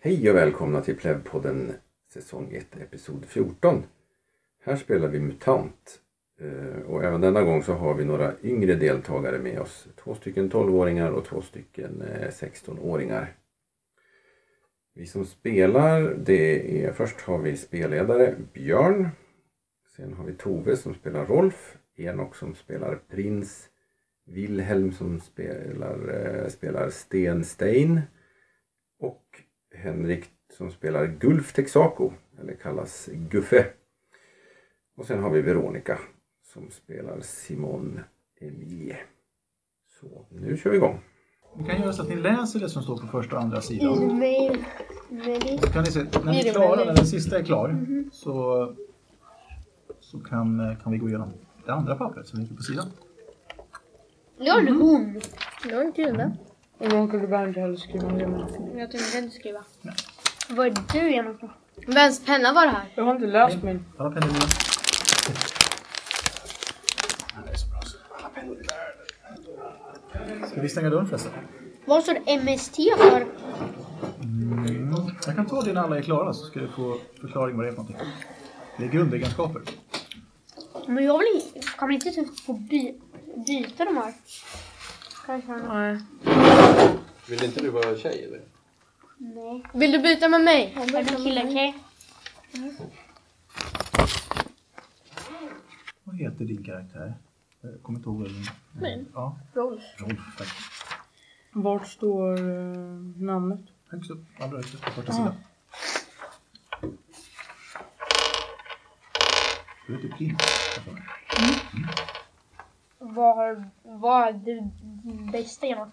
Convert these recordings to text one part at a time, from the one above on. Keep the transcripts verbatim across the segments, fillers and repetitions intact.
Hej och välkomna till Plevpodden säsong ett, episod fjorton. Här spelar vi MUTANT. Och även denna gång så har vi några yngre deltagare med oss. Två stycken tolvåringar och två stycken sextonåringar. Vi som spelar, det är, först har vi spelledare Björn. Sen har vi Tove som spelar Rolf. Enok som spelar Prins. Wilhelm som spelar, spelar Sten Stein. Och Henrik som spelar Gulf Texaco, eller kallas Guffe. Och sen har vi Veronica som spelar Simon Emilie. Så nu kör vi igång. Vi kan göra så att ni läser det som står på första och andra sidan. Mm. Så kan ni se, när ni är klara, när den sista är klar, mm-hmm. så, så kan, kan vi gå igenom det andra pappret som ligger på sidan. Jag är hon. Jag är inte det. Och de kunde bara inte heller skriva om det. Jag tänkte inte skriva. Nej. Vad är du igenom på? Vems penna var det här? Jag har inte läst min. Alla pennor mina. Det är så bra. Alla pennor där. Ska vi stänga dörren förresten? Vad står det M S T för? Mm. Jag kan ta det när alla är klara så ska du få förklaring vad det är för någonting. Det är grundegenskaper. Men jag vill inte, kan man inte typ få by, byta de här? Kanske. Nej. Vill inte du vara tjej eller? Nej. Vill du byta med mig? Jag är du kille, okej? Mm. Vad heter din karaktär? Jag kommer inte ihåg vad din... Min? Ja. Rolf. Rolf, tack. Vart står uh, namnet? Högst upp, allra högst upp på första sidan. Du heter Prins. Mm. Mm. Vad, vad är det bästa genom?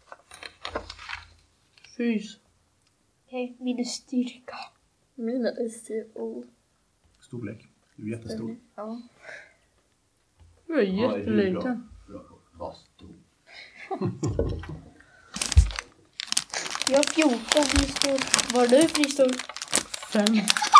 Fys. Okej, okay. Min är styrka. Min är S T O. Storlek. Du är jättestor. Ja. Du är jätteliten. Vad stor. Jag har fjorton pristor. Var du pristor? Fem.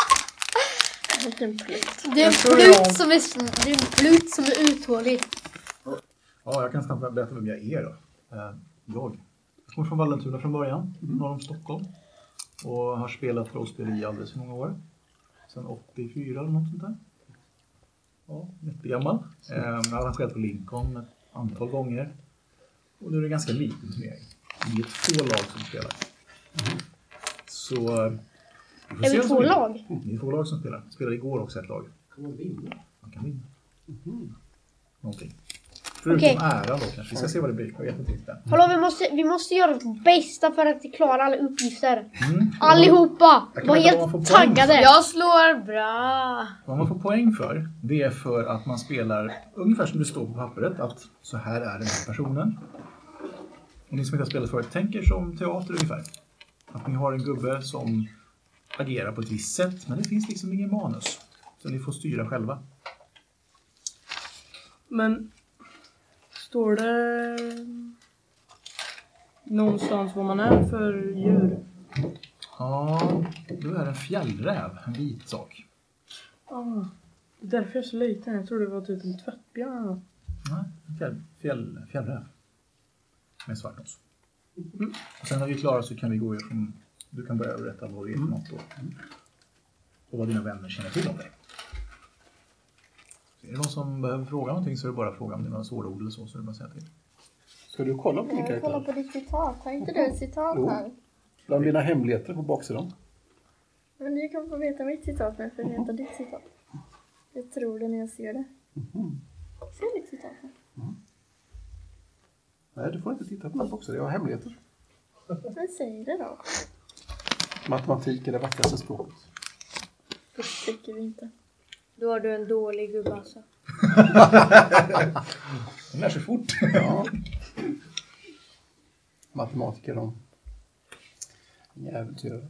En plut. Det är en plut som är, det är en plut som är uthållig. Ja, jag kan snabbt berätta vem jag är då. Jag kommer från Vallentuna från början, mm. norr om Stockholm. Och har spelat rollspel i alldeles för många år. Sen åttiofyra eller något sånt där. Ja, jättegammal. Jag har arrangerat på Lincoln ett antal gånger. Och nu är det ganska liten turnering. Det är två lag som spelar. Mm. Så... Vi är vi två lag? Det är två lag som spelar. Jag spelade igår också ett lag. Kan man vinna? Man kan vinna. Mm. Någonting. Förutom okay. äran då kanske. Vi ska se vad det blir. Jag vet inte riktigt. Hallå, vi måste, vi måste göra det bästa för att klara alla uppgifter. Mm. Allihopa! Var helt taggade. Jag slår bra. Vad man får poäng för, det är för att man spelar ungefär som det står på pappret. Att så här är den här personen. Och ni som inte har spelat förut tänker som teater ungefär. Att ni har en gubbe som agerar på ett visst sätt. Men det finns liksom ingen manus. Så ni får styra själva. Men står det någonstans vad man är för djur? Ja, du är en fjällräv. En vit sak. Ja, ah, det är därför jag är så liten. Jag trodde det var typ en tvättbjörn. Nej, en fjäll, fjäll, fjällräv. Med svart nos. Mm. Och sen när vi är klara så kan vi gå ifrån... Du kan börja berätta vad det är för något då. Mm. Och vad dina vänner känner till om dig. Så är det någon som behöver fråga någonting så är det bara fråga om det är några svåra ord eller så. Så är det bara att säga till. Ska du kolla på din karaktär? Jag kollar på ditt citat. Har inte du ett citat jo. här? Bland dina hemligheter på baksidan. Men du kan få veta mitt citat med för att veta ditt citat. Jag tror det när jag ser det. Mm. Ser ditt citat här? Mm. Nej, du får inte titta på den boxen. Jag har hemligheter. Men säg det då. Matematik är det vackraste språket. Det tycker vi inte. Då har du en dålig gubbe alltså. Den lär sig fort. Ja. Matematiker de. Inga äventyrare.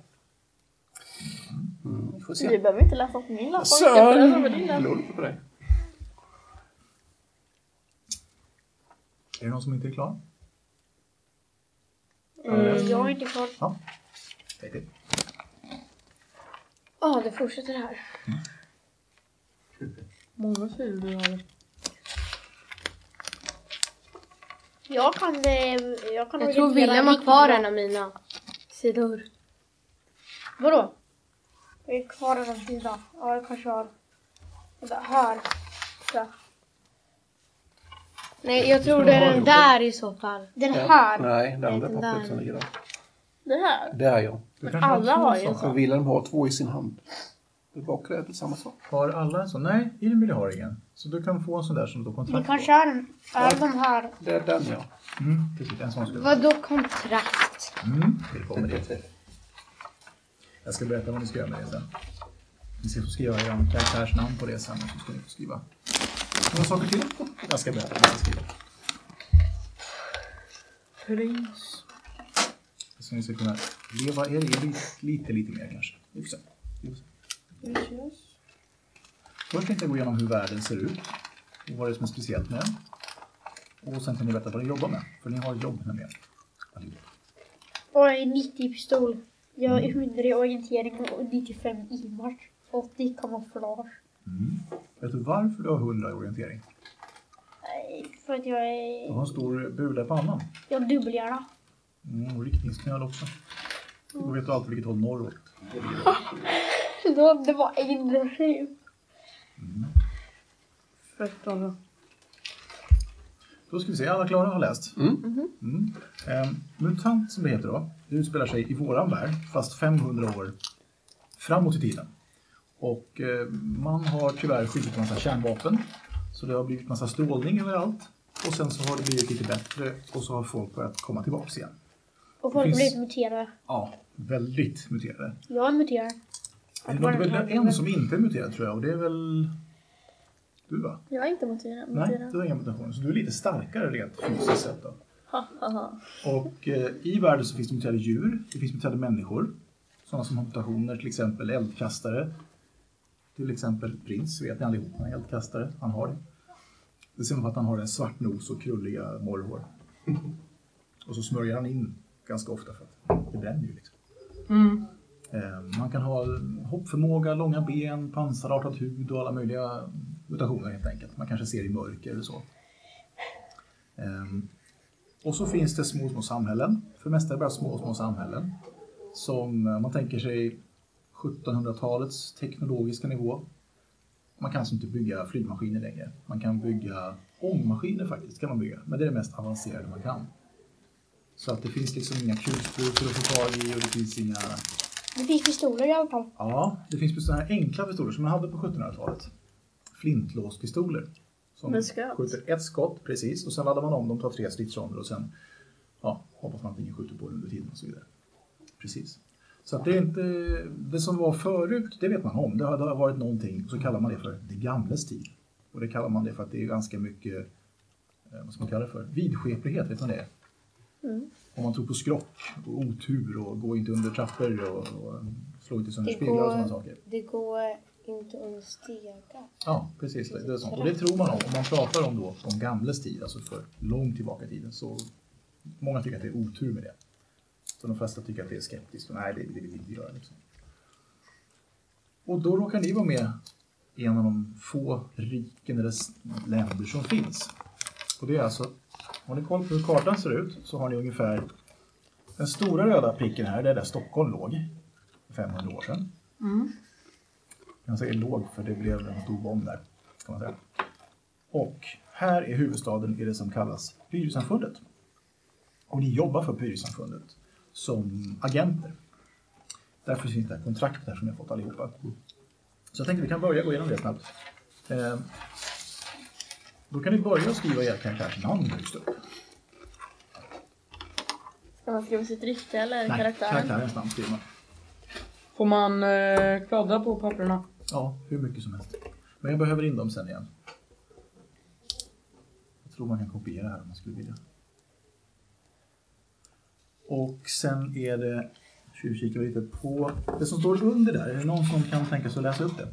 Mm, vi får se. Vi behöver inte läsa på min lapp. Sön! Låt på dig. Är det någon som inte är klar? Mm, jag är inte klar. Ja. Säg till. Ja, oh, det fortsätter här. Mm. Många sidor du har. Jag kan det. Jag, kan jag tror William har kvar en av mina sidor. Vadå? Jag är kvar en sida. Ja, jag kanske har... Vänta, här. Så. Nej, jag tror det är den där i så fall. Den här. Nej, det andra Den pappret där. som ligger där. Det här? Där ja. Du kanske alla två har ju en sådana. För Wilhelm har två i sin hand. Det bakre är det samma sak. Har alla en sån? Nej, Emil har ingen. Så du kan få en sån där som du har Det kontrakt kanske på. är, en, är de här. Det är den ja. Mm, precis. En sån skulle Vadå kontrakt? Mm, vi kommer dit. Jag ska berätta vad ni ska göra med det sen. Ni ska få skriva er karaktärsnamn på det sen och så ska ni få skriva några saker till. Jag ska berätta vad ni ska skriva. Prins. Så ni ska kunna leva er lite, lite, lite mer kanske. Vi får se. Vi får se. Yes. Först tänkte jag gå igenom hur världen ser ut och vad det är som är speciellt med den. Och sen kan ni berätta vad ni jobbar med. För ni har ett jobb med er. Allihop. Och jag är nittio i pistol. Jag är hundra i orientering och nittiofem i marsch. åttio kamouflage. Mm. Vet du varför du har hundra i orientering? Nej, för att jag Du är... har en stor bula i pannan. Jag har dubbelhjärna. Mm, och riktningsknöl också. Då vet du alltid vilket håll norrut. Då, det var energi. Fett alltså. Då ska vi se, alla klara har läst. Mm. Mm. Eh, Mutant som det heter då, det utspelar sig i våran värld, fast femhundra år framåt i tiden. Och eh, man har tyvärr skjutit en massa kärnvapen, så det har blivit massa strålning överallt. Och sen så har det blivit lite bättre och så har folk börjat komma tillbaka igen. Och folk Det finns- blir muterade. Ja, väldigt muterade. Jag är muterad. Det är väl en som inte är muterad tror jag, och det är väl du va? Jag är inte muterad. Nej, du har inga mutationer, så du är lite starkare rent fysiskt sett då. Ha, ha, ha. Och eh, i världen så finns det muterade djur, det finns muterade människor. Sådana som har mutationer, till exempel eldkastare. Till exempel prins, vet ni allihop, han är eldkastare, han har det. Det ser man på att han har en svart nos och krulliga morrhår. Och så smörjer han in ganska ofta för att det bränner ju liksom. Mm. Eh, man kan ha hoppförmåga, långa ben, pansarartad hud och alla möjliga mutationer helt enkelt. Man kanske ser i mörker eller så. Um, och så finns det små, små samhällen. För det mesta är det bara små, små samhällen. Som uh, man tänker sig sjuttonhundratalets teknologiska nivå. Man kan alltså inte bygga flygmaskiner längre. Man kan bygga ångmaskiner faktiskt, kan man bygga. Men det är det mest avancerade man kan. Så att det finns liksom inga kulsprutor att få tag i och det finns inga... Det finns pistoler i alla fall. Ja, det finns sådana här enkla pistoler som man hade på sjuttonhundratalet. Flintlåspistoler. Som Med skott. skjuter ett skott, precis. Och sen laddar man om dem, tar tre stridsronder och sen ja, hoppas man att ingen skjuter på det under tiden och så vidare. Precis. Så att det är inte... Det som var förut, det vet man om. Det har, det har varit någonting, och så kallar man det för det gamles tid. Och det kallar man det för att det är ganska mycket, eh, vad ska man kalla det för? Vidskeplighet, vet man det? Mm. Om man tror på skrock och otur och gå inte under trappor och, och slå inte sönder Det speglar och går- sådana saker. Det går inte under stegar. Ja, precis. Det, det är sånt. Och det tror man om. Om man pratar om då om gamles tid, alltså för långt tillbaka i tiden, så många tycker att det är otur med det. Så de flesta tycker att det är skeptiskt. Och nej, det, det vill vi inte göra. Liksom. Och då råkar ni vara med i en av de få riken eller s- länder som finns. Och det är alltså, om ni kollar på hur kartan ser ut så har ni ungefär den stora röda pricken här, det är där Stockholm låg för femhundra år sedan. Mm. Jag säger låg för det blev en stor bomb där, kan man säga. Och här är huvudstaden i det som kallas Pyrrhussamfundet. Och ni jobbar för Pyrrhussamfundet som agenter. Därför finns det här kontraktet här som ni har fått allihopa. Så jag tänkte vi kan börja gå igenom det snabbt. Eh, då kan ni börja skriva era karaktärsnamn högst upp. Ska man skriva sitt riktiga eller Nej, karaktären? karaktärens namn skriver man. Får man eh, kladda på papperna? Ja, hur mycket som helst. Men jag behöver in dem sen igen. Jag tror man kan kopiera här om man skulle vilja. Och sen är det, tjuvkikar vi lite på det som står under där. Är det någon som kan tänka sig att läsa upp det?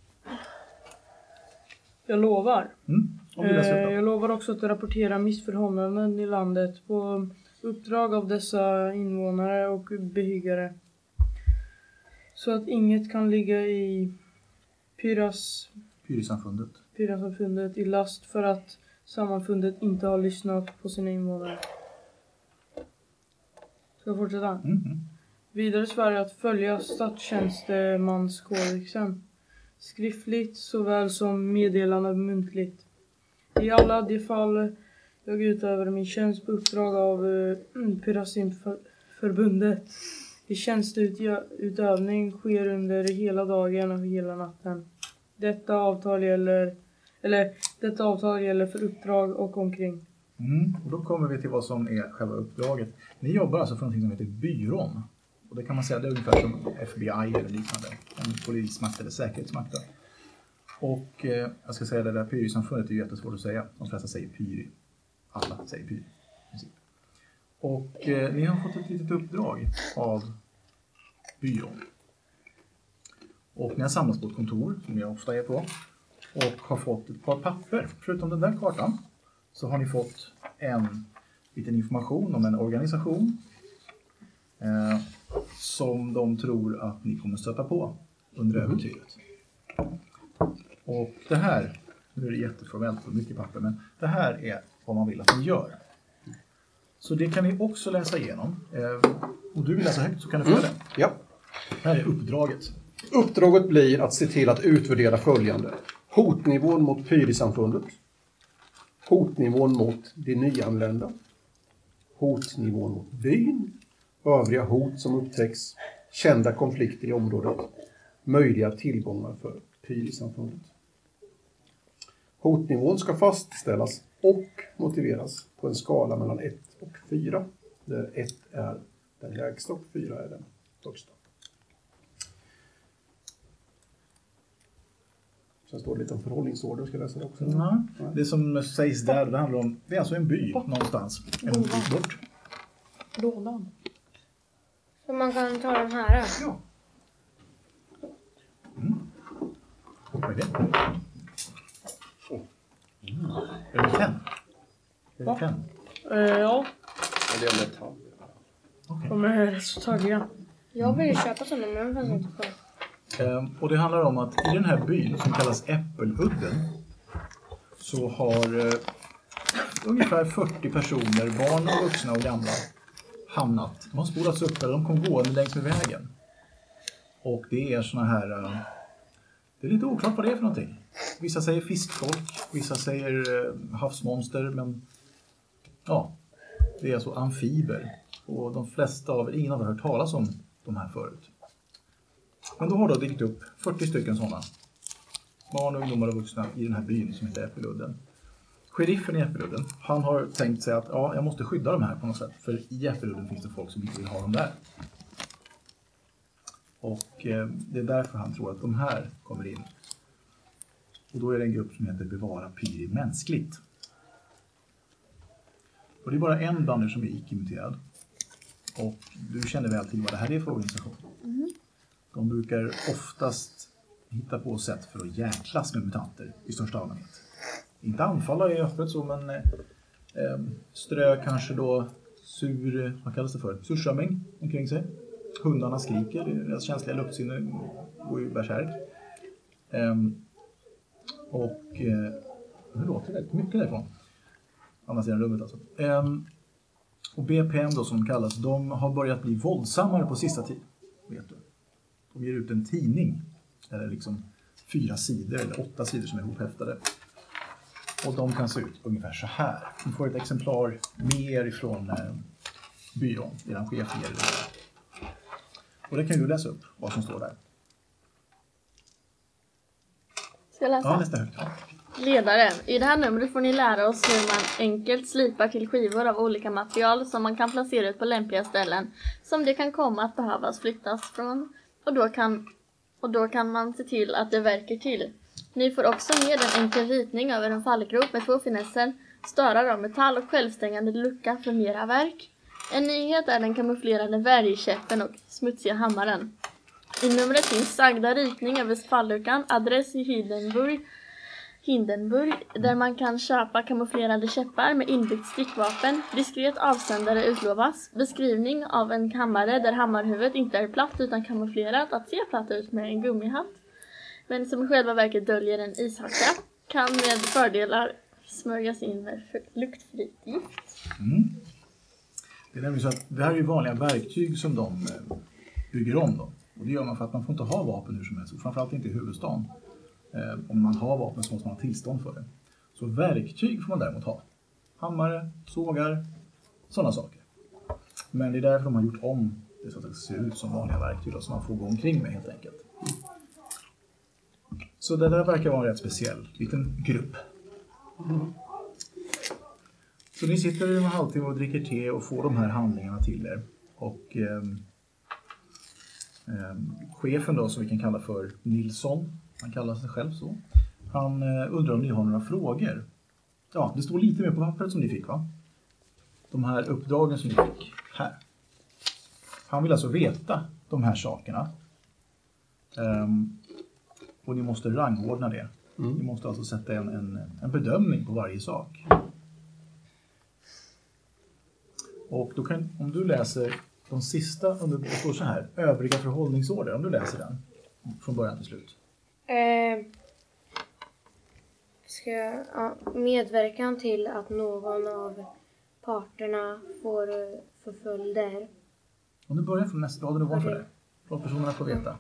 Jag lovar. Mm? Om vi läser Eh, upp det. jag lovar också att rapportera missförhållanden i landet på uppdrag av dessa invånare och behyggare. Så att inget kan ligga i Pyras, Pyrrhussamfundet. Pyrasamfundet i last för att sammanfundet inte har lyssnat på sina invånare. Ska jag fortsätta? Mm, mm. Vidare svär jag att följa statstjänstemanskodexen, skriftligt såväl som meddelande muntligt. I alla de fall jag utövar min tjänst på uppdrag av uh, Pyrasimförbundet. I tjänsteutövning sker under hela dagen och hela natten. Detta avtal gäller, eller detta avtal gäller för uppdrag och omkring. Mm. Och då kommer vi till vad som är själva uppdraget. Ni jobbar alltså för något som heter byrån. Och det kan man säga, det är ungefär som F B I eller liknande. En polismakt eller säkerhetsmakt. Och eh, jag ska säga det där Pyri-samfundet är jättesvårt att säga. De flesta säger Pyri. Alla säger Pyri. Och eh, ni har fått ett litet uppdrag av byrån. Och ni har samlats på ett kontor som ni ofta är på. Och har fått ett par papper. Förutom den där kartan så har ni fått en liten information om en organisation. Eh, som de tror att ni kommer stöta på under äventyret. Och det här, nu är det jätteformellt och mycket papper, men det här är vad man vill att ni gör. Så det kan ni också läsa igenom. Eh, och du vill läsa högt så kan du få mm. det. Ja. Här är uppdraget. Uppdraget blir att se till att utvärdera följande. Hotnivån mot Pyri-samfundet. Hotnivån mot de nyanlända. Hotnivån mot byn. Övriga hot som upptäcks. Kända konflikter i området. Möjliga tillgångar för Pyri-samfundet. Hotnivån ska fastställas och motiveras på en skala mellan ett och fyra. Där ett är den lägsta och fyra är den högsta. Sen står det lite om förhållningsorder, ska jag läsa det också? Mm. Det som sägs där, det handlar om, det är alltså en by någonstans. En by bort. Lådan. Så man kan ta den här? Ja. Mm. Vad är det? Mm. Är det tenn? Är det tenn? Uh, ja. Det är metall. Okay. De är rätt så taggiga. Jag vill köpa sådana, men de fanns inte på. Um, och det handlar om att i den här byn som kallas Äppeludden så har uh, ungefär fyrtio personer, barn och vuxna och gamla, hamnat. De har spolats upp eller de kom gående längs med vägen. Och det är såna här... Uh, det är lite oklart vad det är för någonting. Vissa säger fiskfolk, vissa säger uh, havsmonster, men ja, det är alltså amfiber. Och de flesta av er, ingen har hört talas om de här förut. Men då har då dykt upp fyrtio stycken sådana. Barn, ungdomar och vuxna i den här byn som heter Äppeludden. Sheriffen i Äppeludden, han har tänkt sig att ja, jag måste skydda de här på något sätt. För i Äppeludden finns det folk som inte vill ha dem där. Och eh, det är därför han tror att de här kommer in. Och då är det en grupp som heter Bevara Pyri mänskligt. Och det är bara en bland er som är icke-muterad. Och du känner väl till vad det här är för organisation. Mm. De brukar oftast hitta på sätt för att jäklas med mutanter i största allmänhet. Inte anfalla är öppet så, men eh, strö kanske då sur, vad kallas det för? Surströmming omkring sig. Hundarna skriker, deras känsliga luktsinne går ju bärsärk. Eh, och eh, nu låter det väldigt mycket därifrån. Andra sidan rummet alltså. Eh, och B P M då som kallas, de har börjat bli våldsammare på sista tid. Vet du. De ger ut en tidning. Eller liksom fyra sidor eller åtta sidor som är ihophäftade. Och de kan se ut ungefär så här. Ni får ett exemplar mer ifrån eh, byrån. Er chef ger det. Och det kan du läsa upp vad som står där. Ska jag läsa? Ja, läs det högt. Ja. Ledare. I det här numret får ni lära oss hur man enkelt slipar till skivor av olika material som man kan placera ut på lämpliga ställen som det kan komma att behövas flyttas från. Och då kan, och då kan man se till att det verkar till. Ni får också med en enkel ritning över en fallgrop med två finesser, störar av metall och självstängande lucka för mera verk. En nyhet är den kamouflerade värjkäppen och smutsiga hammaren. I numret finns sagda ritning över falluckan, adress i Hindenburg, Hindenburg, där man kan köpa kamouflerade käppar med inbyggt stickvapen. Diskret avsändare utlovas. Beskrivning av en kammare där hammarhuvudet inte är platt utan kamouflerat, att se platt ut med en gummihatt, men som i själva verket döljer en ishacka, kan med fördelar smörjas in med luktfritt gift. Mm. Det är nämligen så att det här är ju vanliga verktyg som de bygger om dem. Och det gör man för att man får inte ha vapen hur som helst. Och framförallt inte i huvudstaden. Eh, om man har vapen så måste man ha tillstånd för det. Så verktyg får man däremot ha. Hammare, sågar, sådana saker. Men det är därför de har gjort om det så att det ser ut som vanliga verktyg då, som man får gå omkring med helt enkelt. Så det där verkar vara en rätt speciell liten grupp. Mm. Så ni sitter i en halvtimme och dricker te och får de här handlingarna till er. Och eh, eh, chefen då, som vi kan kalla för Nilsson, han kallar sig själv så. Han eh, undrar om ni har några frågor. Ja, det står lite mer på pappret som ni fick, va? De här uppdragen som ni fick här. Han vill alltså veta de här sakerna. Um, och ni måste rangordna det. Mm. Ni måste alltså sätta en, en, en bedömning på varje sak. Och då kan, om du läser de sista, under, det står så här, övriga förhållningsorder, om du läser den från början till slut. Eh, ska jag, ja, medverkan till att någon av parterna får förföljder. Om du börjar från nästa rad, ovanför det. Låt personerna få veta.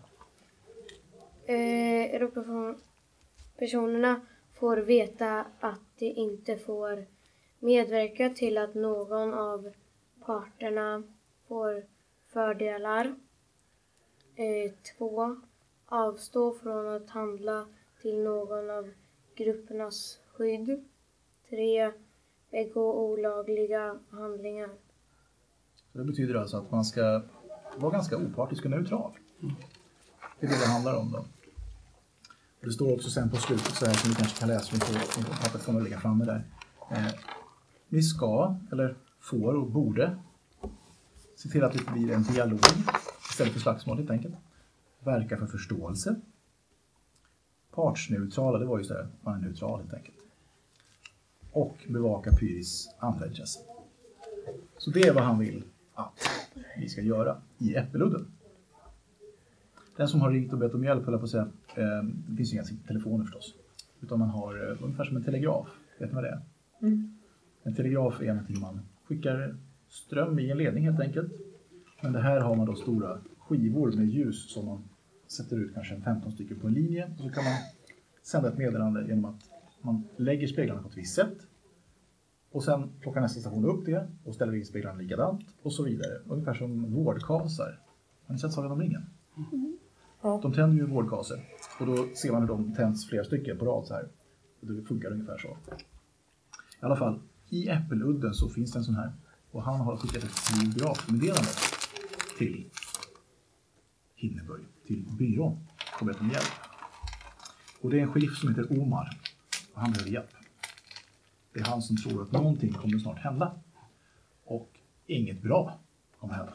Eh, Europapersonerna får veta att de inte får medverka till att någon av parterna får fördelar. Eh, två. Avstå från att handla till någon av gruppernas skydd. Tre. Begå olagliga handlingar. Så det betyder alltså att man ska vara ganska opartisk och neutral. Det är det det handlar om då. Det står också sen på slutet så här som ni kanske kan läsa om på pappret kommer att ligga framme där. Eh, ni ska, eller får och borde se till att det blir en dialog istället för slagsmål helt enkelt. Verka för förståelse. Partsneutrala, det var ju så där, man är neutral helt enkelt. Och bevaka Pyris andra intressen. Så det är vad han vill att vi ska göra i Äppeludden. Den som har ringt och bett om hjälp, höll jag på att säga, eh, det finns ju inga telefoner förstås. Utan man har eh, ungefär som en telegraf. Vet ni vad det är? Mm. En telegraf är någonting man skickar ström i en ledning helt enkelt. Men det här har man då stora skivor med ljus som man sätter ut kanske femton stycken på en linje. Och så kan man sända ett meddelande genom att man lägger speglarna på ett visst sätt. Och sen plockar nästa station upp det och ställer in speglarna likadant och så vidare. Ungefär som vårdkasar. Har ni sett Sagan om ringen? Mm. Ja. De tänder ju vårdkaser. Och då ser man hur de tänds flera stycken på rad så här. Och det funkar ungefär så. I alla fall, i Äppeludden så finns det en sån här. Och han har skickat ett biografmeddelande till Hindenburg, till byrån. Och bett om hjälp. Och det är en sheriff som heter Omar. Och han behöver hjälp. Det är han som tror att någonting kommer snart hända. Och inget bra kommer hända.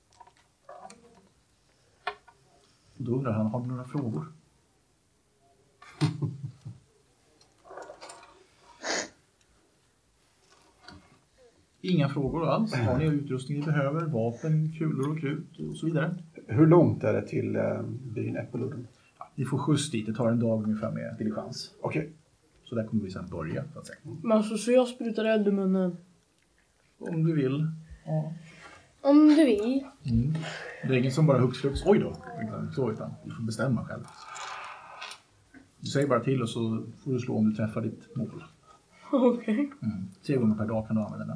Och då undrar han, har du några frågor? Inga frågor alls. Har ni utrustning ni behöver? Vapen, kulor och krut och så vidare. Hur långt är det till äh, byn Äppeludden? Ja, ni får skjuts dit. Det tar en dag ungefär med diligens. Okej. Okay. Så där kommer vi sedan börja. Så, att säga. Men alltså, så jag sprutar eld i munnen? Om du vill. Ja. Om du vill. Mm. Det är ingen som bara hux flux. Oj då. Så, utan du får bestämma själv. Du säger bara till och så får du slå om du träffar ditt mål. Okej. Okay. Mm. Tre gånger per dag kan du använda den.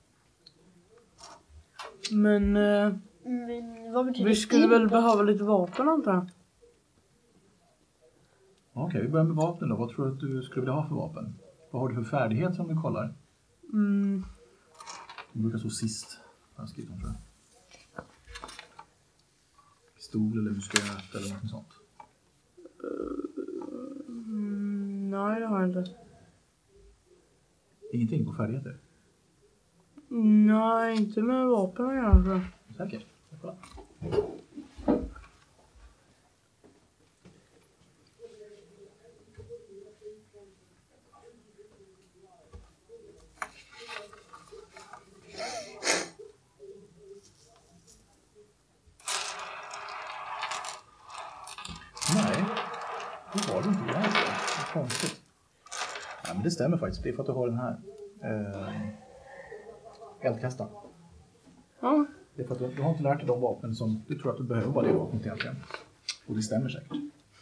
Men, eh, Men vad betyder vi skulle det? väl behöva lite vapen, antar jag. Okej, okay, vi börjar med vapen då. Vad tror du att du skulle vilja ha för vapen? Vad har du för färdigheter om du kollar? Mm. Du brukar stå sist. Jag skriver om, tror jag. Pistol eller musköt eller något sånt. Mm, nej, det har jag inte. Ingenting på färdigheter? Nej, inte med vapen att göra. Säkert. Kolla. Nej, det var det inte. Det är konstigt. Ja, men det stämmer faktiskt. Det är för att du har den här. Eh, eldkastaren. Ja. Det är för att du, du har inte lärt dig de vapen som du tror att du behöver bara det vapnet egentligen. Och det stämmer säkert.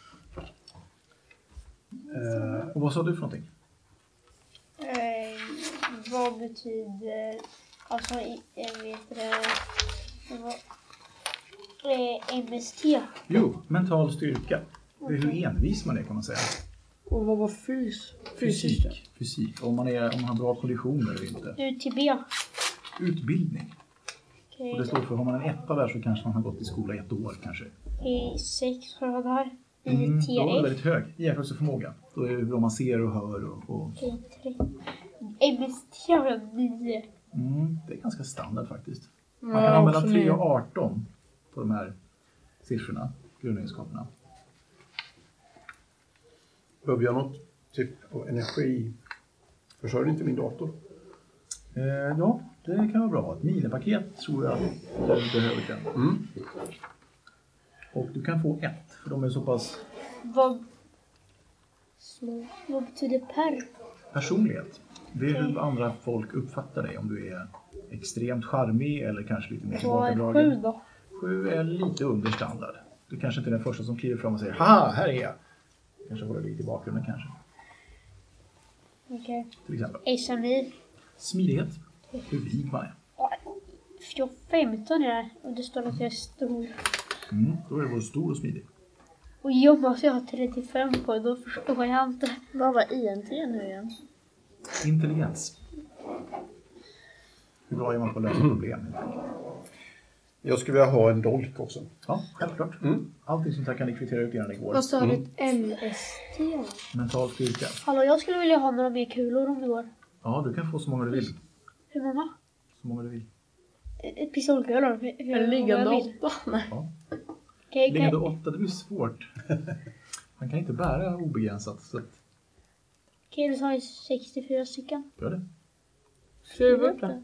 Eh, och vad sa du för någonting? Eh, vad betyder... Alltså, i- jag vet det... Vad, eh, M S T. Jo, mental styrka. Det är hur envis man är kan man säga. Och vad var fys? Fysiskt? Fysik. Fysik. Om man, är, om man har bra konditioner eller inte. U T B. Utbildning. Okej. Och det står för, har man en etta där så kanske man har gått i skola i ett år kanske. I sex har jag där. Mm, I då är det T F. väldigt hög iakttagelseförmåga. Då är det hur man ser och hör och... och I tre. M S T har jag nio. mm, det är ganska standard faktiskt. Man Ja, kan ha mellan också tre nio. och arton på de här siffrorna, grundegenskaperna. Behöver jag något typ av energiförsörjning till min dator? Eh, ja, det kan vara bra. Ett minipaket tror jag du behöver den. Mm. Och du kan få ett, för de är så pass Vad... Små. Vad betyder per? personlighet. Det är hur andra folk uppfattar dig. Om du är extremt charmig eller kanske lite mer Vad är tillbakadragen. sju då? Sju är lite under standard. Du kanske inte är den första som kliver fram och säger haha, här är jag. Kanske håller lite i bakgrunden kanske. Okej. Till exempel. S M I. Smidighet. Hur vig man är. Jag femton är det. Och det står att jag är stor. Mm, då är det både stor och smidig. Och jag måste ha trettiofem på. Då förstår jag inte. Vad var I N T nu igen? Intelligens. Hur bra är man på att lösa problem? Jag skulle vilja ha en dolk också. Ja, självklart. Mm. Allting sånt här kan ni kvittera ut innan det går. Vad sa du? M S T? Mental styrka. Hallå, jag skulle vilja ha några mer kulor om det går. Ja, du kan få så många du vill. Hur många? Så många du vill. Ett pistolkulor? Hur hur En många liggande jag vill? åtta? Nej. Ja. Okej, Liggande okej. åtta, det blir svårt. Man kan inte bära obegränsat. Så att, Okej, du sa ju sextiofyra stycken. gör det. Skriv upp det.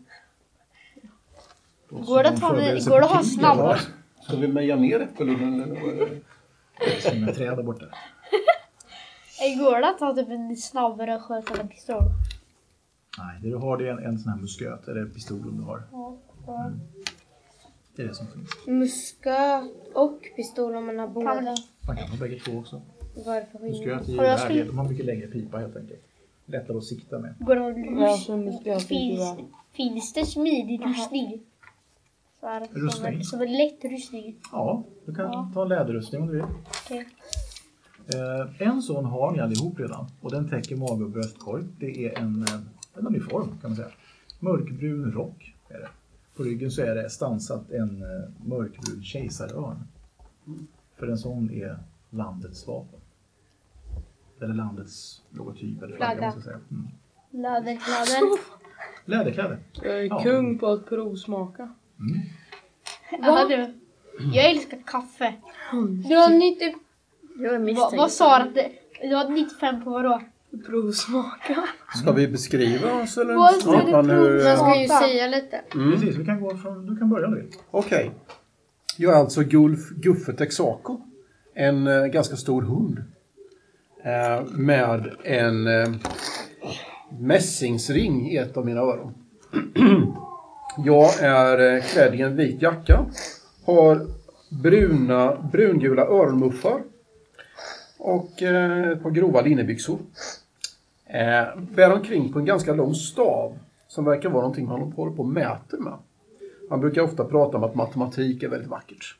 Då Går det som att ha- förberedelse går det för att ha kriget. snabbare? Ska vi meja ner äppeludden eller vad är det? Det är som en träd där borta. Eh, Går det att ha typ en snabbare skötande pistol? Nej, det du har det är en, en sån här musköt, eller pistolen du har. Ja. ja. Det är det som finns. Musköt och pistol om man har Kan båda. man- Man kan ha bägge två också. Varför skillnad? Musköt är Har jag ju skrivit- här, de har mycket längre pipa helt enkelt. Lättare att sikta med. Går det att Ja, rust... så måste jag finns, tycka. finns det smidig rustning? Så här, som, Rustning? en, som en lätt rustning. Ja, du kan Ja. ta en läderrustning om du vill. Okej. Eh, en sån har ni allihop redan. Och den täcker mage och bröstkorg. Det är en, eh, en uniform kan man säga. Mörkbrun rock är det. På ryggen så är det stansat en eh, mörkbrun kejsarörn. För en sån är landets vapen. Eller landets logotyp eller flagga. Flagga. Ska jag säga. Mm. Läderkläder. Läderkläder. Jag är Ja. kung på att provsmaka. Mm. Ja, du. Jag älskar kaffe. Du har inte... Jag är Va, misstänksam. vad sa du? att det- Du har nittiofem på vadå? Provsmaka. Ska vi beskriva oss eller? Vad ska vet du man hur... Jag ska ju Smaka. säga lite. Mm. Precis, vi kan gå från, du kan börja om du vill. Okej. Jag är alltså Gulf Guffe Texaco. En eh, ganska stor hund. Eh, med en eh, mässingsring i ett av mina öron. Jag är eh, klädd i en vit jacka. Har bruna, brungula öronmuffar. Och eh, ett par grova linnebyxor. Eh, bär omkring på en ganska lång stav. Som verkar vara någonting han håller på och mäter med. Han brukar ofta prata om att matematik är väldigt vackert.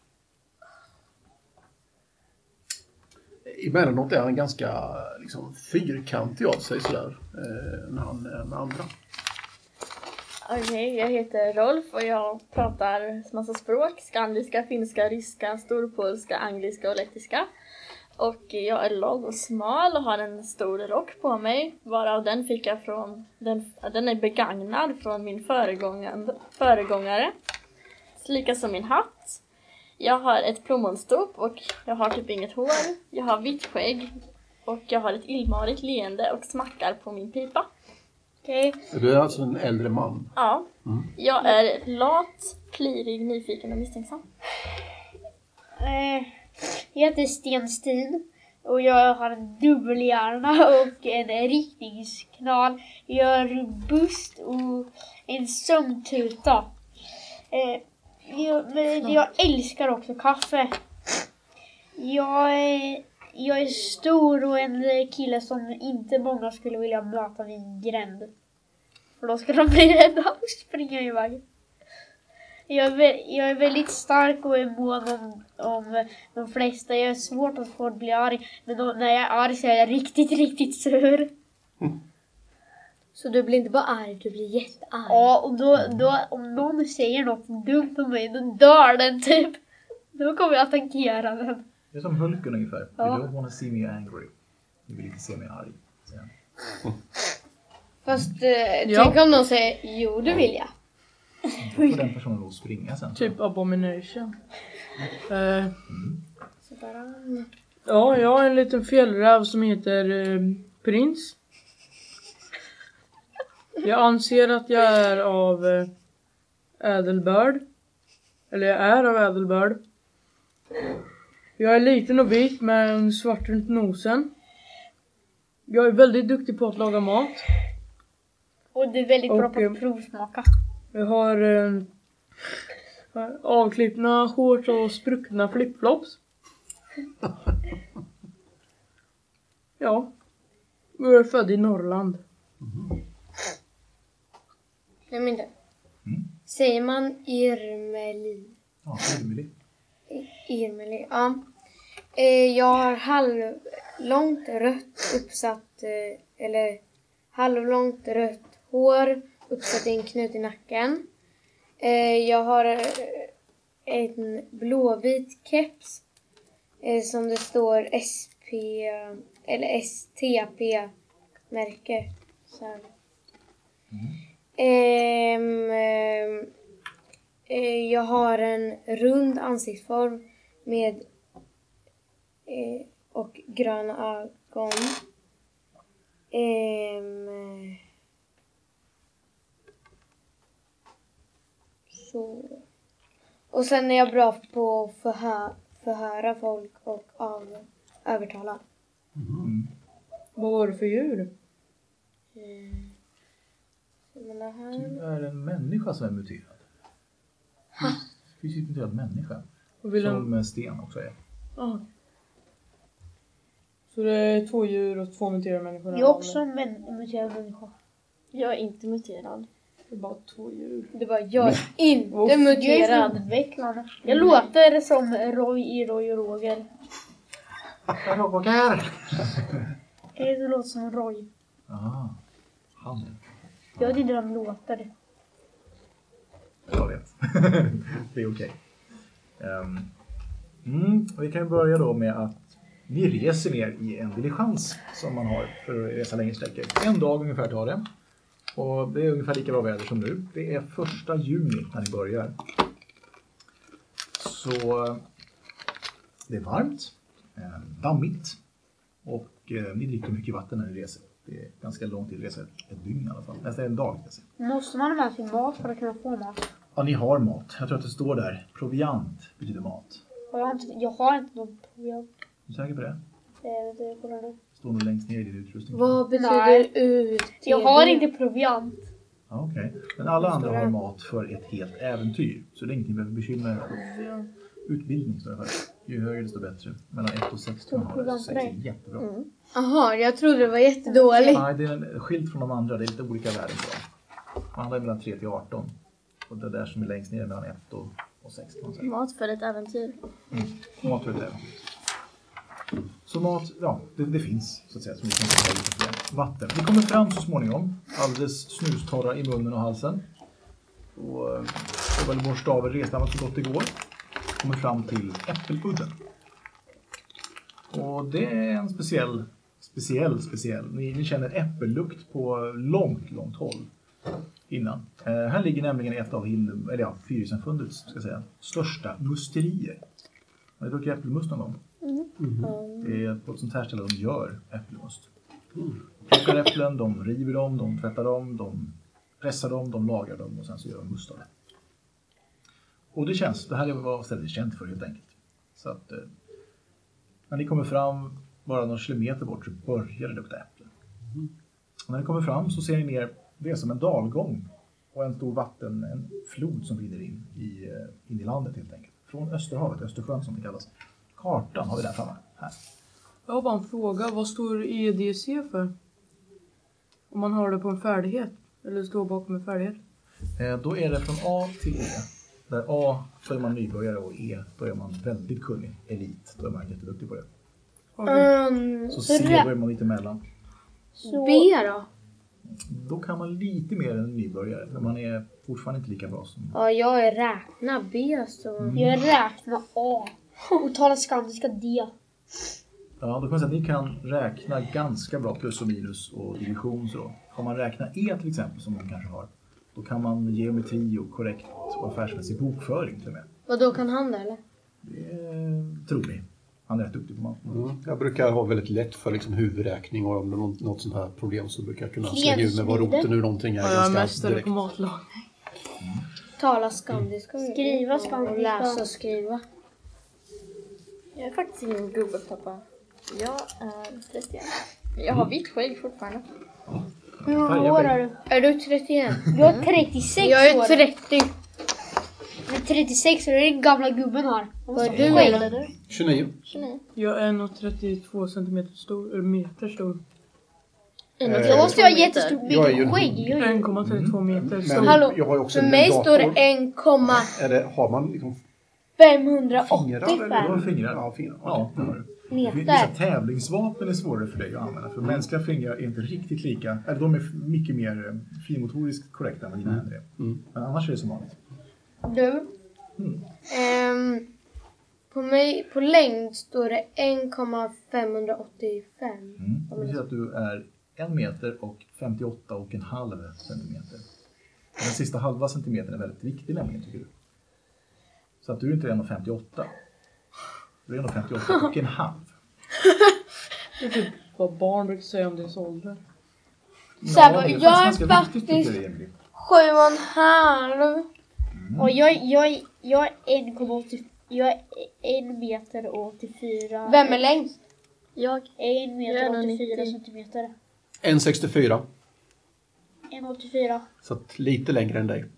Emellanåt är han ganska liksom, fyrkantig av sig sådär, eh, när han är med andra. Okej, jag heter Rolf och jag pratar massa språk. Skandiska, finska, ryska, storpolska, angliska och lettiska. Och jag är låg och smal och har en stor rock på mig. Varav den fick jag från, den, den är begagnad från min föregångare. föregångare. Lika som min hatt. Jag har ett plommonstop och jag har typ inget hår. Jag har vitt skägg. Och jag har ett illmarigt leende och smackar på min pipa. Okej. Du är alltså en äldre man. Ja, Mm. jag är lat, plirig, nyfiken och misstänksam. Eh, jag heter Sten Stin. Och jag har en dubbelhjärna och en riktningsknal. Jag är robust och en sömntuta. Eh, jag, men jag älskar också kaffe. Jag är, jag är stor och en kille som inte många skulle vilja möta vid en gränd. För då skulle de bli rädda och springa iväg. Jag är, vä- jag är väldigt stark och är mån om, om de flesta. Jag är svårt att få bli arg. Men då, när jag är arg så är jag riktigt, riktigt sur. Så du blir inte bara arg, du blir jättearg. Ja, och då, då om någon säger något dumt om mig, då dör den typ. Då kommer jag attackera den. Det är som Hulken ungefär. Ja. You don't wanna see me angry. Du vill inte se mig arg. säger han. Fast eh, Ja. tänk om någon säger, jo det vill jag. Då får den personen då springa sen. Typ Abomination. Eh, Sådär. ja, jag har en liten fjällräv som heter eh, Prins. Jag anser att jag är av eh, ädelbörd. Eller jag är av ädelbörd. Jag är liten och vit med en svart runt nosen. Jag är väldigt duktig på att laga mat. Och du är väldigt bra Och, på eh, att provsmaka. Jag har eh, avklippna shorts och spruckna flipflops. Ja. Jag är född i Norrland. Jag menar, Mm. säger man Irmeli? Ja, Emily. Irmeli, ja. Eh, jag har halvlångt rött uppsatt, eh, eller halvlångt rött hår uppsatt i en knut i nacken. Eh, jag har eh, en blåvit keps eh, som det står S P eller S T P-märke. Så här. Ehm, ehm, eh, jag har en rund ansiktsform med eh, och gröna ögon. Ehm, så. Och sen är jag bra på att förhö- förhöra folk och av, övertala. Vad var det för djur? Ehm, jag menar här. Du är en människa som är muterad. Fysiskt muterad människa. Och vill Som de... eh, Sten också är. ah. Så det är två djur och två muterade människor? Jag är också en män- en muterad människa. Jag är inte muterad. Det är bara två djur. Det var jag är inte Uff. Jag är muterad. utvecklad. Jag låter som Roy i Roy och Roger. Roger! Eh, Det låter som Roy. Ah, han. Jag vet inte hur han låter. Jag vet. Det är okej. Ehm, mm, vi kan börja då med att vi reser ner i en diligens som man har för att resa längre sträckor. En dag ungefär tar det. Och det är ungefär lika bra väder som nu. Det är första juni när ni börjar. Så det är varmt, eh, dammigt och eh, ni dricker mycket vatten när ni reser. Det är ganska lång tid att resa, ett dygn i alla fall. Nästan en dag. Alltså. Måste man ha med sin mat för att kunna få mat? Ja, ni har mat. Jag tror att det står där. Proviant betyder mat. Och jag, har inte, jag har inte någon proviant. Är du säker på det? Eh, det kollar nu. Det står nog längst ner i din utrustning. Vad betyder Nej. ut? Jag har inte proviant. Ja, okej. Men alla andra har mat för ett helt äventyr. Så det är inget ni behöver bekymra er om. Utbildning står det för. Ju högre desto bättre. Mellan ett och sex kan man ha det. Så sex är jättebra. Jaha, jag trodde det var jättedåligt. Nej, det är en, skilt från de andra. Det är lite olika värden på dem. Andra är mellan tre till arton. Och det där som är längst ner är mellan ett och, och sex. Kan man säga. Mat för ett äventyr. Mat för ett äventyr. Så mat, ja, det, det finns så att säga som vi kan säga lite vatten. Vi kommer fram så småningom, alldeles snustorra i munnen och halsen. Och eh, får väl borsta av resan så gott det går. Kommer fram till Äppeludden. Och det är en speciell, speciell, speciell. Ni, ni känner äppellukt på långt, långt håll innan. Eh, här ligger nämligen ett av Hind, eller ja, Fyrisamfundets, ska jag säga, största musterier. Har ni druckit äppelmust någon gång? Det är på ett sånt här ställe de gör äppelmust. De plockar äpplen, de river dem, de tvättar dem, de pressar dem, de lagar dem och sen så gör de must av det. Och det känns, det här är vad stället är känt för helt enkelt. Så att eh, när ni kommer fram bara några kilometer bort så börjar det lukta äpplen. Och när ni kommer fram så ser ni ner, det är som en dalgång och en stor vatten, en flod som rinner in i, in i landet helt enkelt. Från Österhavet, Östersjön som det kallas. Kartan har vi där framme. Här. Jag har bara en fråga. Vad står E D C för? Om man har det på en färdighet. Eller står bakom en färdighet. Eh, då är det från A till E. Där A, då är man nybörjare och E, då är man väldigt kunnig. Elit, då är man jätteduktig på det. Okay. Um, Så så C, rä- då är man lite emellan. Så, B då? Då kan man lite mer än en nybörjare. Men man är fortfarande inte lika bra som... Ja, jag är räkna B så... jag räknar A och talar skandiska D. Ja, då kan man säga att ni kan räkna ganska bra plus och minus och division. Så. Om man räknar E till exempel, som man kanske har, då kan man geometri och korrekt och affärsmässig bokföring till och med. Och då kan han det eller? Det tror vi. Han är rätt duktig på mat. Mm. Jag brukar ha väldigt lätt för liksom huvudräkning och om det är något, något sånt här problem så brukar jag kunna slänga ut med vad roten ur någonting är Ja, jag är ganska mästare direkt. på matlag. Tala skandiska. Skriva skandiska. Och läsa och skriva. Jag är faktiskt ingen gubbe, pappa. Jag är trettioen. Jag har vitt skägg fortfarande. Hur många år har du? Är du trettioen? Du har trettiosex Jag är år. trettio. Men trettiosex år är den gamla gubben har. Vad är du eller? tjugonio. tjugonio. Jag är en komma trettiotvå centimeter stor. Eller meter stor. Jag måste ju ha jättestort Jag är ju mycket en skägg. Jag är ju- en komma trettiotvå meter Men stor. Hallå, jag har ju också För en mig dator. står det en komma Eller har man liksom femhundraåttiofem fingrar? Eller? Du har fingrar? Ja, fingrar. Ja, det har du. Vissa meter. tävlingsvapen är svårare för dig att använda. För mänskliga fingrar är inte riktigt lika. Eller de är mycket mer eh, finmotoriskt korrekta än vad dina händer är. Mm. Men annars är det som vanligt. Du. Mm. Ehm, på mig, på längd står det en komma femhundraåttiofem. Mm. Det betyder att du är en meter och femtioåtta och en halv centimeter. Den sista halva centimetern är väldigt viktig nämligen, tycker du. Så att du är inte en komma femtioåtta. Du är en komma femtioåtta och en halv. Det är typ vad barn brukar säga om deras ålder. Så här, det jag är ganska viktigt, faktiskt- tycker jag, Emily. Sju och en halv. Och jag, jag, jag är en komma åttio. Jag är en meter och åttiofyra. Vem är längst? Jag. En Jag meter är och nog åttiofyra nittio. centimeter. en komma sextiofyra. en komma åttiofyra. Så att lite längre än dig.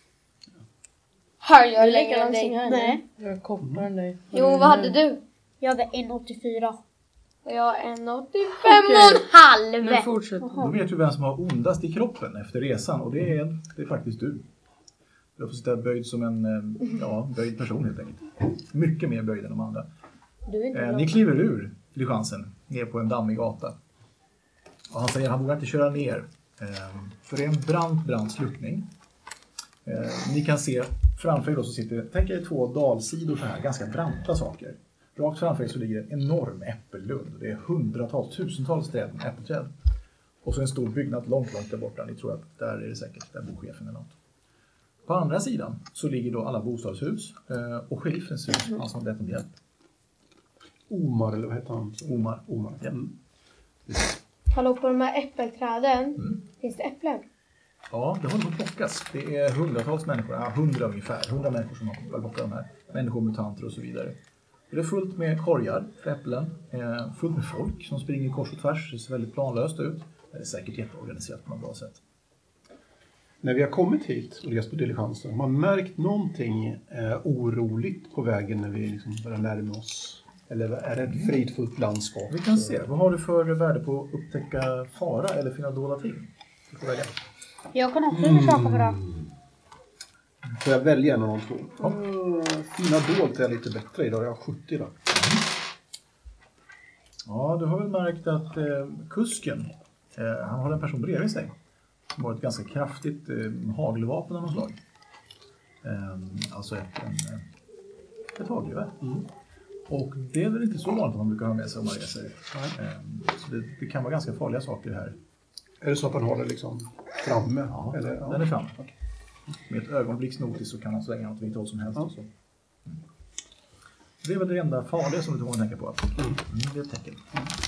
Har jag Jag är längre lika än lång som jag dig? är nu. Nej, Jag är kortare än dig. Jo, vad hade du? jag hade en komma åttiofyra. Och jag är en åttiofem och en halv. Nu fortsätter. Då vet du vem som har ondast i kroppen efter resan. Och det är, det är faktiskt du. Du får sitta böjd som en eh, ja, böjd person helt enkelt. Mycket mer böjd än de andra. Du är inte Eh, lång. ni kliver ur diligensen ner på en dammig gata. Och han säger att han vågar inte köra ner. Eh, för det är en brant, brant sluttning. Eh, ni kan se framför er då så sitter, tänk er två dalsidor så här, ganska branta saker. Rakt framför er så ligger en enorm äppellund. Det är hundratals, tusentals träd med äppelträd. Och så en stor byggnad långt, långt där borta. Ni tror att där är det säkert, där bor chefen eller något. På andra sidan så ligger då alla bostadshus eh, och sheriffens hus, han som har bett om hjälp. Omar, eller vad heter han? Omar. Omar. Ja. Mm. Hallå, på de här äppelträden Mm. finns det äpplen. Ja, det håller på att plockas. Det är hundratals människor, ja, hundra ungefär. Hundra människor som har plockat de här. Människor, mutanter och så vidare. Det är fullt med korgar för äpplen. Eh, fullt med folk som springer kors och tvärs. Det ser väldigt planlöst ut. Det är säkert jätteorganiserat på något bra sätt. När vi har kommit hit och rest på diligensen, har man märkt någonting eh, oroligt på vägen när vi liksom börjar närma oss? Eller är det ett fridfullt landskap? Vi kan se. Vad har du för värde på att upptäcka fara eller finna dolda ting? Du får välja. Jag kan också försöka på det. Får jag välja en av de två? Ja. Fina dolt är jag lite bättre idag. Jag har sjuttio då. Ja, du har väl märkt att eh, kusken, eh, han har en person bredvid sig. Som har ett ganska kraftigt eh, hagelvapen av något slag. Eh, alltså ett, en, eh, ett hagelgevär. Mm. Och det är väl inte så vanligt att man brukar ha med sig om man reser. Eh, så det, det kan vara ganska farliga saker här. Är det så att han har det liksom framme? Ja, Eller, ja. den är framme. Med ett ögonblicksnotis så kan han svänga åt vilket håll som helst. Ja. Och så. Mm. Det är väl det enda farliga som du får tänka på. Mm. Det är ett tecken.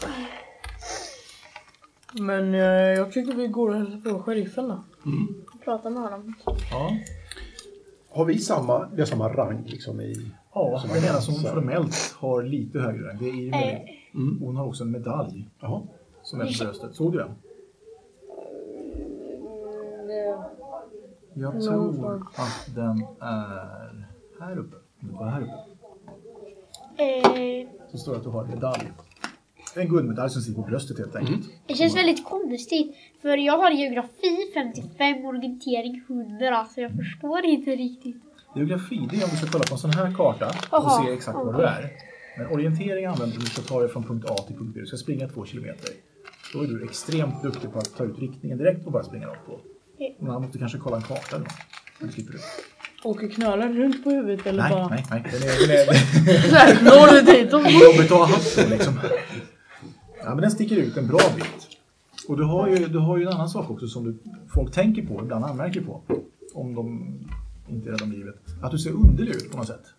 Men eh, jag tycker vi går och hälsar på sheriffen då. Prata med honom. Ja, Har vi samma, vi har samma rang liksom i... ja Som den man ena som kan- formellt har lite högre rang. Det är Irmelin. Mm. Hon har också en medalj Jag Någon tror form. att den är här uppe. Det var här uppe. Eh, Så står det att du har en medalj. En guldmedalj som sitter på bröstet helt enkelt. det känns väldigt konstigt. För jag har geografi femtiofem, orientering hundra. Så jag förstår inte riktigt. Geografi, det är om du ska kolla på en sån här karta och Aha, se exakt var okej. du är. Men orientering använder du för att ta dig från punkt A till punkt B. Du ska springa två kilometer. Då är du extremt duktig på att ta ut riktningen direkt och bara springa rakt på. Man måste kanske kolla en karta då. Men slipper du. Åker knölen runt på huvudet eller Nej, bara... nej, nej. Den är, den är, Nej, norrut dit. det är jobbigt att ha haft på liksom. Ja, men den sticker ut en bra bit. Och du har ju, du har ju en annan sak också som du, folk tänker på, ibland anmärker på. Om de inte är rädda om livet. Att du ser underlig ut på något sätt.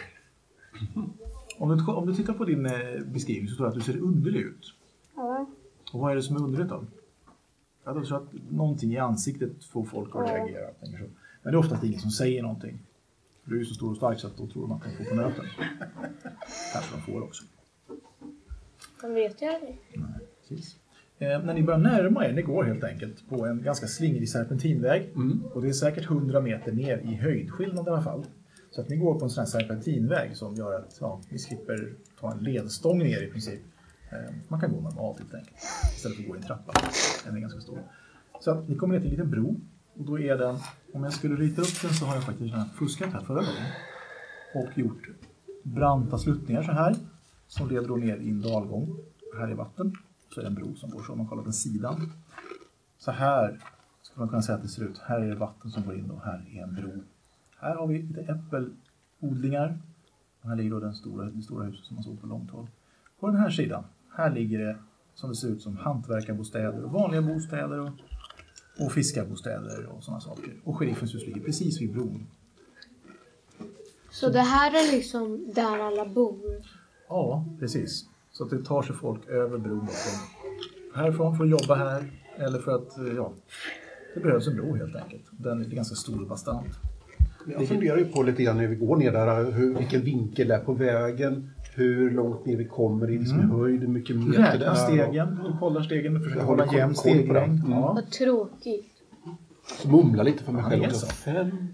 Om du, om du tittar på din eh, beskrivning så står det att du ser underlig ut. Ja. Och vad är det som är underligt då? Jag tror att någonting i ansiktet får folk att reagera. Tänker så. Men det är oftast ingen som säger någonting. Du är ju så stor och stark så att då tror man kan få på nöten. Kanske de får också. Man vet ju aldrig. Nej, precis. Eh, när ni börjar närma er, det går helt enkelt på en ganska slingrig serpentinväg. Mm. Och det är säkert hundra meter ner i höjdskillnad i alla fall. Så att ni går på en sån här serpentinväg som gör att ja, ni slipper ta en ledstång ner i princip. Eh, man kan gå normalt helt enkelt. Istället för att gå i en trappa. Den är ganska stor. Så att ni kommer ner till en liten bro. Och då är den, om jag skulle rita upp den så har jag faktiskt fuskat här förra gången. Och gjort branta sluttningar så här. Som leder då ner i en dalgång. Här är vatten. Så är det en bro som går så. Om man kollar på sidan. Så här skulle man kunna säga att det ser ut. Här är det vatten som går in och här är en bro. Här har vi lite äppelodlingar. Och här ligger då den stora, det stora huset som man såg på långt håll. På den här sidan. Här ligger det som det ser ut som hantverkarbostäder och vanliga bostäder. Och, och fiskarbostäder och sådana saker. Och sheriffens hus ligger precis vid bron. Så det här är liksom där alla bor. Ja, precis. Så att det tar sig folk över bron. Och härifrån för att jobba här. Eller för att, ja, det behövs en bro helt enkelt. Den är ganska stor och bastant. Jag funderar ju på lite grann när vi går ner där, hur, vilken vinkel är på vägen, hur långt ner vi kommer i liksom, Mm. höjd, hur mycket Du meter räknar det är. stegen och kollar stegen och försöker Jag hålla håller jämn koll- koll på det. steglängd. Mm. Ja. Vad tråkigt. Så mumlar lite för mig Ja, själv. det är också. så. Fem,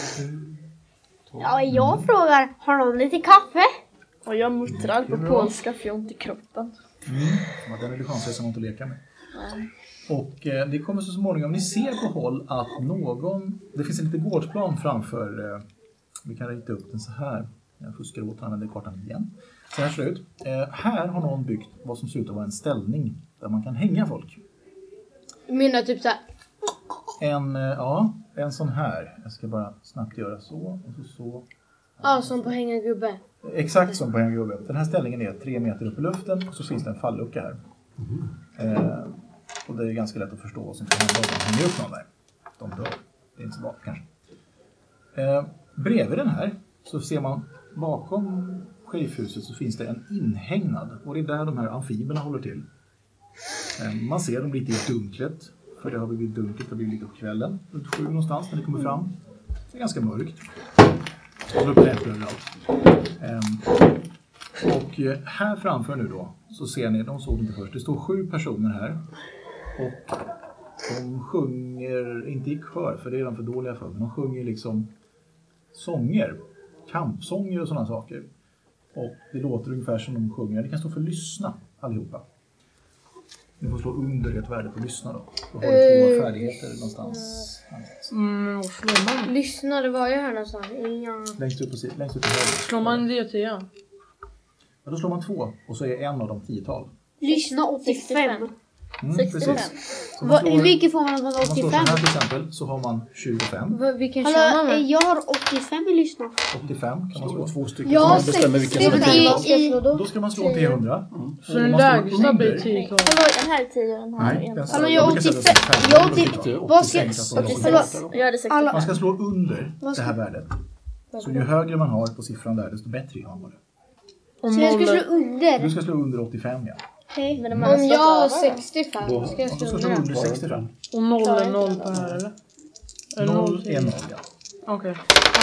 Ja, jag frågar, har någon lite kaffe? Och jag muttrar på Bra. polska för jag har ont i kroppen. Mm. Ja, den är det chanslösa som man inte leka med. Nej. Och eh, det kommer så småningom, ni ser på håll att någon, det finns en liten gårdsplan framför, eh, vi kan rita upp den så här. Jag fuskar åt och använder kartan igen. Så här ser det ut. Eh, här har någon byggt vad som ser ut att vara en ställning där man kan hänga folk. Jag menar typ så här. En, eh, ja, en sån här. Jag ska bara snabbt göra så och så så. Ja, som på hänga gubbe. Exakt som på en gubbe. Den här ställningen är tre meter upp i luften och så finns det en fallucka här. Eh, och det är ganska lätt att förstå vad som kan hända om man hänger upp någon där. De dör. Det är inte så bra kanske. Eh, bredvid den här så ser man bakom sheriffhuset så finns det en inhägnad. Och det är där de här amfiberna håller till. Eh, man ser dem lite i dunklet. För det har blivit dunkelt, det har blivit lite på kvällen. Runt sju någonstans när det kommer fram. Det är ganska mörkt. Och upp lämpar överallt. Um, och eh, här framför nu då så ser ni, de såg inte först, det står sju personer här. Och de sjunger, inte i kör för det är de för dåliga för, men de sjunger liksom sånger, kampsånger och sådana saker. Och det låter ungefär som de sjunger, det kan stå för lyssna allihopa. Ni får slå under ett värde på lyssna då. Då har du två färdigheter någonstans. Mm, och slår man? Lyssna, det var ju här någonstans. Inga... Längst upp, på, si- längst upp i höger. Slår man D tio? Ja, då slår man två och så är en av dem tiotal. Lyssna åttiofem. Mm, sextiofem. precis. Så man Vad, slår, hur mycket får man om man om har man slår så åttiofem? här till exempel så har man tjugofem. Vad- Vilken kör man Hallå, med? jag har åttiofem i lyssna. åttiofem kan man slå. två stycken. Ja, Man bestämmer vilken som är sextio. tio. Vad ska jag slå då? Då ska man slå trehundra. Så den lägsta blir tio tal. Hallå, den här är tio och den här är Nej, en. den Hallå, jag har brukar sätta åttiofem. sig Jag har fem. åttio- Vad ska jag... åttiosex. Hallå, Gör det sextiofem. alla... Man ska slå under Vad ska- det här värdet. Så ju högre man har på siffran där, desto bättre har man det. Och Så jag ska noll. slå under? Du ska slå under åttiofem, ja. Okej. Men man har Om slått jag har över. sextiofem, då ska jag Och du slå ska slå under. under sextiofem. Och noll är noll på här eller? Eller Noll noll är till? noll, ja. Okej.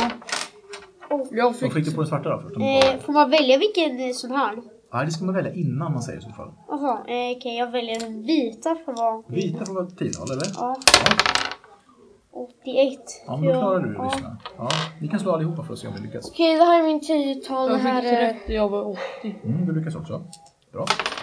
Jag Vad fick... fick du på den svarta då? Först? Eh, får man välja vilken eh, sån här? Nej, det ska man välja innan man säger i så fall. Jaha, eh, okej jag väljer den vita för vad... Vita får vara tiotal, eller? Ja. åttioett. Ja, men då klarar du att lyssna. Ja, ni kan slå allihopa för att se om ni lyckas. Okej, det här är min tiotal. Det Jag här fick är trettio, jag var åttio. Mm, du lyckas också. Bra.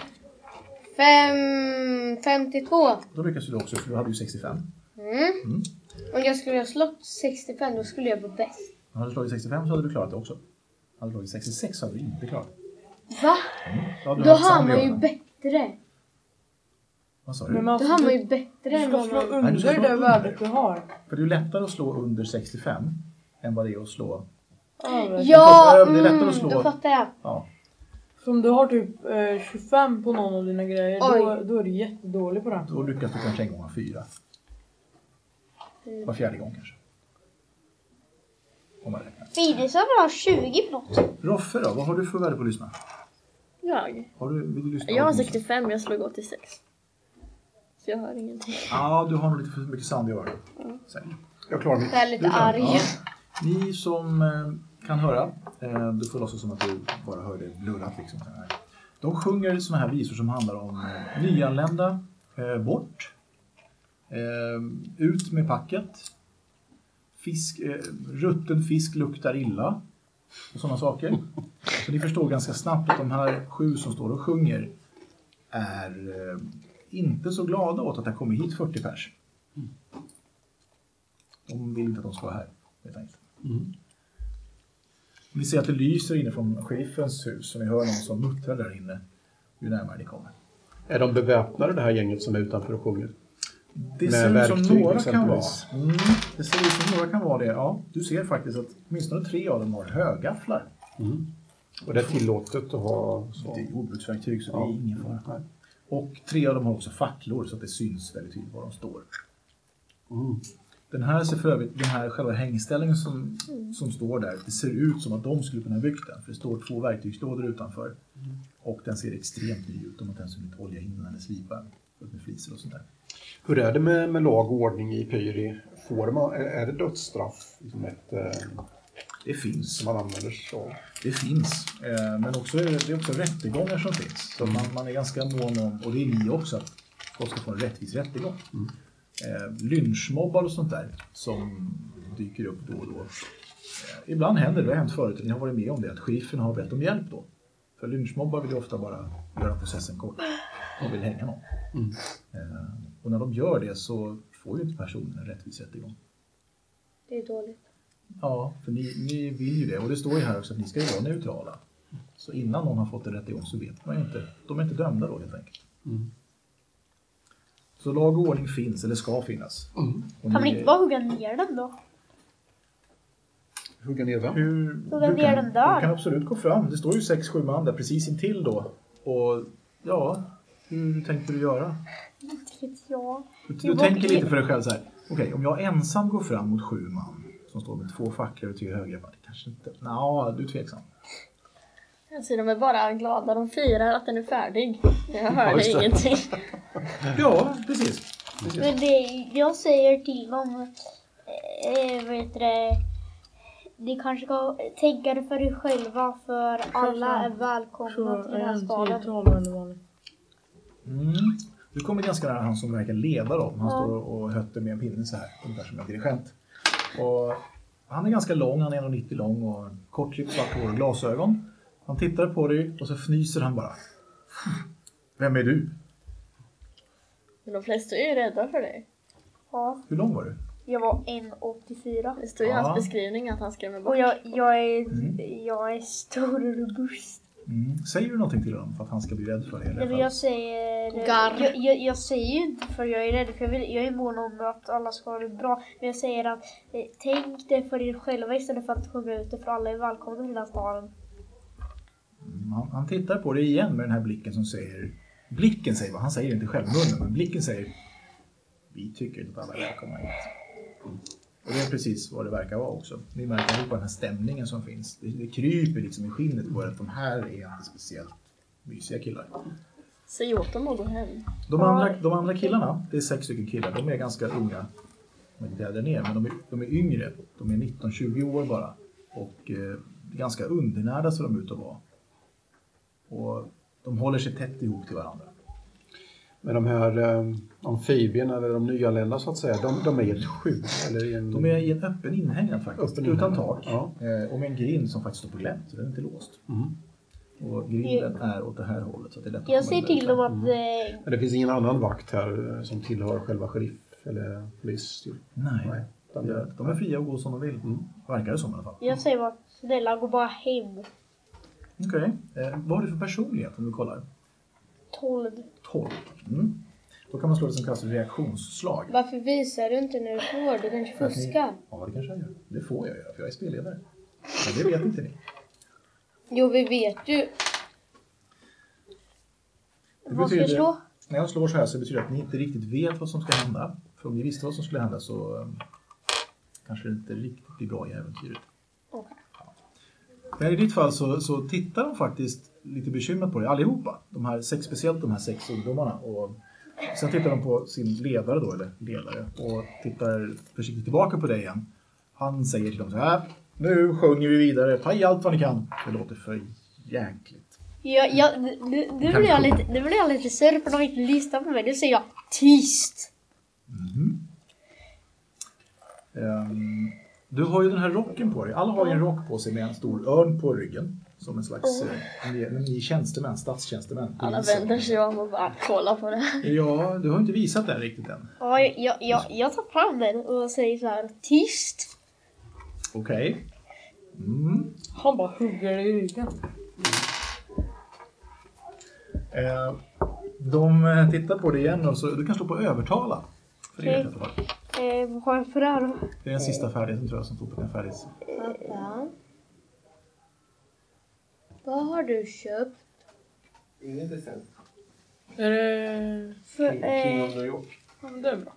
fem, femtiotvå. Då lyckas du också, för du hade ju sextiofem. Mm. Mm. Om jag skulle ha slått sextiofem, då skulle jag vara bäst. Om du hade slagit sextiofem så hade du klarat det också. Hade du slagit sextiosex så hade du inte klarat det. Va? Mm. Då, hade du Då haft har samma man ju göra. bättre. Vad sa du? Men Då alltså, har man du, ju bättre du än ska vad slå man... Nej, du ska under slå det under. värdet du har. För det är ju lättare att slå under sextiofem än vad det är att slå... Över. Ja, Det är lättare att mm, slå. då fattar jag. Ja. Så om du har typ eh, tjugofem på någon av dina grejer, då, Oj. då är du jättedålig på det. Då lyckas du kanske en gång av fyra. Var fjärde gång kanske. Om man räknar. Finisar har tjugo på något. Roffe då, vad har du för värde på att lyssna? Jag? Har du, vill du lyssna? Jag har sextiofem, jag slog åttiosex. Så jag hör ingenting. Ja, du har nog lite för mycket sand i öronen. Säg. Jag klarar mig. Jag är lite Du kan- arg. ja. Ni som eh, kan höra, eh, du får låtsas som att du bara hör det blurrat liksom. Så här. De sjunger såna här visor som handlar om eh, nyanlända, eh, bort, eh, ut med packet, fisk, eh, rutten fisk luktar illa och sådana saker. Så ni förstår ganska snabbt att de här sju som står och sjunger är eh, inte så glada åt att det kommer hit fyrtio pers. De vill inte att de ska vara här. Helt enkelt. Mm. Ni ser att det lyser inne från chefens hus och ni hör någon som muttrar där inne ju närmare ni kommer. Är de beväpnade, det här gänget som är utanför och sjunger? Det Med ser ut som verktyg, några kan vara. exempelvis. Mm, det ser ut som några kan vara det. Ja, du ser faktiskt att åtminstone tre av dem har högafflar. Mm. Och det är tillåtet att ha så? Det är jordbruksverktyg så Ja. det är ingen fara. Nej. Och tre av dem har också facklor så att det syns väldigt tydligt var de står. Mm. Den här ser för övrigt, den här själva hängställningen som, som står där, det ser ut som att de skulle kunna ha byggt den. För det står två verktygslådor utanför. Mm. Och den ser extremt ny ut. De har inte ens hunnit olja in den eller slipa den med fliser och sånt där. Hur är det med, med lag och ordning i Pyri? Får man, är, är det dödsstraff liksom ett, eh, Det finns. som man använder så? Det finns. Eh, men också, det är också rättegångar som finns. Så man, man är ganska mån om, och det är ni också, att folk ska få en rättvis rättegång. Mm. Eh, lynchmobbar och sånt där som dyker upp då och då. Eh, ibland händer det, det har hänt förut, ni har varit med om det, att chefen har bett om hjälp då. För lynchmobbar vill ju ofta bara göra processen kort. De vill hänga någon. Mm. Eh, och när de gör det så får ju inte personen en rättvis rättegång. Det är dåligt. Ja, för ni, ni vill ju det. Och det står ju här också att ni ska ju vara neutrala. Så innan någon har fått en rättegång så vet man ju inte. De är inte dömda då helt enkelt. Mm. Så lag och ordning finns, eller ska finnas. Mm. Och Kan man ni- inte bara hugga ner den då? Hugga ner vem? Hur, Hugga du, ner kan, den där. du kan absolut gå fram. Det står ju sex, sju man där precis intill då. Och ja, hur tänkte du göra? Inte vet jag. Du, Det du var tänker det. lite för dig själv så här. Okej, om jag ensam går fram mot sju man som står med två facklor och tre högerpar, det kanske inte... Nå, du är tveksam. Jag ser de är bara glada, de firar att den är färdig. Jag Ja, hörde just det. ingenting. Ja, precis. precis. Men det, jag säger till dem, eh, vet du det, ni kanske ska tänka det för er själva, för alla är välkomna Så till är den här en staden. tiotal eller vanligt. Mm. Du kommer ganska nära han som verkar leda dem. Han Ja. står och hötter med en pinne så här, ungefär som en dirigent. Och han är ganska lång, han är en komma nittio lång och kortklippt svart hår och glasögon. Han tittar på dig och så fnyser han bara. Vem är du? Men de flesta är ju rädda för dig. Ja, Hur lång var du? jag var en komma åttiofyra. Det står i Ja. hans beskrivning att han skrämmer bort. Och jag, jag, är, Mm. jag är stor och robust. Mm. Säger du någonting till honom för att han ska bli rädd för dig? Nej, men jag säger... Garr. Jag, jag, jag säger ju inte för jag är rädd, för jag, vill, jag är mån om att alla ska ha det bra. Men jag säger att eh, tänk det för er själva istället för att sjunga ut det, för alla är välkomna till den här staden. Mm. Han, han tittar på dig igen med den här blicken som säger... Blicken säger vad? Han säger inte själv munnen, men blicken säger... Vi tycker inte att alla är välkomna hit. Och det är precis vad det verkar vara också. Ni märker ihop den här stämningen som finns. Det, det kryper liksom i skinnet på er att de här är inte speciellt mysiga killar. Säg åt dem att gå hem. De andra, de andra killarna, det är sex stycken killar, de är ganska unga. De är inte äldre ner, men de är, de är yngre. De är nitton tjugo år bara. Och eh, ganska undernärda så de ut att vara. Och de håller sig tätt ihop till varandra. Men de här um, amfibierna eller de nyanlända så att säga, de, de är i ett skjul eller i en... De är i en öppen inhägnad faktiskt, Öppen utan inhägnad. tak. Ja. Eh, och med en grind som faktiskt står på glänt, så den är inte låst. Mm. Och grinden är åt det här hållet, så det är lätt att Jag komma säger in till därifrån. dem att... Eh, Men det finns ingen annan vakt här eh, som tillhör själva sheriff eller polis. Nej, Nej. de är, de är fria att gå som de vill. Mm. Verkar det som i alla fall. jag säger bara, snälla gå bara hem. Okej, eh, vad har du för personlighet om du kollar? tolv. tolv. Mm. Då kan man slå det som kallas reaktionsslag. Varför visar du inte när du får? Du kanske Att ni- fuskar. Ja, det kanske jag gör. Det får jag göra, för jag är spelledare. Men det vet inte ni. Jo, vi vet ju. Det Vad ska jag betyder- slå? När jag slår så här så betyder det att ni inte riktigt vet vad som ska hända. För om ni visste vad som skulle hända så um, kanske det inte riktigt blir bra i äventyret. Okej. Ja. Men i ditt fall så, så tittar de faktiskt lite bekymrat på dig allihopa. De här sex, speciellt de här sex ungdomarna. Och sen tittar de på sin ledare då, eller ledare, och tittar försiktigt tillbaka på dig igen. Han säger till dem så här: nu sjunger vi vidare, ta i allt vad ni kan. Det låter för jäkligt. Jag, jag, nu, nu, nu, blir jag lite, nu blir jag lite sur för de inte lyssnar på mig. Nu säger jag tyst. Mhm. Ehm, du har ju den här rocken på dig. Alla har ju en rock på sig med en stor örn på ryggen. Som en slags eh, ni, ni tjänstemän, statstjänstemän. Alla poliser. vänder sig om och bara kollar på det. Ja, du har inte visat den riktigt än. Ja, jag, jag, jag, jag tar fram den och säger så här, tyst. Okej. Mm. Han bara hugger i ryggen. Eh, de eh, tittar på dig igen och så du kan slå på övertala. För det, Okej. i alla fall. Eh, vad har jag för där då? Det är den sista färdigheten tror jag som står på den färdigheten. Pappa. Vad har du köpt? Intressant. Är det... För, King eh, of New York. Ja, det är bra.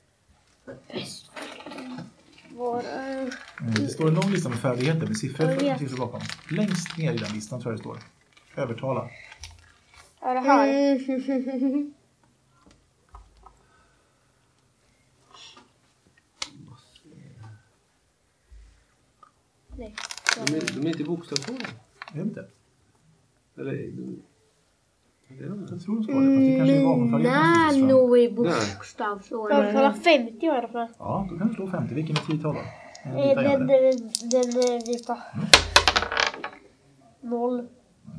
var, eh, Mm, det står en lång lista med färdigheter med siffror, Jag vet. siffror bakom. Längst ner i den listan tror jag det står. Övertala. är det här? Mm. Nej. De är, de är inte bokstavsordning. Jag vet inte. Eller, de, det är de. Jag tror de ska vara det, fast det kanske är vapenfärdigheten som Nej, finns fram. nog i Där. bokstavsordning. Övertala femtio i alla fall. Ja, då kan du slå femtio. Vilken är tiotal då? Den Eh, vita den, gärna. den, den eh, vita. Noll.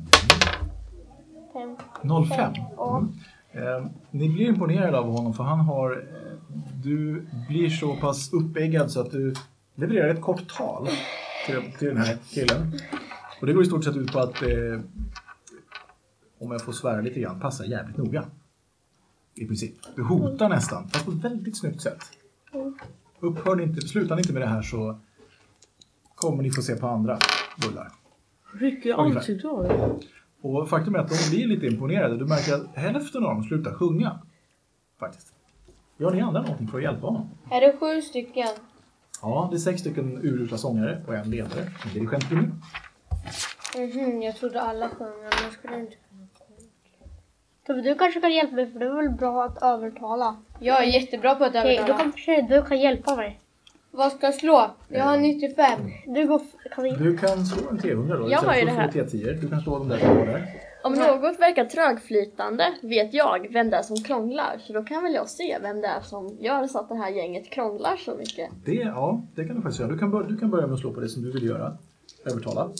Fem. noll fem. Ja. Eh, ni blir imponerade av honom för han har... Eh, du blir så pass uppeggad så att du levererar ett kort tal till, till den här killen. Och det går i stort sett ut på att... Eh, om jag får svära lite grann, passa jävligt noga. I princip. Du hotar nästan, fast på ett väldigt snyggt sätt. Upphör ni inte, slutar ni inte med det här så kommer ni få se på andra bullar. Rycker Ungefär. ansiktet av det. Och faktum är att de blir lite imponerade. Du märker att hälften av dem slutar sjunga. Faktiskt. Gör ni andra någonting för att hjälpa honom? Är det sju stycken? Ja, det är sex stycken urusla sångare och en ledare. En dirigent nu. Mhm, jag trodde alla sjöng, annars skulle jag inte kunna. Tobbe, du kanske kan hjälpa mig för det är väl bra att övertala. Jag är jättebra på att Okej, då övertala. kanske du kan hjälpa mig. Vad ska jag slå? Jag har nittiofem. Du går, kan vi... Du kan slå en T hundra då. Jag har ju Istället det för här. att slå T tio. Du kan slå de där två där. Om något verkar trögflytande vet jag vem det är som krånglar. Så då kan väl jag se vem det är som gör så att det här gänget krånglar så mycket. Det, ja, det kan du faktiskt göra. Du kan, bör, du kan börja med att slå på det som du vill göra. Övertala.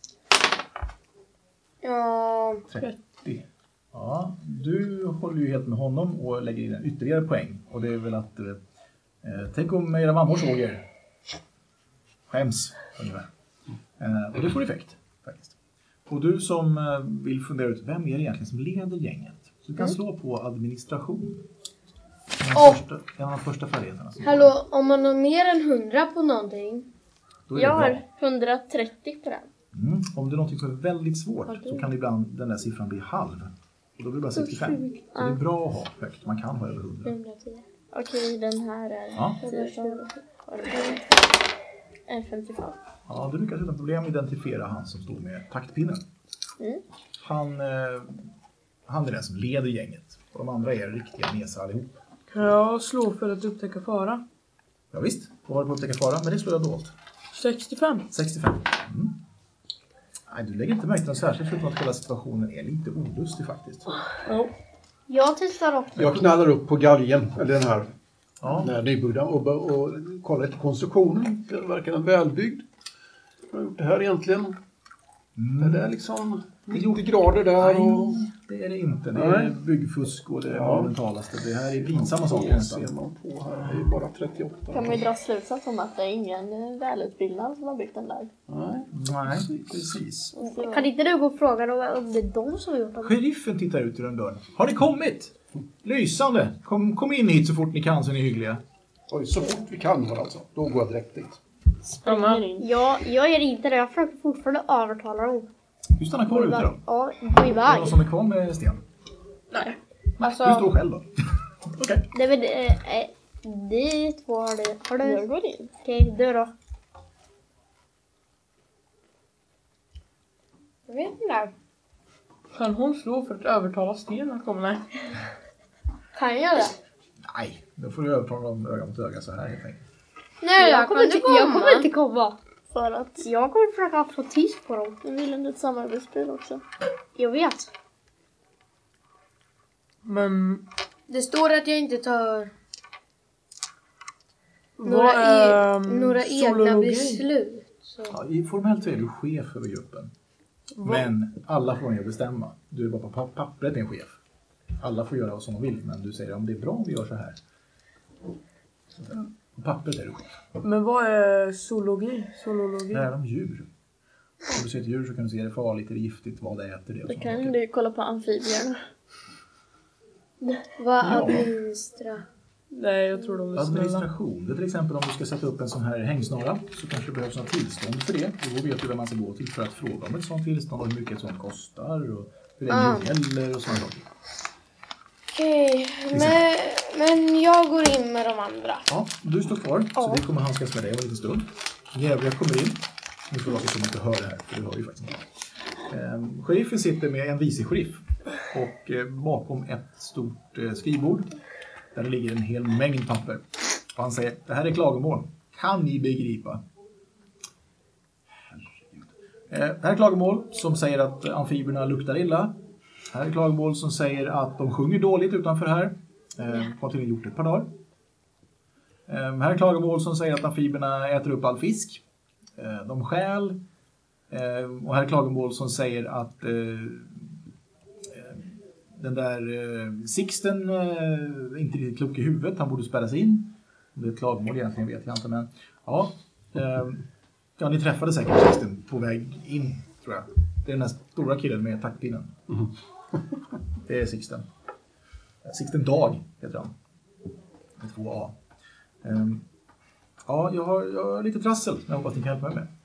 Ja, trettio. Ja, du håller ju helt med honom och lägger in en ytterligare poäng. Och det är väl att... Eh, tänk om era mammor såg er. Skäms, ungefär. Eh, och det får effekt, faktiskt. Och du som eh, vill fundera ut, vem är det egentligen som leder gänget? Du kan slå på administration. En av Åh. de första, en av de första färdigheterna. som- hallå, om man har mer än hundra på någonting. Då är Jag det har bra. hundratrettio på den. Mm. Om det är något som är väldigt svårt så kan ibland den där siffran bli halv. Och då blir det bara sextiofem. Så det är bra att ha högt. Man kan ha över hundra. hundratio. Okej, den här är Ja. en femtiofem. Ja, du lyckas utan problem identifiera han som står med taktpinnen. Mm. Han, eh, han är den som leder gänget. Och de andra är riktiga mesar allihop. Kan jag slå för att upptäcka fara? Ja, visst, vad var det på att upptäcka fara? Men det slår jag dolt. sextiofem. sextiofem. Mm. Nej, du lägger inte märke till något särskilt förutom att hela situationen är lite olustig faktiskt. Jo. Jag testar också. Jag knallar upp på galgen, eller den här, Ja. den här nybyggda, och, och kollar lite konstruktionen. Den verkar den välbyggd. Jag har gjort det här egentligen. Mm. Det är liksom nittio grader där. Och... Nej, det är det inte. Det är Nej. byggfusk och det är Ja. monumentalaste. Det här är pinsamma saker Det nästan. ser man på här. Det är ju bara trettioåtta. Kan vi dra slutsats om att det är ingen välutbildad som har byggt den där? Nej, Nej, precis. Och så- Kan inte du gå och fråga dem om det är de som har gjort det? Sheriffen tittar ut ur en dörr. Har ni kommit? Lysande. Kom, kom in hit så fort ni kan så är ni hyggliga. Oj, så fort vi kan var det alltså. Då går jag direkt dit. Springer in. Ja, jag gör inte det. Jag försöker fortfarande övertala dem. Du stannar kvar ute då. Ja, gå Är det iväg. någon som är kvar med Sten? Nej. Du Alltså, står själv då. Okej. Nej men eh, eh, ni två har det. Har du? Jag går in. Okej, du då? Jag vet inte. kan hon slå för att övertala Sten att komma? Nej. Kan jag det? Nej, då får du övertala dem öga mot öga så här helt enkelt. Nej, Jag jag kommer, kan inte, du komma? jag kommer inte komma. För att Jag kommer försöka få tyst på dem. jag vill inte ett samarbetsspel också. Jag vet. Men Det står att jag inte tar vad några, är e- några egna zoologi? beslut. Så. Ja, i formellt så är du chef över gruppen. Men alla får vara med och bestämma. Du är bara på pa- pappret en chef. Alla får göra som de vill, men du säger om det är bra om vi gör så här. Så där. På pappret är du chef. Men vad är zoologi? Zoologi? Lära om djur. Om du ser ett djur så kan du se är det farligt, är det giftigt, vad det äter det och Då sånt kan saker. du kolla på amfibierna. Vad Ja. administra? Nej, jag tror de är snälla. Administration. Det är till exempel om du ska sätta upp en sån här hängsnara så kanske det behövs något tillstånd för det. Då vet du vem man ska gå till för att fråga om ett sånt tillstånd och hur mycket ett sånt kostar och hur länge Ah. det gäller och sådana saker. Okej, men, men jag går in med de andra. Ja, du står kvar så vi kommer handskas med dig om en liten stund. Jävliga kommer in. Nu får jag som inte hör det här för du hör ju faktiskt inte. Ehm, sheriffen sitter med en vice sheriff och eh, bakom ett stort eh, skrivbord där det ligger en hel mängd papper. Och han säger, det här är klagomål. Kan ni begripa? Herregud. Eh, det här är klagomål som säger att amfibierna luktar illa. Det här är klagomål som säger att de sjunger dåligt utanför här. Eh, har tydligen gjort ett par dagar. Eh, här är klagomål som säger att amfibierna äter upp all fisk. Eh, de stjäl. Eh, och här är klagomål som säger att eh, eh, den där eh, Sixten eh, inte riktigt klok i huvudet. Han borde spärras in. Det är ett klagomål egentligen, vet jag inte. Men ja, eh, ja, ni träffade säkert Sixten på väg in, tror jag. Det är den här stora killen med taktpinnen. Det är Sixten. Sixten Dag heter han. Med två A. Um, ja, jag har, jag har lite trassel. Jag hoppas ni kan hjälpa mig med.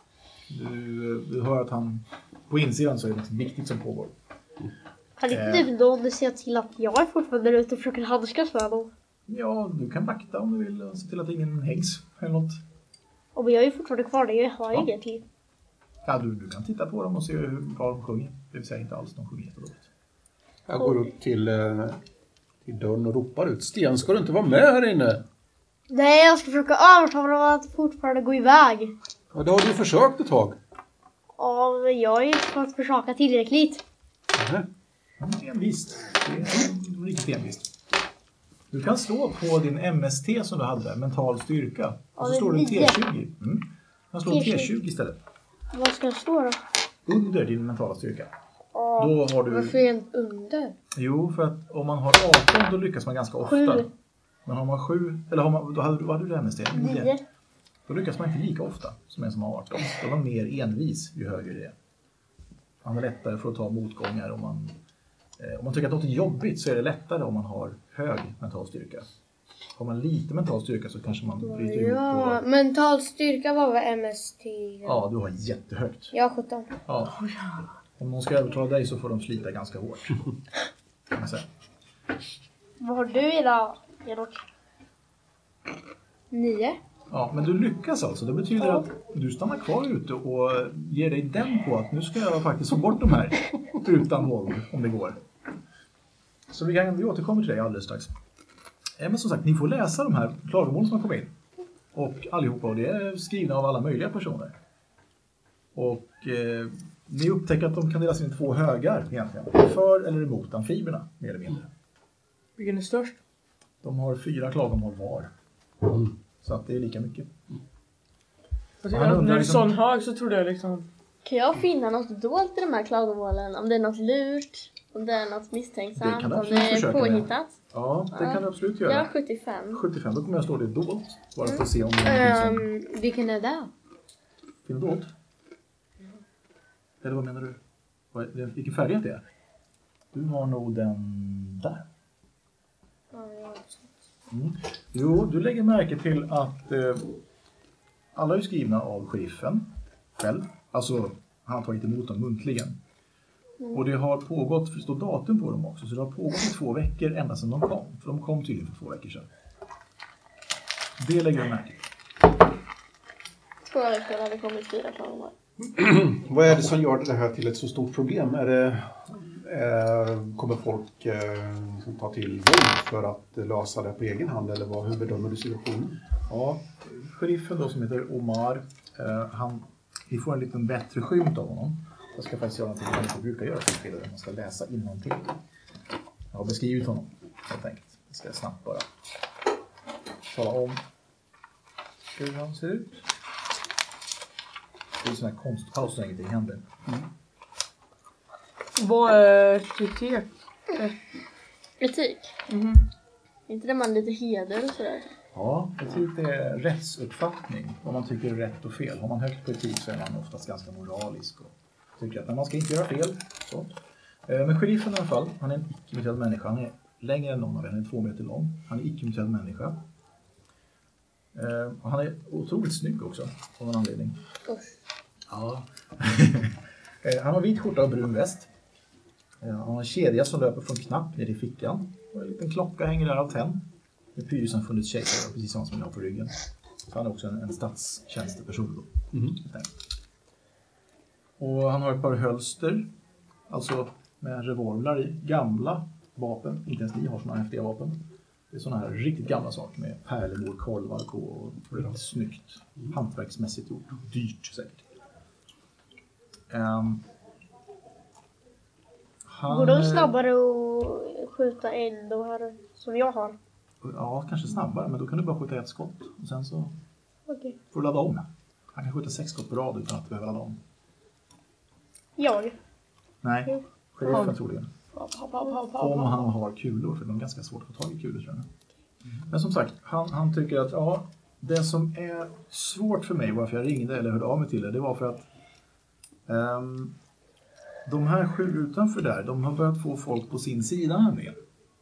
Du, du hör att han... På insidan så är det något viktigt som pågår. Kan inte Eh. du någon se till att jag är fortfarande ute och försöker handskas med dem? Ja, du kan vakta om du vill och se till att ingen hängs eller något. Och jag är ju fortfarande kvar där. Jag har ju Ja. ingenting. Ja, du, du kan titta på dem och se hur, vad de sjunger. Det vill säga inte alls, de sjunger jättedåligt. Jag går upp till, eh, till dörren och ropar ut. Sten, ska du inte vara med här inne? Nej, jag ska försöka övertala dem att fortfarande gå iväg. Ja, det har du försökt ett tag. Ja, men jag har ju fått försöka tillräckligt. Nähä. Ja, envist. Det är riktigt envist. Du kan slå på din M S T som du hade, mental styrka. Och så Ja, står det en nio. T tjugo. Mm. Jag slår en T T tjugo. tjugo istället. Vad ska jag stå då? Under din mentala styrka. Ja, Då har Varför du... är en under? Jo, för att om man har arton då lyckas man ganska ofta. Sju. Men har man sju... Eller har man, då hade, vad hade du M S T? nio. Då lyckas man inte lika ofta som en som har arton. Då är man mer envis ju högre det är. Man är lättare för att ta motgångar. Om man, eh, om man tycker att något är jobbigt så är det lättare om man har hög mental styrka. Har man lite mental styrka så kanske man bryter ihop. Ja, Och, mental styrka var väl M S T? ja, du har jättehögt. Jag har sjutton. Ja. Om någon ska övertala dig så får de slita ganska hårt. Kan man säga. Vad har du idag, Enok? Nio. Ja, men du lyckas alltså. Det betyder att du stannar kvar ute och ger dig den på att nu ska jag faktiskt få bort de här utan våld om det går. Så vi, kan, vi återkommer till dig alldeles strax. Eh, Men som sagt, ni får läsa de här klagomål som har kommit in. Och allihopa, och det är skrivna av alla möjliga personer. Och eh, Ni upptäcker att de kan delas in i två högar egentligen. För eller emot amfiberna, mer eller mindre. Vilken är störst? De har fyra klagomål var. Så att det är lika mycket. Alltså, Han när undrar det är liksom- sån hög så tror jag liksom... Kan jag finna något dolt i de här klagomålen? Om det är något lurt? Om det är något Det misstänksamt? kan du Om absolut det är försöka med. påhittat? Ja, det Ja. kan du absolut Jag har göra. sjuttiofem. sjuttiofem, då kommer jag slå det dolt. Bara för att se om det är någonting som... Um, vilken är det? Finner dolt? Eller vad menar du? Vad är det- Vilken färg det är? Du har nog den där. Mm. Jo, du lägger märke till att eh, alla är skrivna av sheriffen själv. Alltså, han har tagit emot dem muntligen. Och det har pågått, för det står datum på dem också, så det har pågått i två veckor ända sedan de kom. För de kom tydligen för två veckor sedan. Det lägger jag märke till. Två veckor hade kommit fyra klagomål. Vad är det som gör det här till ett så stort problem? Är det, eh, kommer folk eh, liksom ta till våld för att lösa det på egen hand? Eller vad, hur bedömer du situationen? Ja, sheriffen då som heter Omar, eh, han, vi får en liten bättre skymt av honom. Jag ska faktiskt göra någonting som man inte brukar göra som spelare. Man ska läsa innantill. Jag har beskrivit honom, helt enkelt. Jag ska snabbt bara tala om hur han ser ut. Det är sån här konstpaus när ingenting händer. Vad är etik? Etik? Mhm. Inte det man lite heder och sådär? Ja, etik är rättsuppfattning. Vad man tycker är rätt och fel. Har man högt på etik så är man oftast ganska moralisk och tycker att man ska inte göra fel. Så. Men sheriffen i alla fall, han är en icke-muterad människa. Han är längre än någon av er, han är två meter lång. Han är icke-muterad människa. Och han är otroligt snygg också, av en anledning. Usch. Ja. Han har vit skjorta och brun väst. Han har en kedja som löper från knapp ner i fickan. Och en liten klocka hänger där av tenn. Med Pyrisanfundets kejsare, precis som jag har på ryggen. Så han är också en, en statstjänsteperson då. Mm. Och han har ett par hölster. Alltså med revolver i. Gamla vapen. Inte ens ni har sådana häftiga vapen. Det är sådana här riktigt gamla saker med pärlemor, kolvar på och riktigt snyggt. Hantverksmässigt gjort. Dyrt säkert. Um, han, Går de snabbare att skjuta än de här som jag har? Ja, kanske snabbare, men då kan du bara skjuta ett skott. Och sen så Okej. får du ladda om. Han kan skjuta sex skott på rad utan att behöva ladda om. Jag? Nej, sheriffen Ja. troligen. Hopp, hopp, hopp, hopp, hopp, Om hopp. han har kulor, för det är ganska svårt att få tag i kulor tror jag. Men som sagt, han, han tycker att ja, det som är svårt för mig, varför jag ringde eller hörde av mig till det, det var för att um, de här sju utanför där, de har börjat få folk på sin sida nämligen.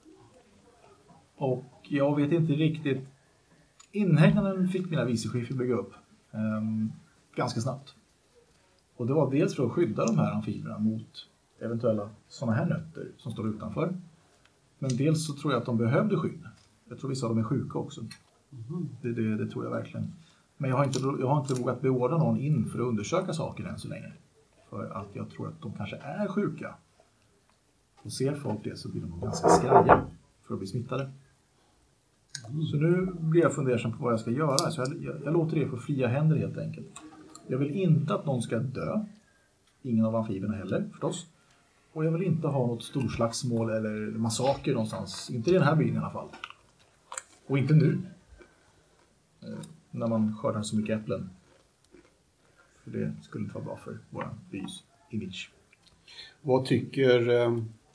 Och jag vet inte riktigt, inhägnaden fick mina vicechefer bygga upp um, ganska snabbt. Och det var dels för att skydda de här amfiberna mot eventuella sådana här nötter som står utanför. Men dels så tror jag att de behövde skydd. Jag tror vissa av dem är sjuka också. Mm. Det, det, det tror jag verkligen. Men jag har, inte, jag har inte vågat beordra någon in för att undersöka saker än så länge. För att jag tror att de kanske är sjuka. Och ser folk det så blir de ganska skraja för att bli smittade. Mm. Så nu blir jag fundersam på vad jag ska göra. Så jag, jag, jag låter det få fria händer helt enkelt. Jag vill inte att någon ska dö. Ingen av amfiberna heller förstås. Och jag vill inte ha något storslagsmål eller massaker någonstans. Inte i den här byn i alla fall. Och inte nu. Eh, när man skördar så mycket äpplen. För det skulle inte vara bra för vår bys image. Vad tycker äh,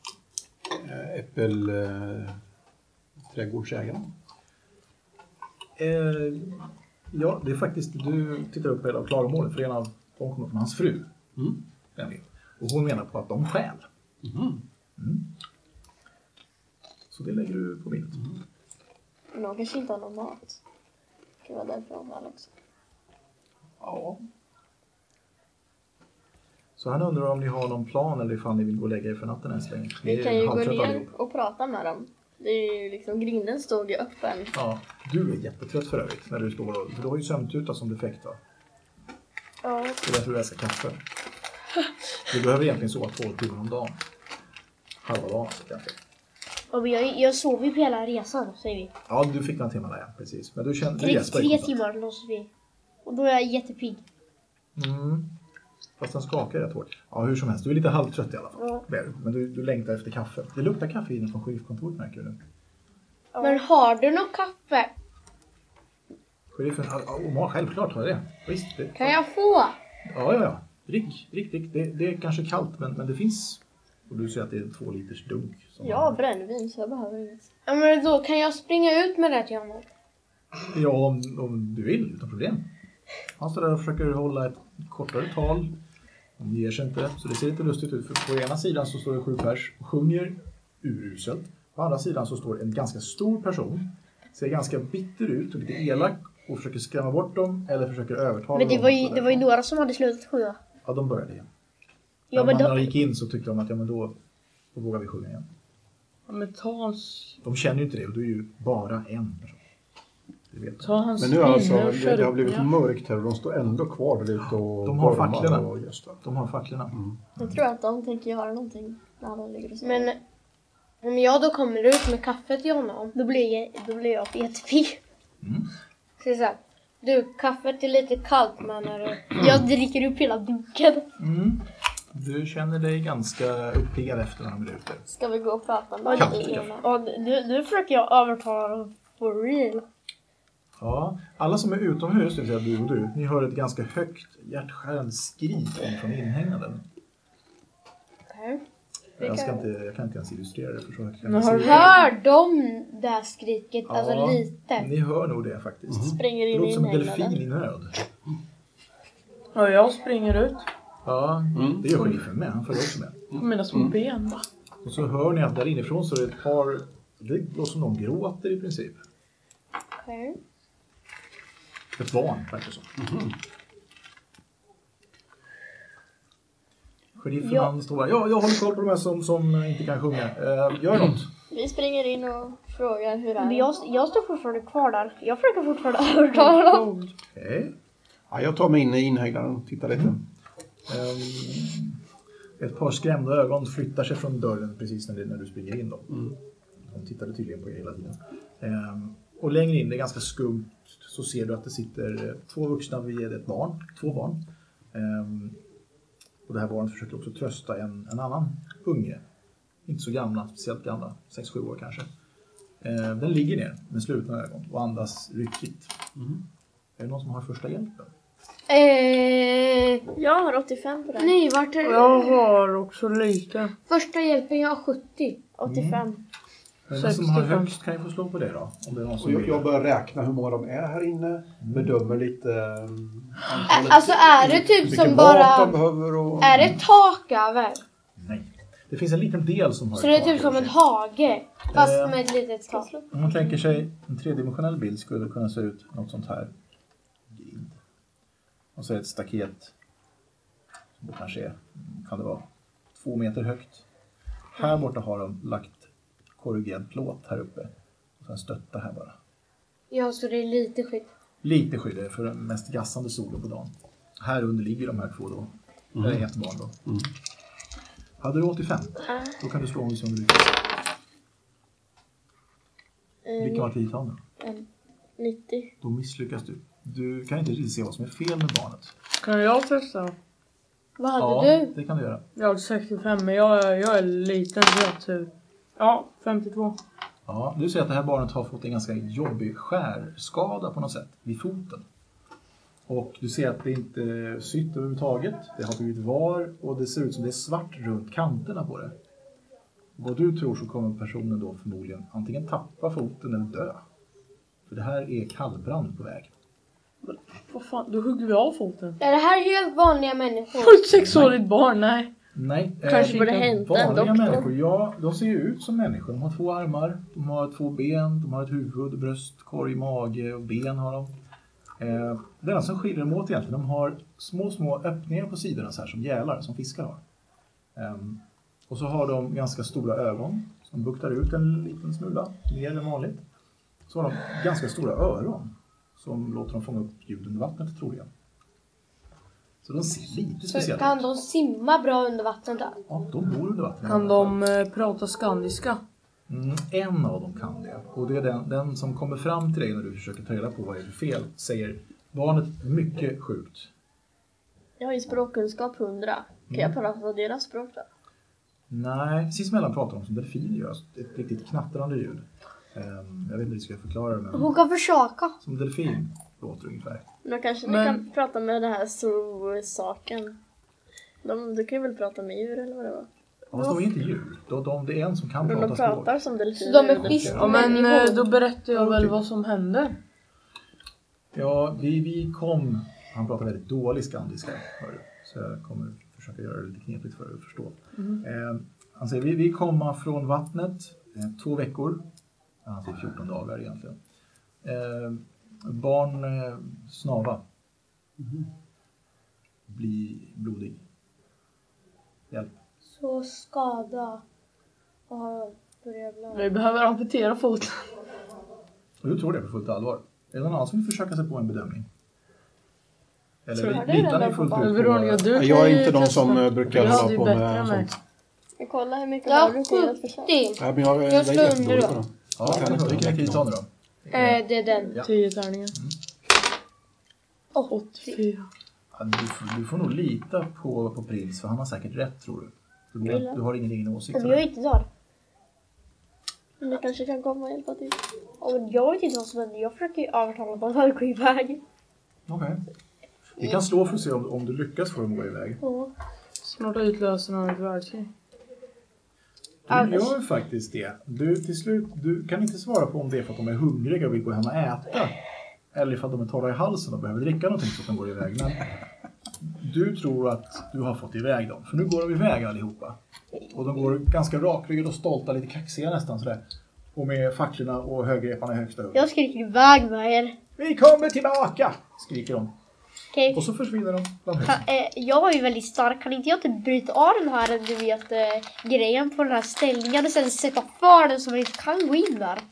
äppelträdgårdsägarna? Eh, ja, det är faktiskt, du tittar upp hela klagomålet för en av de kommer från hans fru. Mm. Och hon menar på att de stjäl. Mm. Mm. Så det lägger du på minnet. Mm. Men de kanske inte har någon mat. Det kan vara därför de har också. Ja. Så han undrar om ni har någon plan eller ifall ni vill gå och lägga er för natten än så länge. Ni Vi är kan ju gå halvtrötta ner allihop. och prata med dem. Det är ju liksom, grinden stod ju öppen. Ja, du är jättetrött för övrigt när du står och, för du har ju sömntuta som defekt va? Ja. Det är därför du äter kaffe. Du behöver egentligen sova tolv timmar om dagen. Halva dagen alltså, kanske. Ja, men jag, jag sov ju på hela resan, säger vi. Ja, du fick några timmar där, ja, precis. Men du kände Tre, tre timmar låtsas vi. Och då är jag jättepigg. Mm. Fast den skakar rätt hårt. Ja, hur som helst. Du är lite halvtrött i alla fall. Ja. Men du, du längtar efter kaffe. Det luktar kaffe inne från sheriffkontoret, märker du nu. Men har du något kaffe? Sheriffen, ja, ja, självklart har jag det. Visst, det. Kan jag få? Ja, ja, ja. Drick, drick, drick. Det, det är kanske kallt, men, men det finns. Och du ser att det är en två liters dunk. Som Jag har brännvin så jag behöver inget. Ja, men då kan jag springa ut med det till honom. Ja, om, om du vill, utan problem. Han står där och försöker hålla ett kortare tal. Han ger sig inte, så det ser lite lustigt ut. För på ena sidan så står det sju pers och sjunger uruselt. På andra sidan så står en ganska stor person. Ser ganska bitter ut och lite elak och försöker skrämma bort dem eller försöker övertala Men det dem. var ju, det var ju några som hade slutat sjunga. Ja, de började igen. Ja, När men man då- gick in så tyckte de att ja, men då, då vågar vi sjunga igen. Ja, men ta hans... De känner ju inte det och du är ju bara en person. Det vet de. Ta hans Men nu är alltså, pinne och det, kör det har upp, blivit ja. mörkt här och de står ändå kvar där ute och De har gormar facklorna. och just det. De har facklorna. Jag tror att de tänker göra någonting när de ligger och sover. Men om jag då kommer ut med kaffe till honom. Då blir jag, då blir jag jättepigg. Mm. Så är det så här, du, kaffet är lite kallt men är det... Jag dricker upp hela dunken. Mm. Du känner dig ganska uppiggad efter några minuter. Ska vi gå och prata med Kallt dem? kaffe. Och nu, nu försöker jag övertala dem for real. Ja, alla som är utomhus, det vill säga du och du, ni hör ett ganska högt hjärtskärande skrik från inhägnaden. Okej. Jag, ska inte, jag kan inte ens illustrera det för så högt. Men har du- Hör de det här skriket? Alltså Ja, lite. Ni hör nog det faktiskt. Springer Det in låter i som en inhägnaden. delfin i nöd. Ja, jag springer ut. Ja, det gör sheriffen med. Han följer också med. På mina små ben va? Och så hör ni att där inifrån så är det ett par... Det låter som någon gråter i princip. Okej. Ett barn faktiskt. Sheriffen Ja. han står där. Ja, jag håller koll på de här som, som inte kan sjunga. Uh, gör något. Vi springer in och frågar hur det Men är. jag, jag står fortfarande kvar där. Jag försöker fortfarande övertala dem. Gold. Okej. Ja, jag tar mig in i inhägnaden och tittar lite. Ehm, ett par skrämda ögon flyttar sig från dörren precis när, det, när du springer in. Då. De tittade tydligen på er hela tiden. Ehm, och längre in, det är ganska skumt, så ser du att det sitter eh, två vuxna vid ett barn. Två barn. Ehm, och det här barnet försöker också trösta en, en annan unge. Inte så gamla, speciellt gamla. sex sju år kanske. Ehm, den ligger ner med slutna ögon och andas ryckigt. Är det någon som har första hjälpen? Eh, Jag har åttiofem på det. nej, vart är Jag har också lite. Första hjälpen, jag har sjuttio. åttiofem. Är det någon som har sextiofem. högst kan jag få slå på det då? Om det är någon Och som jag, vill. jag börjar räkna hur många de är här inne. Bedömer lite um, Ä- Alltså är det typ vilken som mat bara... de behöver. Och... Är det tak över? Nej. Det finns en liten del som har Så det är ett typ tak som över en sig. hage. Fast Eh. med ett litet tak. Om man tänker sig en tredimensionell bild skulle kunna se ut något sånt här. Grind. Och så är ett staket. Som det kanske är, kan det vara, två meter högt. Här borta har de lagt korrugerad plåt här uppe. Och sen stötta här bara. Ja, så det är lite skydd. Lite skydd är för den mest gassande solen på dagen. Här under ligger de här två då. Det är ett barn då. Hade du åttiofem? Då kan du slå om det som du lyckas. Vilken var tidtalen? nittio. Då misslyckas du. Du kan inte riktigt se vad som är fel med barnet. Kan jag testa? Vad hade Ja, du? det kan du göra. Jag har sextiofem men jag, är- jag är liten så jag har tur. Ja, femtiotvå. Ja, du ser att det här barnet har fått en ganska jobbig skärskada på något sätt vid foten. Och du ser att det inte är sytt överhuvudtaget. Det har blivit var och det ser ut som det är svart runt kanterna på det. Vad du tror så kommer personen då förmodligen antingen tappa foten eller dö. För det här är kallbrand på väg. Vad fan, då hugger vi av foten. Är det här helt vanliga människor? Ett sexårigt barn, nej. Nej, Kanske eh, borde hänt en vanliga doktor. människor, ja, de ser ju ut som människor. De har två armar, de har två ben, de har ett huvud, bröst, korg, mage och ben har de. Eh, det enda som skiljer dem åt egentligen, de har små, små öppningar på sidorna så här som gälar, som fiskar har. Ehm, och så har de ganska stora ögon som buktar ut en liten smula, mer än vanligt. Så har de ganska stora öron som låter dem fånga upp ljud under vattnet troligen. Så de ser lite Så speciella kan ut. de simma bra under vattnet då? Ja, de bor under vattnet. Kan de eh, prata skandiska? Mm, en av dem kan det. Och det är den, den som kommer fram till dig när du försöker ta reda på vad det är för fel. Säger barnet är mycket sjukt. Jag har ju språkkunskap hundra. Kan jag prata deras språk då? Nej, precis mellan pratar de som delfiner gör. Ett riktigt knattrande ljud. Um, jag vet inte hur jag ska förklara det. Men Hon kan försöka. som delfin låter ungefär. Men kanske ni Men- kan prata med den här zoo-saken. De, du kan ju väl prata med djur eller vad det var? Ja, fast de är inte djur. De, de, det är en som kan Men prata de språk. pratar som delfiner. Så de är och fisk- delfiner. Ja, men Människor. eh, då berättar jag väl Okej. vad som hände. Ja, vi, vi kom... Han pratar väldigt dålig skandiska. hör du. Så jag kommer försöka göra det lite knepigt för dig att förstå. Eh, han säger, vi, vi kommer från vattnet eh, två veckor. Han säger fjorton dagar egentligen. Eh, barn eh, snava. Bli blodig. Hjälp. Så skada. Och börjar blöda. Vi behöver amputera foten. Och du tror det på fullt allvar. Är det någon annan som vill försöka sig på en bedömning? Eller Tror li- du litar redan ni på fullt barn? ut Veronica, på... du Jag är kan ju inte de testa. som eh, brukar Du hade hålla ju på bättre med än mig. sånt. Jag kollar hur mycket Ja, har du till ett försök. sjuttio. Ja, men jag, Jag slår är under jättedålig då. på det. Ja, Jag kan vilken inte vilken är kritan då? Eh, det är den. Ja. Tio tärningar. åttio. åttiofyra. Ja, du, får, du får nog lita på, på Prins, för han har säkert rätt, tror du. Du, du har ingen egen åsikt. Men jag är inte där. Men du kanske kan komma och hjälpa till. Ja, men jag vet inte vad som händer. Jag försöker ju övertala dem att gå iväg. Okej. Vi kan slå för att se om, om du lyckas få dem att gå iväg. Ja. Snart utlöser han ett världskrig. Du gör faktiskt det. Du, till slut, du kan inte svara på om det är för att de är hungriga och vill gå hem och äta. Eller för att de är torra i halsen och behöver dricka någonting så att de går iväg. Men du tror att du har fått iväg dem. För nu går de iväg allihopa. Och de går ganska rakryggade och stolta, lite kaxiga nästan sådär. Och med facklorna och högreparna i högsta hugg. Jag skriker iväg med er. Vi kommer tillbaka! Skriker de. Okej. Och så försvinner de bland husen. Ka- eh, Jag var ju väldigt stark. Kan inte jag typ bryta av den här, du vet, eh, grejen på den här ställningen och sen sätta för den så man inte kan gå in där?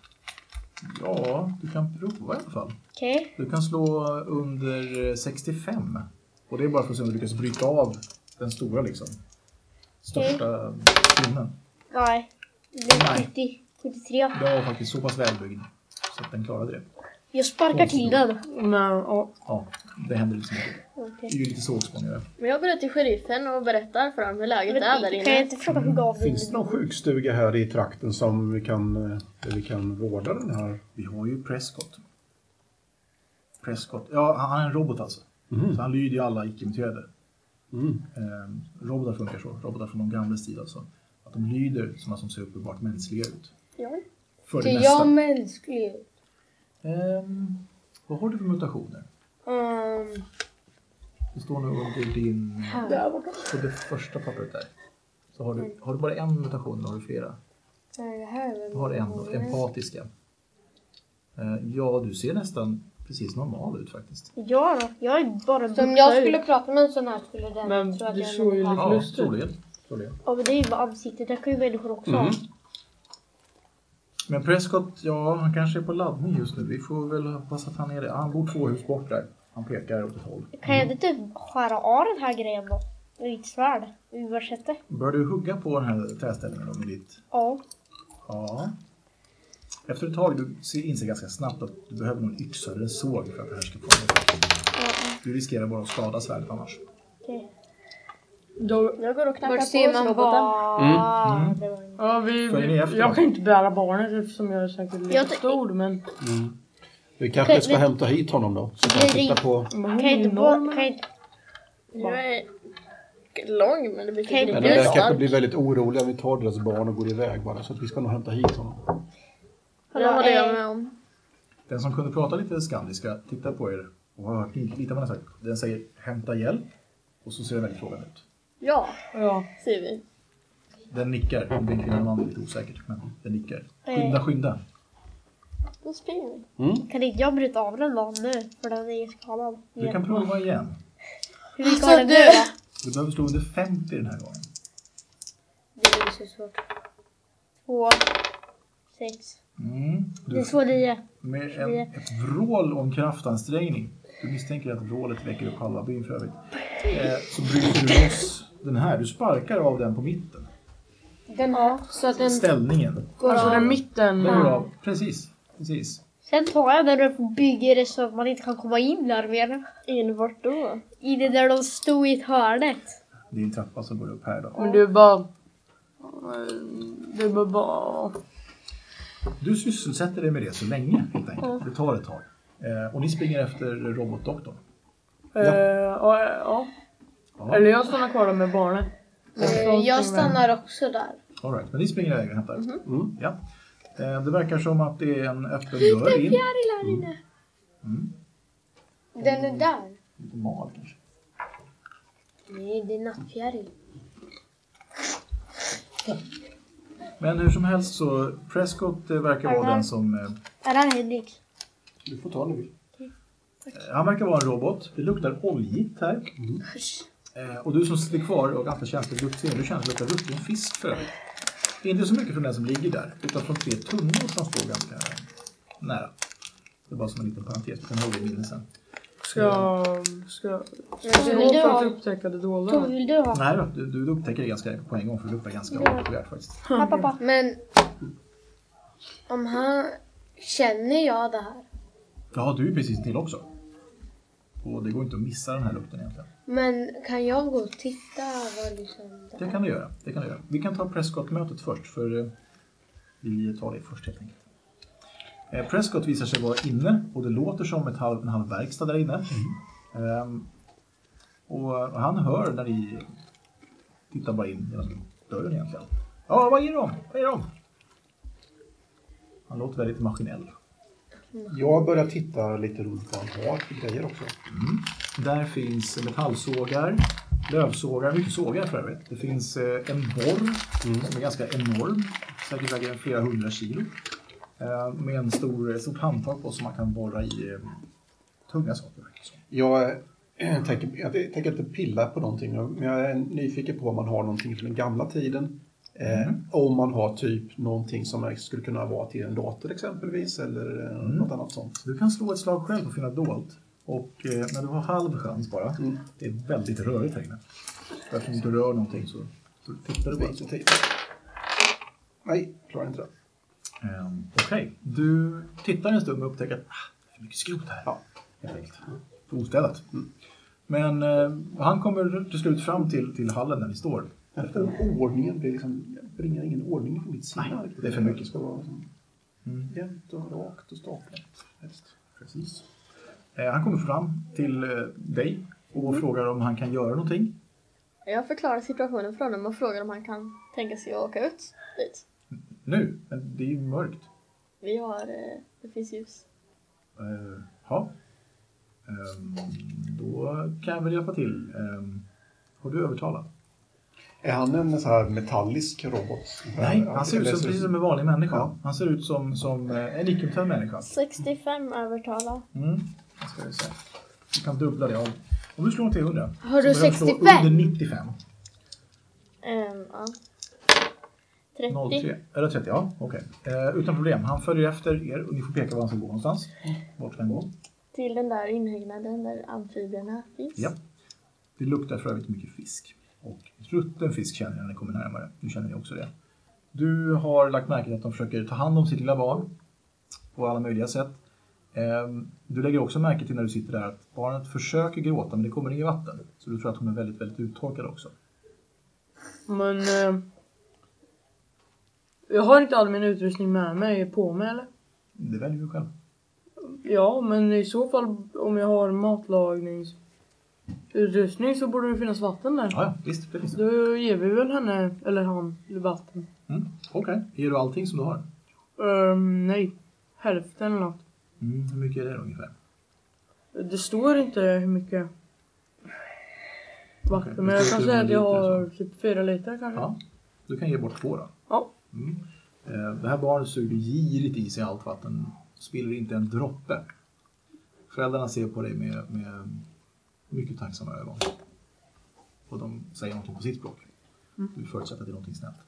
Ja, du kan prova i alla fall. Okej. Du kan slå under sextiofem. Och det är bara för att se om du lyckas bryta av den stora liksom. Största pinnen. Nej. Det blev Nej. sjuttio, sjuttiotre. Den var faktiskt så pass välbyggd så att den klarade det. Jag sparkar till den. Men ja, Ja, det händer liksom inte. Okej. Det är ju lite sågspånigare. Men jag går ut till sheriffen och berättar för dem hur läget Men är där kan jag inne. inte försöka hugga av den? Finns det någon sjukstuga här i trakten som vi kan, eh, där vi kan vårda den här? Vi har ju Prescott. Prescott, ja han är en robot alltså. Mm. Så han lyder ju alla icke-muterade. Mm. Ehm, robotar funkar så. Robotar från de gamla stil alltså. Att de lyder sådana som ser uppenbart mänskliga ut. Ja. För det Ser mesta. jag mänsklig ut? Ehm, vad har du för mutationer? Um, Det står nu under din... På det första pappret där. Så har du, har du bara en mutation eller har du flera? det här är Du har en då, empatiska. Ehm, ja, du ser nästan precis normal ut faktiskt. Ja då, jag är bara Så om jag skulle prata med en sån här skulle den Men tro att du jag är såg ju en lite Ja, lustigt. troligen. troligen. Ja men det är ju med ansiktet, det kan ju människor också ha. Mm. Men Prescott, ja han kanske är på laddning just nu. Vi får väl hoppas att han är det. Han bor två hus bort där. Han pekar åt ett håll. Kan jag inte typ skära av den här grejen då? Med mitt svärd? Ursäkta. Bör du hugga på den här träställningen då med ditt... Ja. Ja. Efter ett tag du ser- inser ganska snabbt att du behöver någon yxa eller en såg för att det här ska få en. Du riskerar bara att skada svärdet annars. Okej. Då, Jag går och knackar Vart på ser hos man roboten. vad... Mm. Det var... ja, vi, Följer ni vi, efter jag då? kan inte bära barnet eftersom jag är säkert lite Jag ty- stor, men Mm. Vi kanske Okej, ska men- hämta hit honom då. Så kan Men jag titta ring- på... men hon Kan jag är inte, enorm. bo- kan jag inte... Jag är lång men det blir Kan jag inte Men inte- de lika där kanske stark. blir väldigt oroliga om vi tar deras barn och går iväg bara. Så att vi ska nog hämta hit honom. Det håller jag eh, med om. Den som kunde prata lite skandiska tittar på er och har hört lite vad den har sagt. Den säger hämta hjälp och så ser den väldigt frågande ut. Ja, Ja, säger vi. Den nickar. Om det är en kvinna eller man är lite osäkert. Men den nickar. Skynda, skynda. Då springer vi. Mm. Kan inte jag bryta av den då nu? För den är skadad. Du kan prova igen. Hur mycket Alltså, har den nu du- då? Du behöver slå under femtio den här gången. Det är så svårt. Två. Sex. Mm. Det är Du, så nio. med en, ett vrål och en kraftansträngning. Du misstänker att vrålet väcker upp halva byn för övrigt. Eh, så bryter du loss den här. Du sparkar av den på mitten. Den här, så att den Ställningen. går alltså av. den mitten. Den går av. Precis. Precis. Sen tar jag den och bygger det så att man inte kan komma in där mer. In vart då? In där de stod i ett hörnet. Det är en trappa som går upp här då. Men det är bara... Det är bara... bara... Du sysselsätter dig med det så länge helt enkelt. Det tar ett tag. Eh, och ni springer efter robotdoktorn. Ja. Uh, ja, ja. Ja. Eller jag stannar kvar där med barnet. Eh, Jag stannar också där. All right. Men ni springer iväg och hämtar. Mhm. Mm. Ja. Eh, det verkar som att det är en öppen dörr in. Fjäril här inne. Mm. Den är där. Lite mal kanske. Nej, det är nattfjäril. Men hur som helst så Prescott eh, verkar vara den som... Eh, Är det här Henrik? Du får ta nu. han verkar vara en robot. Det luktar oljigt här. Eh, och du som sitter kvar och ganska känsligt luktsinne, du känner att det luktar rutten fisk för övrigt. Inte så mycket från den som ligger där, utan från tre tunnor som står ganska nära. Det är bara som en liten parentes, vi kan hålla i minnet sen. Ska... Ska... Ska Ska vill jag du för att ha? upptäcka det dolda? Vad vill du ha? Nej då, du, du upptäcker det ganska på en gång för det luktar ganska avskyvärt faktiskt. Ja, pappa. Men om han... Känner jag det här? Ja, du är precis till också. Och det går inte att missa den här lukten egentligen. Men kan jag gå och titta vad liksom det Det här? kan du göra, det kan du göra. Vi kan ta Prescott-mötet först, för eh, vi tar det först helt enkelt. Eh, Prescott visar sig vara inne och det låter som ett halv, en halv verkstad där inne. Ehm, och han hör när ni tittar bara in genom dörren egentligen. Ja, vad är de? Vad är de? Han låter väldigt maskinell. Jag börjar titta lite runt vad han har för grejer också. Mm. Där finns metallsågar, lövsågar, mycket sågar för övrigt. Det finns eh, en borr mm. som är ganska enorm, säkert väger flera hundra kilo. Eh, med en stor, stort handtag på som man kan borra i eh, tunga saker. Jag, äh, tänker, jag tänker inte pilla på någonting, men jag är nyfiken på om man har någonting från den gamla tiden. Eh, Mm. Om man har typ någonting som skulle kunna vara till en dator exempelvis eller eh, Mm. något annat sånt. Du kan slå ett slag själv och finna dolt. Och eh, när du har halv chans bara, Mm. det är väldigt rörigt här inne. Eftersom du inte rör någonting så, så tittar du bara. Lite tid. Nej, klarar inte det. Um, Okej, okay. Du tittar en stund och upptäcker att ah, det är för mycket skrot här. Ja. Helt enkelt. För ostädat. Mm. Men eh, han kommer till slut fram till, till hallen där ni står. Ordningen blir liksom, jag bringar ingen ordning på mitt sinne. Nej, det är för mycket. Det ska vara liksom Mm. jämnt och rakt och staplat. Helst. Precis. Eh, han kommer fram till eh, dig och Mm. frågar om han kan göra någonting. Jag förklarar situationen för honom och frågar om han kan tänka sig att åka ut dit. Nu, men det är ju mörkt. Vi har, eh, det finns ljus. Eh, ja. Ehm, då kan jag väl hjälpa till. Ehm, har du övertalat? Är han en så här metallisk robot? Nej, han ser ut som precis som en vanlig människa. Ja. Han ser ut som, som eh, en icke-mutant människa. sextiofem övertala. Mm, det ska vi se. Du kan dubbla det. Om, om du slår en trehundra. Har du så behöver slå sextiofem? under nittiofem. Um, ja. noll trettio. tre. Eller trettio, ja. Okej. Eh, utan problem. Han följer efter er och ni får peka var han ska gå någonstans. Vart ska han gå? Till den där inhägnaden där amfibierna finns. Ja. Det luktar för övrigt mycket fisk. Och rutten fisk känner ni när ni kommer närmare. Nu känner ni också det. Du har lagt märke till att de försöker ta hand om sitt lilla barn. På alla möjliga sätt. Ehm, du lägger också märke till när du sitter där att barnet försöker gråta men det kommer inget vatten. Så du tror att hon är väldigt, väldigt uttorkad också. Men... Eh, jag har inte all min utrustning med mig på mig, eller? Det väljer du själv. Ja, men i så fall om jag har matlagningsutrustning så borde det finnas vatten där. Ja, ja visst. Det finns det. Då ger vi väl henne, eller han, vatten. Mm, Okej. Okay. Ger du allting som du har? Um, nej, hälften eller något. Mm, hur mycket är det ungefär? Det står inte hur mycket vatten, Okej, men det jag står kan inte säga att hur jag många har liter typ fyra liter kanske. Ja, du kan ge bort två då. Ja. Mm. Eh, Det här barnet suger girigt i sig allt vatten. Spiller inte en droppe. Föräldrarna ser på dig med, med mycket tacksamma ögon. Och de säger någonting på sitt språk. Mm. Du förutsätter att det är någonting snällt.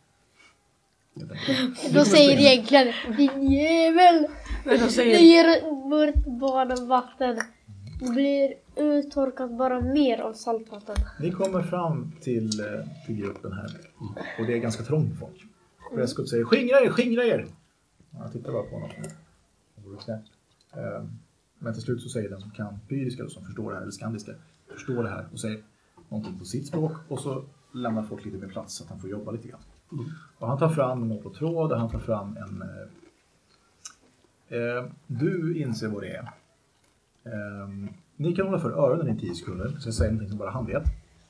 Då säger egentligen din jävel. Men de Du säger, ger vårt barn vatten. Det blir uttorkat bara mer av saltvatten. Ni kommer fram till, eh, till gruppen här. Och det är ganska trångt folk. Prescott säger, skingra er, skingra er! Jag tittar bara på honom. Det vore knäppt. Eh, men till slut så säger den som kan pyriska, som förstår det här, eller skandiska, förstår det här och säger någonting på sitt språk och så lämnar folk lite mer plats så att han får jobba lite grann. Mm. Och han tar fram något på tråd och han tar fram en... Eh, eh, du inser vad det är. Eh, ni kan hålla för öronen i tio sekunder så jag säger någonting som bara han vet.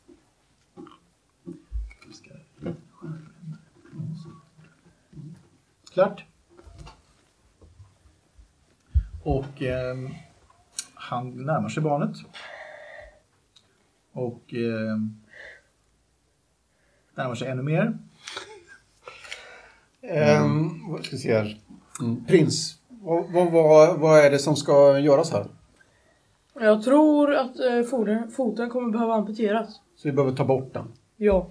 Klart. Och eh, han närmar sig barnet. Och eh, närmar sig ännu mer. Um, vad ska vi se här? Mm. Prins, vad, vad, vad, vad är det som ska göras här? Jag tror att eh, foten, foten kommer behöva amputeras. Så vi behöver ta bort den? Ja.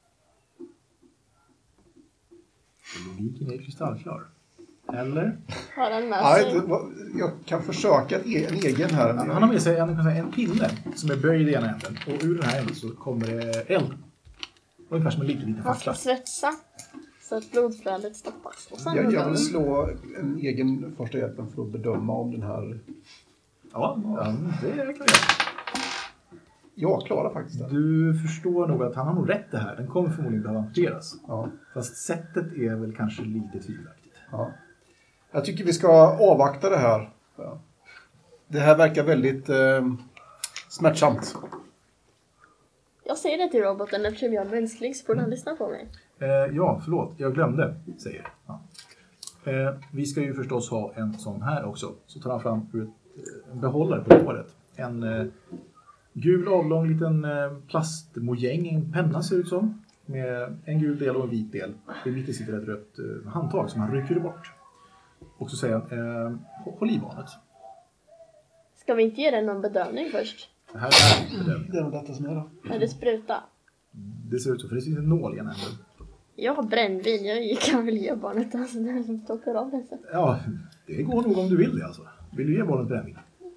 Logiken är kristallklar. Eller? Har han med Nej, sig? det- jag kan försöka ett e- en egen här. Han har med sig en, kan säga, en pinne som är böjd i ena änden. Och ur den här änden så kommer det eld. Ungefär som en liten, liten Han ska fackla. svetsa så att blodflödet stoppas. Och sen Jag, jag vill slå en egen första hjälpen för att bedöma om den här... Ja, ja, det kan vi göra. Jag klarar faktiskt det. Du förstår nog att han har nog rätt det här. Den kommer förmodligen behöva amputeras. Ja. Fast sättet är väl kanske lite tvivelaktigt. Ja. Jag tycker vi ska avvakta det här. Ja. Det här verkar väldigt eh, smärtsamt. Jag säger det till roboten eftersom jag är mänsklig så får han lyssna på mig. Eh, ja, förlåt. Jag glömde, säger ja. eh, Vi ska ju förstås ha en sån här också. Så tar han fram ur ett, en behållare på låret. En eh, gul avlång liten eh, plastmojäng, en penna ser ut som. Med en gul del och en vit del. I mitten sitter ett rött eh, handtag som han rycker bort. Och så säger han, eh, håll i barnet. Ska vi inte ge den någon bedövning först? Det här är bedövningen. Det är detta som är då. Är det spruta? Det ser ut så, för det finns en nål i en ände. Jag har brännvin, jag kan väl ge barnet alltså när de torkar av det sen. Ja, det går nog om du vill det alltså. Vill du ge barnet brännvin?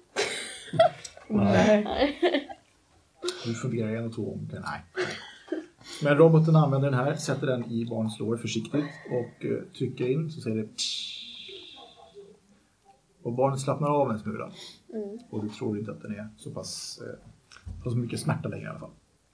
Nej. Du funderar en och två om det. Nej. Men roboten använder den här, sätter den i barnets lår försiktigt och uh, trycker in så säger det och barnet slappnar av en smula. Mm. Och du tror inte att den är så pass uh, har så mycket smärta längre i alla fall.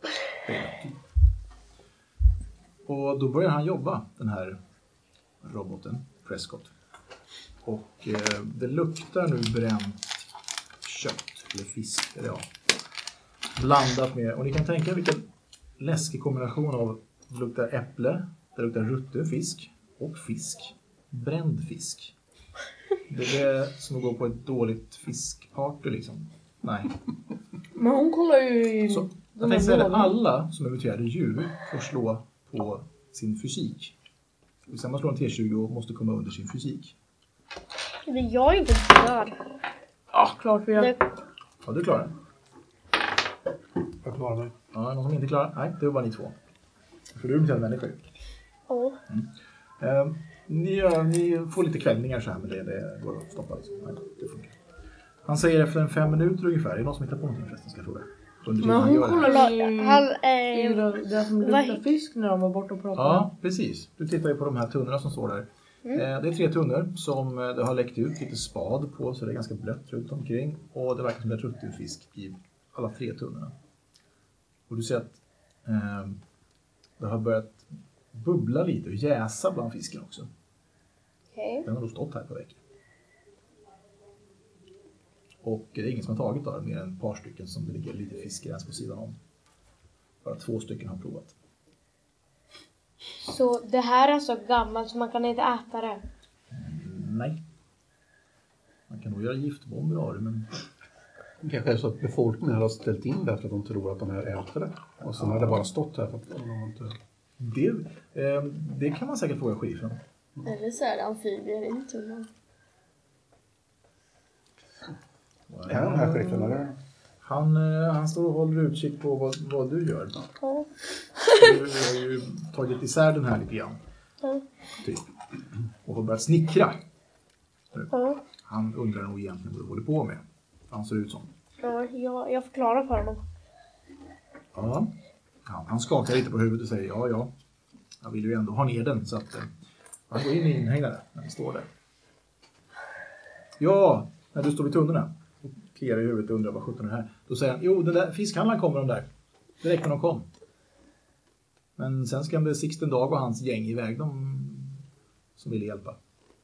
Och då börjar han jobba, den här roboten, Prescott. Och uh, det luktar nu bränt kött eller fisk eller ja. Blandat med, och ni kan tänka er vilken läskig kombination av det luktar äpple, det luktar rutten fisk och fisk. Bränd fisk. Det är som att gå på ett dåligt fiskparty liksom. Nej. Men hon kollar ju i... Så, jag tänkte säga att alla som är muterade djur får slå på sin fysik. Hvis man slår en T tjugo och måste komma under sin fysik. Men jag är inte död. Ja, klart vi gör. Det- Ja, du klarar det. Jag klarar mig. Ja, någon som inte klarar? Nej, det var bara ni två. För du är muterad människa. Ja. Eh, ni, gör, ni får lite kvällningar så här, men det, det går att stoppa. Liksom. Nej, det funkar. Han säger efter en fem minuter ungefär. Är det någon som hittar på någonting förresten, ska jag fråga? Under Men tiden hon gör det här. kollar ju Han, i eh, det det som vad- luktar fisk när de var borta och pratade. Ja, precis. Du tittar ju på de här tunnorna som står där. Eh, det är tre tunnor som eh, det har läckt ut lite spad på, så det är ganska blött runt omkring. Och det verkar som det är rutten fisk i alla tre tunnorna. Och du ser att eh, det har börjat bubbla lite och jäsa bland fisken också. Okej. Den har då stått här på veckan. Och det är ingen som har tagit av det, mer än ett par stycken som det ligger lite fiskgräns på sidan om. Bara två stycken har provat. Så det här är så gammalt så man kan inte äta det. Nej. Man kan nog göra giftbomber av det, men Det kanske är så att befolkningen har ställt in det för att de tror att de här äter det. Och sen har det bara stått här för att de har inte... det, eh, det kan man säkert fråga sheriffen. Eller så är det amfibier i tunnan. Är de här sheriffen eller? Han, eh, han står och håller utkik på vad, vad du gör. Ja. Du har ju tagit isär den här lite grann. Ja. Typ. Och har börjat snickra. Ja. Han undrar nog egentligen vad du håller på med. Han ser ut som. Ja, jag, jag förklarar för honom. Ja. Ja, han skakar lite på huvudet och säger ja, ja. Jag vill ju ändå ha ner den så att eh, han går in i inhägnare när den står där. Ja, när du står vid tunnorna och kliar i huvudet och undrar vad sjutton är det här. Då säger han, jo den där fiskhandlaren kommer de där. Direkt när de kom. Men sen skrämde Sixten Dag och hans gäng iväg de som ville hjälpa.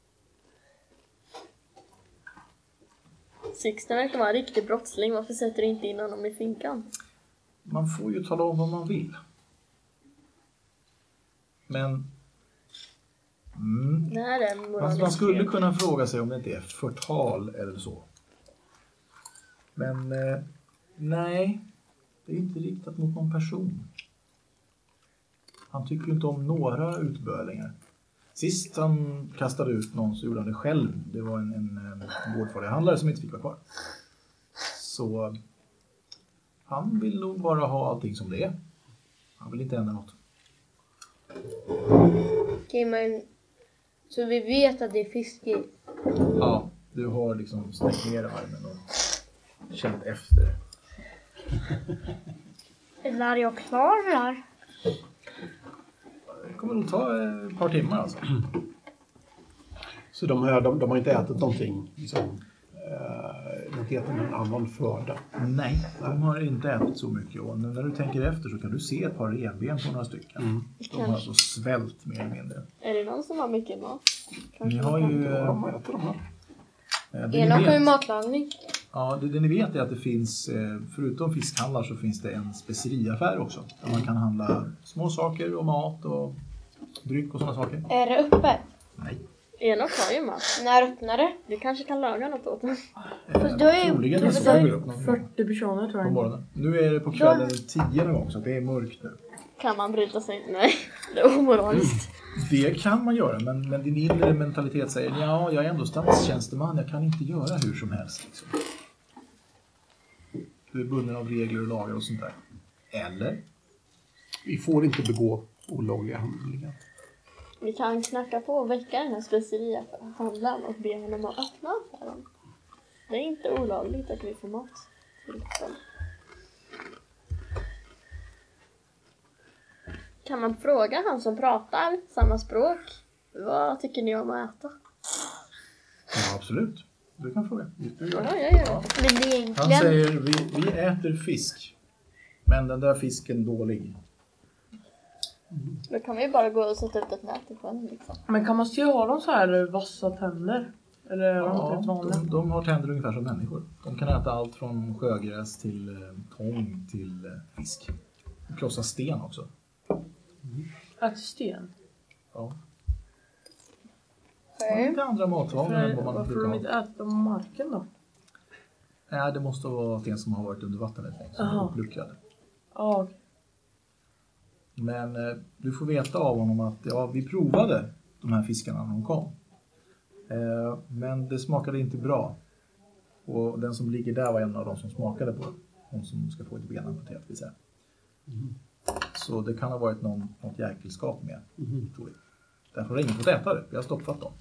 Sixten verkar vara en riktig brottsling. Varför sätter du inte in honom i finkan? Man får ju tala om vad man vill. Men mm, Det här är en man, moralisk man skulle fel. kunna fråga sig om det inte är förtal eller så. Men eh, nej, det är inte riktat mot någon person. Han tycker ju inte om några utbölingar. Sist han kastade ut någon så gjorde han det själv. Det var en, en, en vårdfarehandlare som inte fick vara kvar. Så han vill nog bara ha allting som det är. Han vill inte ändra något. Okej, men... Så vi vet att det är fisk i. Ja, du har liksom stängt ner armen och känt efter. När är jag klar med det här? Det kommer nog ta ett par timmar alltså. Så de, här, de, de har inte ätit någonting, liksom, eh, de inte ätit någon annan föda. Nej, de har inte ätit så mycket. Och när du tänker efter så kan du se ett par revben på några stycken. Mm. De har alltså svält mer eller mindre. Är det någon som har mycket mat? Ni har ju... Ja, eh, de äter de här. eh, det, Ena ni har ju vet, matlagning. ja, det, det ni vet är att det finns, eh, förutom fiskhandlar så finns det en speceriaffär också. Där man kan handla små saker och mat och dryck och sådana saker. Är det uppe? Nej. Enok har ju mat. När öppnar det? Du kanske kan laga något åt dem. Eh, då är- troligen då- nästa då är- går upp någon gång fyrtio personer tror på jag. morgonen. Nu är det på kvällen tio någon gång så det är mörkt nu. Kan man bryta sig? Nej, det är omoraliskt. Det kan man göra, men, men din inre mentalitet säger ja, jag är ändå statstjänsteman, jag kan inte göra hur som helst. Liksom. Du är bunden av regler och lagar och sånt där. Eller? Vi får inte begå olagliga handlingar. Vi kan knacka på och väcka den här speceriahandlaren och be honom att öppna affären. Det är inte olagligt att vi får mat. Till exempel. Kan man fråga han som pratar samma språk? Vad tycker ni om att äta? Ja, absolut. Du kan fråga. Du gör Ja, det. jag gör det. Ja. Men det är Han egentligen... säger vi, vi äter fisk. Men den där fisken dålig. Då kan vi bara gå och sätta ut ett nät i sjön liksom. Men kan man se ha dem så här vassa tänder? Eller är de Ja, inte vanliga? de, de har tänder ungefär som människor. De kan äta allt från sjögräs till eh, tång till eh, fisk. De krossar sten också. Äter sten? Ja. De har lite andra matvanor än vad man Varför brukar de ha. inte äter på marken då? Nej, det måste vara sten som har varit under vatten ett länge, som är Aha. uppluckrade. Ja, okej. Men eh, du får veta av honom att ja, vi provade de här fiskarna när de kom. Eh, men det smakade inte bra. Och den som ligger där var en av de som smakade på det. Hon som ska få ett ben amputerat, vill säga. Mm. Så det kan ha varit någon, något jäkelskap med, Mm. tror vi. Därför har ingen fått äta det. Vi har stoppat dem.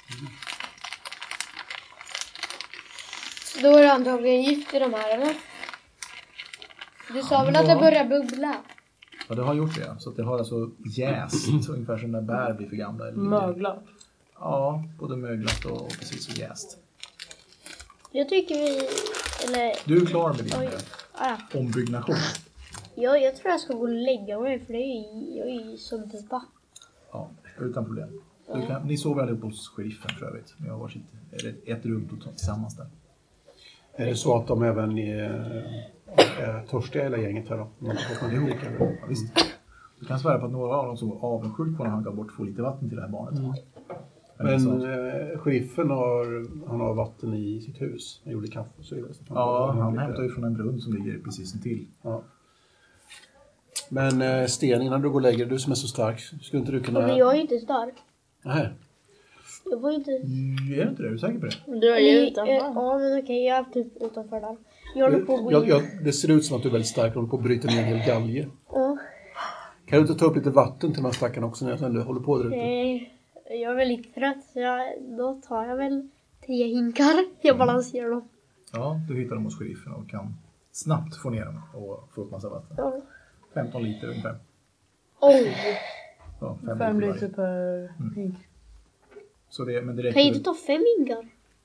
Då är det antagligen gift i de här, eller? Du sa väl att det börjar bubbla? Ja, det har gjort det. Så att det har alltså jäst. Ungefär som när bär blir för gamla. Eller Möglat. Ja, både möglat och, och precis så jäst. Jag tycker vi... Eller... Du är klar med din Oj. eh, Ah, ombyggnation. jag, jag tror jag ska gå och lägga mig för det är, jag är så döda. Ja, utan problem. Du kan, ni sover allihop hos sheriffen för övrigt. Ni har varsitt, eller ett rum totalt tillsammans där. Är det så att de även är, är törstiga i hela gänget här då? De har inte fått någon dricka, eller? Ja, visst. Du kan svära på att några av dem som var avundsjuk på när han gav bort få lite vatten till det här barnet. Mm. Men det är Men så- eh, sheriffen har, han har vatten i sitt hus. Han gjorde kaffe och så vidare. Så ja, han han lite- hämtar ju från en brunn som ligger precis intill. Ja. Men eh, Sten, innan du går och lägger dig, du som är så stark, skulle inte du kunna... Men jag är inte stark. Nej. Jag var inte... Mm, är du inte det? Är du säker på det? Du är ju Nej, utanför. eh, Ja, men okej, jag är typ utanför där. Jag håller på att gå in. Jag, jag, det ser ut som att du är väldigt stark och håller på att bryta ner en hel galge. Ja. Kan du inte ta upp lite vatten till de här stackarna också när du håller på där ute? Nej, jag är väldigt trött så jag, då tar jag väl tio hinkar. Jag balanserar dem. Ja, du hittar dem hos sheriffen och kan snabbt få ner dem och få upp massa vatten. Ja. femton liter ungefär. Oj! Ja, fem, Fem liter liter varje. per hink. Så det, men det Kan jag räcker. inte ta fem hinkar?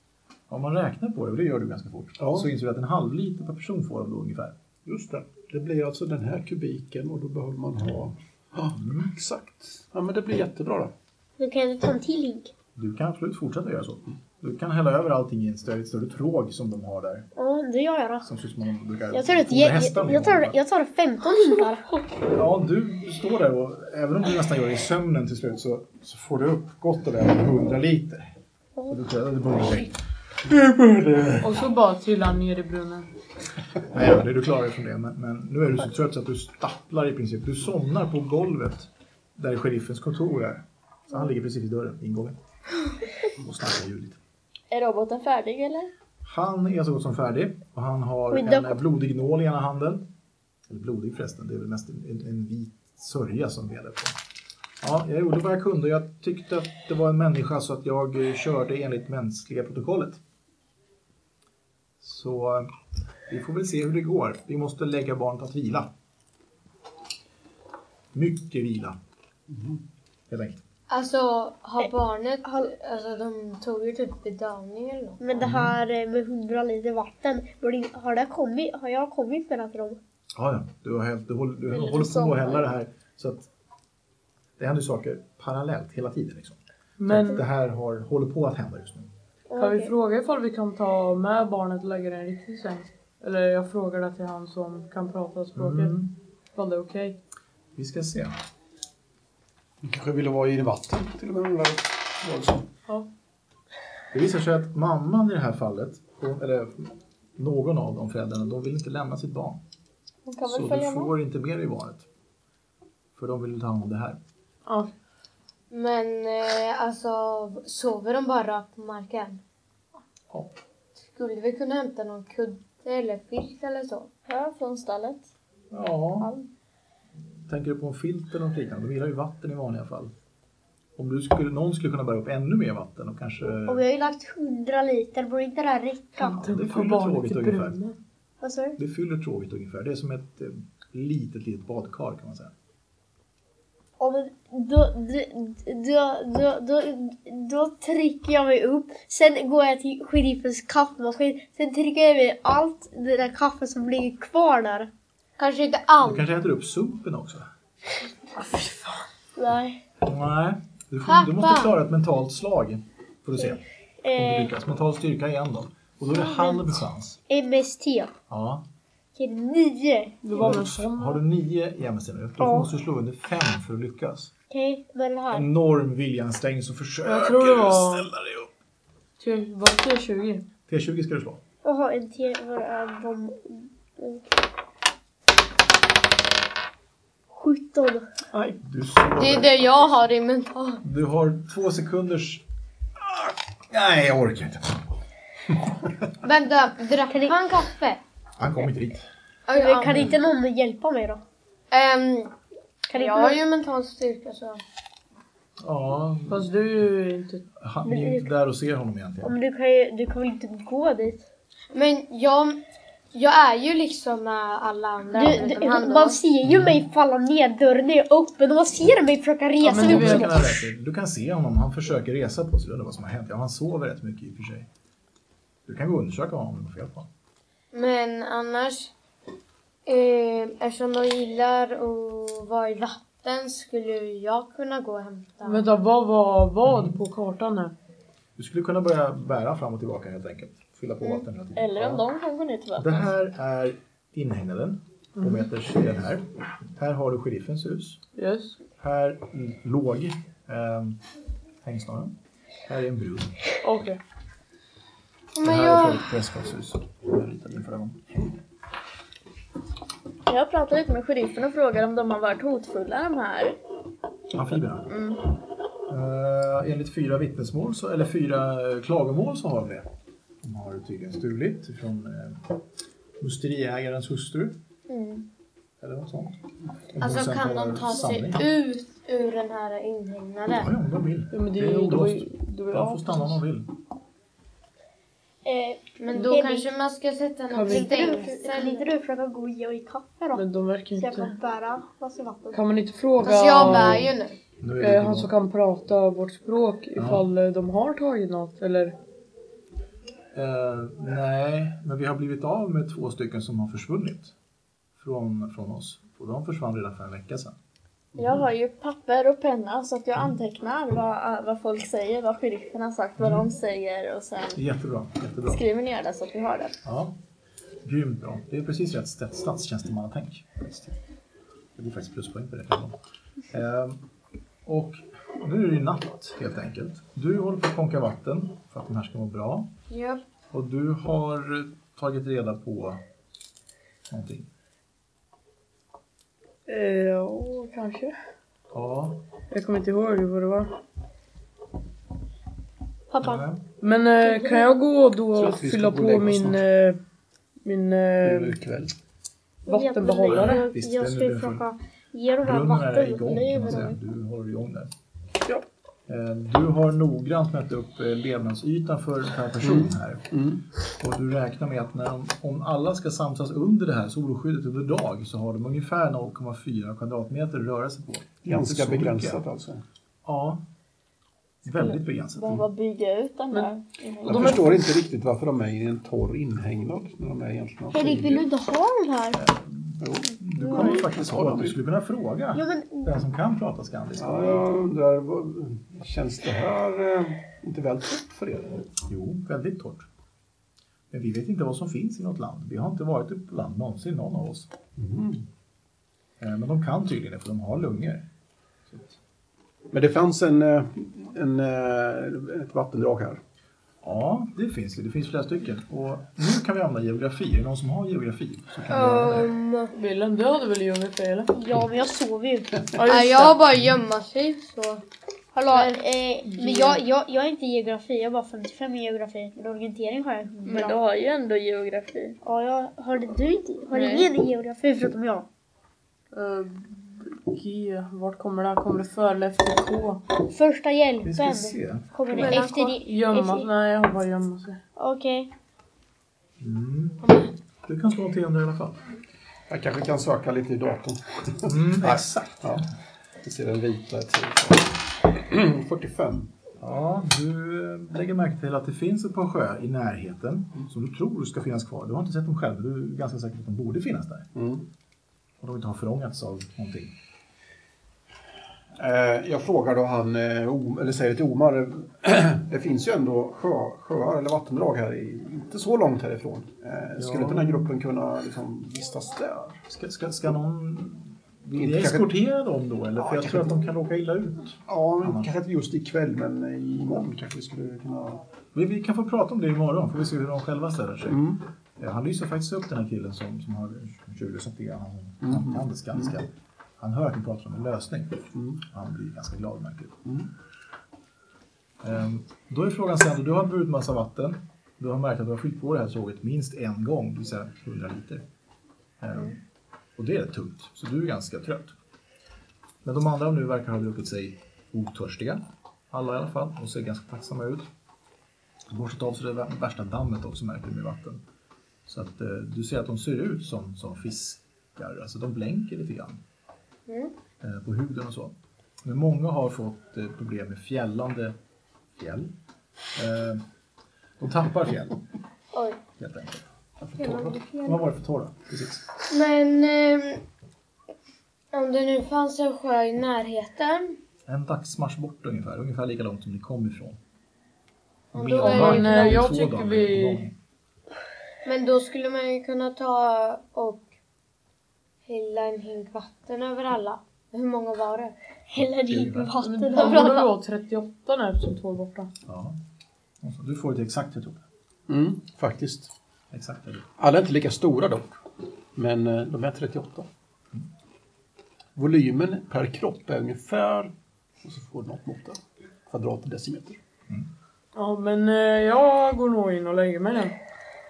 Om man räknar på det, och det gör du ganska fort, Ja. så inser du att en halv liter per person får de då ungefär. Just det. Det blir alltså den här kubiken och då behöver man ha... Ja, mm. Exakt. Ja, men det blir jättebra då. Du kan ta en till hink. Du kan absolut fortsätta göra så. Du kan hälla över allting i en större, större tråg som de har där. Ja, det gör jag då. Som ser ut som man brukar Jag tar, ett, foda jag, hästar jag, med. jag, tar, jag tar femton hinkar. Ja, du står där och även om du nästan gör det i sömnen till slut så, så får du upp gott och väl hundra liter. Och du tror att det borde dig. Och så bara trilla ner i brunnen. Nej, det är du klarar från det. Men, men nu är du så trött så att du stapplar i princip. Du somnar på golvet där sheriffens kontor är. Så han ligger precis i dörren, ingången. Och snackar ljudligt. Är roboten färdig eller? Han är så gott som färdig. Och han har Oj, en då- blodig nål i ena handen. Eller blodig förresten. Det är väl mest en, en vit sörja som leder på. Ja, jag gjorde vad jag kunde. Jag tyckte att det var en människa så att jag eh, körde enligt mänskliga protokollet. Så eh, vi får väl se hur det går. Vi måste lägga barnet att vila. Mycket vila. Helt enkelt. Alltså, har barnet... Alltså, de tog ju typ bedövning eller något. Men det här eh, med hundra liter vatten, borde- har, det kommit, har jag kommit med det till dem? Ja, ja. Du, har helt, du håller, du lite håller på sommar. att hälla det här. Så att det händer saker parallellt hela tiden. Liksom. Men Det här har, håller på att hända just nu. kan vi Okej. fråga ifall vi kan ta med barnet och lägga det i en riktig säng? Eller jag frågar det till han som kan prata språket. Mm. Ifall det är okej. Vi ska se. Du kanske ville vara i vatten till och med. Eller var det så? Ja. Det visar sig att mamman i det här fallet, hon, eller någon av de föräldrarna, de vill inte lämna sitt barn. Hon kan Så väl du följa med? får inte med dig barnet. För de vill ta hand om det här. Ja. Men eh, alltså, sover de bara rakt på marken? Ja. Skulle vi kunna hämta någon kudde eller filt eller så? Ja, från stallet. Ja. Tänker du på en filter eller något liknande? De gillar ju vatten i vanliga fall. Om du skulle, någon skulle kunna bära upp ännu mer vatten och kanske... Och vi har ju lagt hundra liter, borde inte det här räcka? Ja, det Få fyller barnet tråget i ungefär. brunnen. Vad sa du? Det fyller tråget ungefär. Det är som ett eh, litet, litet badkar kan man säga. Ja, men då, då, då, då, då, då trycker jag mig upp. Sen går jag till sheriffens kaffemaskin. Sen trycker jag mig allt det där kaffet som ligger kvar där. Kanske inte Du allt. kanske äter upp sumpen också? Nej. Nej. Du, får, du måste Pappa! klara ett mentalt slag. Får du se. Om du Eh, lyckas. Mental styrka igen då. Och då är det halv chans. M S T. Ja. Okej, nio. Det var väl en sån. Har du nio i M S T nu? Då Ja. måste du slå under fem för att lyckas. Okej, vad är det här? Enorm viljansträngning så försöker Jag tror det var- du ställa dig upp. Till- Var det T tjugo? T tjugo ska du slå. Jaha, en T... Vad är de? sjutton. Nej. Du, slår. Det är det jag har i mental. Du har två sekunders... Ah, nej, jag orkar inte. Vänta, drack han kaffe? Han kom inte dit. Ja, Kan inte någon hjälpa mig då? Ehm, Kan jag inte har ju mental styrka så... Ja, Fast du är ju inte... han, ni är inte där och ser honom egentligen. Om du kan ju, du kan väl inte gå dit? Men jag, jag är ju liksom med alla andra. Du, förutom du, han då. man ser ju mig falla ner, dörren är öppen och man ser mig försöka resa men mig du också. Du kan, ha rätt. Du kan se honom, han försöker resa på sig. Det är vad som har hänt. Ja, han sover rätt mycket i och för sig. Du kan gå och undersöka honom om det är fel på honom. Men annars, eh, eftersom de gillar att vara i vatten skulle jag kunna gå och hämta. Vänta, vad var vad på kartan här? Du skulle kunna börja bära fram och tillbaka helt enkelt. Fylla på vatten hela tiden. Eller om de kan gå ner till Det vattnet. här är inhägnaden. Två meters i den här. Här har du sheriffens hus. Yes. Här låg eh, hängsnaren. Här är en brunn. Okej. Det Men här är jag, för ett prästgårdshus. Jag ritade in förra gången. Jag pratade lite med sheriffen och frågade om de har varit hotfulla de här. Amfibierna. Uh, enligt fyra vittnesmål, så, eller fyra eh, klagomål så har vi det. De har tydligen stulit från uh, musteriägarens hustru. mm. Eller något sånt. Om hon Alltså sen kan talar de ta sig sanning. ut ur den här inhägnaden? Ja, ja, om de vill. Ja, men det, Det är det, var olåst. ju... Det var ju De får stanna om de vill. Eh, Men då Henrik, kanske man ska sätta Kan något vi Kan inte du, stängsel. kan inte du försöka gå och ge mig kaffe då? Men de verkar Så jag kan inte... bära massa vatten. Kan man inte fråga Fast jag bär ju nu. Nu är det eh, han som kan prata vårt språk ifall eh, de har tagit något eller... Eh, nej, men vi har blivit av med två stycken som har försvunnit från, från oss. Och de försvann redan för en vecka sedan. Jag har ju papper och penna så att jag antecknar vad, vad folk säger, vad sheriffen har sagt, vad de säger och sen Jättebra, jättebra. skriver ner det så att vi har det. Ja, grymt bra. Det är precis rätt stats- statstjänstemannatänk. Det blir faktiskt pluspoäng på det. Eh, och nu är det ju natt helt enkelt. Du håller på att konka vatten för att de här ska må bra. Ja. Och du har tagit reda på någonting. Eh, Ja, kanske. Ja. Jag kommer inte ihåg vad det var. Pappa. Nej. Men eh, kan jag gå då tror och att vi ska fylla gå och på lägga oss min, snart. eh, min Det eh, är kväll. vattenbehållare? Jag, Visst, jag den ska är ju den full. fråga. Ge de här Brunnen är igång kan man vatten. säga. Du håller igång där. Ja. Eh, Du har noggrant mätt upp eh, levnadsytan för per person här. Mm. Och du räknar med att när de, om alla ska samsas under det här solskyddet under dag så har de ungefär noll komma fyra kvadratmeter att röra sig på. Ganska Inte så begränsat mycket. alltså. Ja, väldigt begränsat. Behöva bygga ut den där. Jag De är- förstår inte riktigt varför de är i en torr inhägnad när de är egentligen Erik, vill du inte ha den här? Jo. Du kommer faktiskt ha det. Du skulle kunna fråga Ja, men den som kan prata skandiska. Ja, jag undrar, vad, känns det här eh, inte väl torrt för er? Jo, väldigt torrt. Men vi vet inte vad som finns i något land. Vi har inte varit uppe på land någonsin, någon av oss. Mm. Eh, Men de kan tydligen det, för de har lungor. Så att- Men det fanns en, eh, en, eh, ett vattendrag här. Ja, det finns det. Det finns flera stycken. Och nu kan vi använda geografi. Är det någon som har geografi så kan vi göra det. Um, Willem, du hade väl geografi eller? ja, men jag sover ju. Ja, nej, just jag har det. bara gömma sig så. Hallå, eh, men jag, jag, jag är inte i geografi. Jag har bara femtiofem i geografi. Men orientering har jag Men bra. du har ju ändå geografi. Ja, jag, har det, du inte? Har Nej. ingen i geografi förutom jag? Eh, G, vart kommer det här? Kommer det före eller efter K? Första Vi hjälpen. ska se. Kommer det Mellan efter det? Gömma? efter- Nej, jag har bara gömma sig. Okej. Mm. Du kan slå till under i alla fall. Jag kanske kan söka lite i datorn. Mm, Nej. exakt. Ja. Vi ser den vita till. fyrtiofem. Ja, du eh, lägger märke till att det finns ett par sjöar i närheten som du tror ska finnas kvar. Du har inte sett dem själv, men du är ganska säker på att de borde finnas där. Mm. Och de inte har förångats av någonting. Eh, jag frågar då han, eh, o, eller säger till Omar, det finns ju ändå sjö, sjöar eller vattendrag här, i, inte så långt härifrån. Eh, skulle Ja. inte den här gruppen kunna liksom, vistas där? Ska, ska, ska någon... Vill Inte ni kanske- eskortera dem då? Eller? Ja, För jag kanske tror att de inte. kan råka illa ut. Ja, men Annars. kanske inte just ikväll, men imorgon kanske vi skulle kunna... Vi, vi kan få prata om det imorgon, får vi se hur de själva ställer sig. Mm. Ja, han lyser faktiskt upp den här killen som, som har tjugo sånt grann. Han, Mm. han kan det skanska. Han hör att vi pratar om en lösning. Mm. Han blir ganska glad, märker du. Mm. Ehm, då är frågan sen, du har burit massa vatten. Du har märkt att du har fyllt på det här tåget minst en gång, det vill säga hundra liter. Ehm, och det är rätt tungt, så du är ganska trött. Men de andra nu verkar ha druckit sig otörstiga. Alla i alla fall, och ser ganska tacksamma ut. Borstat av sig det värsta dammet också, märker du, med vatten. Så att eh, du ser att de ser ut som, som fiskar, alltså de blänker lite grann. Mm. Eh, på huden och så. Men många har fått eh, problem med fjällande fjäll. Eh, de tappar fjäll, Oj. helt enkelt. Fjällande fjäll. Vad var det för torra? Precis. Men eh, om det nu fanns en sjö i närheten. En dagsmarsch bort ungefär, ungefär lika långt som ni kom ifrån. Ja, Med då är det vagn, Men, det är jag två tycker dagar vi- på gång. Men då skulle man ju kunna ta och hälla en hink vatten över alla. Hur många var det? Hälla dit med vatten Men då överallt. borde det vara trettioåtta nu eftersom två är borta. Ja. Alltså, du får ett exakt jag tror jag. Mm, faktiskt. Exakt är det. Alla är inte lika stora dock, men eh, de är trettioåtta. Volymen per kropp är ungefär, och så får du något mot det, kvadratdecimeter. Ja, men eh, jag går nog in och lägger mig nu.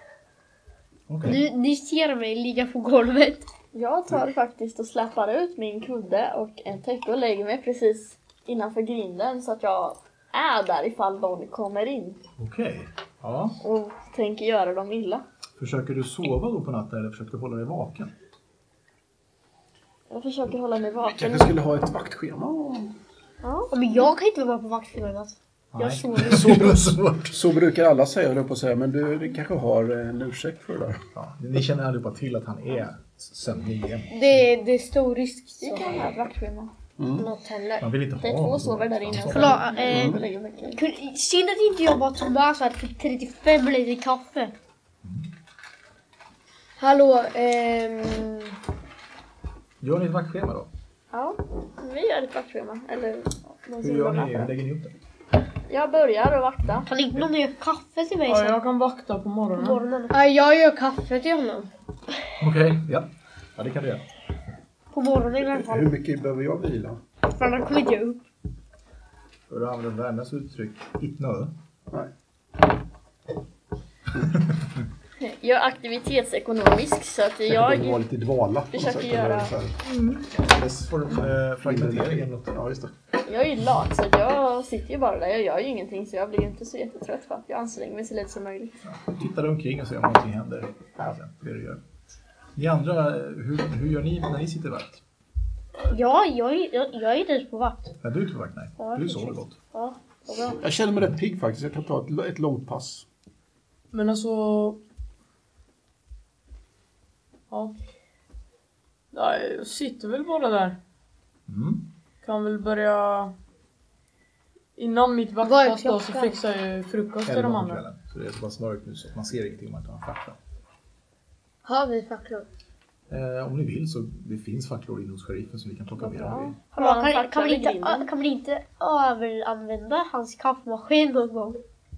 Okej. Du, ni ser mig ligga på golvet. Jag tar faktiskt och släpar ut min kudde och en täcke och lägger mig precis innanför grinden så att jag är där ifall de kommer in Okej. Ja. och tänker göra dem illa. Försöker du sova då på natten eller försöker du hålla dig vaken? Jag försöker hålla mig vaken. Kanske skulle ha ett vaktschema. Ja. Ja, men jag kan inte vara med på vaktschemat. Jag sover. Så, bru- Svårt. så brukar alla säga, höll jag på att säga, men du, du kanske har en ursäkt för det där. Ja, ni känner allihopa till att han är sömnig igen. Det, det är stor risk. Vi Så. kan ha ett vaktschema. Något händer. Man vill inte ha Det är två honom. sover där inne. Förlåt, eh, Mm. Lägger mig kring. kun- synd att inte jag var Tomas här för trettiofem liter kaffe. Hallå, ehm... Gör ni ett vaktschema då? Ja, vi gör ett vaktschema. Eller någon Hur som gör jobbar ni? för. Hur lägger ni upp det? Jag börjar att vakta. Kan inte någon göra kaffe till mig Ja, sen jag kan vakta på på morgonen. morgonen? ja, jag gör kaffe till honom. Okej, ja. Ja, det kan du göra. På morgonen i alla fall. Hur mycket behöver jag vila? För annars kommer inte jag upp. För att använda ett värmlöst uttryck. Itnö. Nej. Jag är aktivitetsekonomisk så att Jag var jag lite i dvala. på något försöker sätt, göra- eller så här. Dess får eh, fragmentering eller något. Ja, just det. Jag är ju lat så att jag sitter ju bara där. Jag gör ju ingenting så jag blir ju inte så jättetrött för att jag anstränger mig så lite som möjligt. Tittar omkring och ser om någonting händer. Ja, det du gör. Ni andra, hur, hur gör ni när ni sitter vakt? Ja, jag är, jag, jag är inte ens på vakt. När du är inte på vakt, nej. Ja, Du det sover känns- gott. Ja, vad bra. Jag känner mig rätt pigg faktiskt. Jag kan ta ett, ett långt pass. Men alltså... Ja. Ja, jag sitter väl bara där. Mm. Kan väl börja... Innan mitt Vad är vaktpass då så klockan? fixar jag ju frukost till Elva de på andra. kvällen. Så det är så pass mörkt nu så att man ser ingenting om man inte har en fackla. Har vi facklor? Eh, om ni vill så det finns facklor inne hos sheriffen som vi kan plocka med om vi... Hallå, Ja, en kan, fackla kan, vi vid inte, grinden. kan vi inte överanvända hans kaffemaskin någon gång?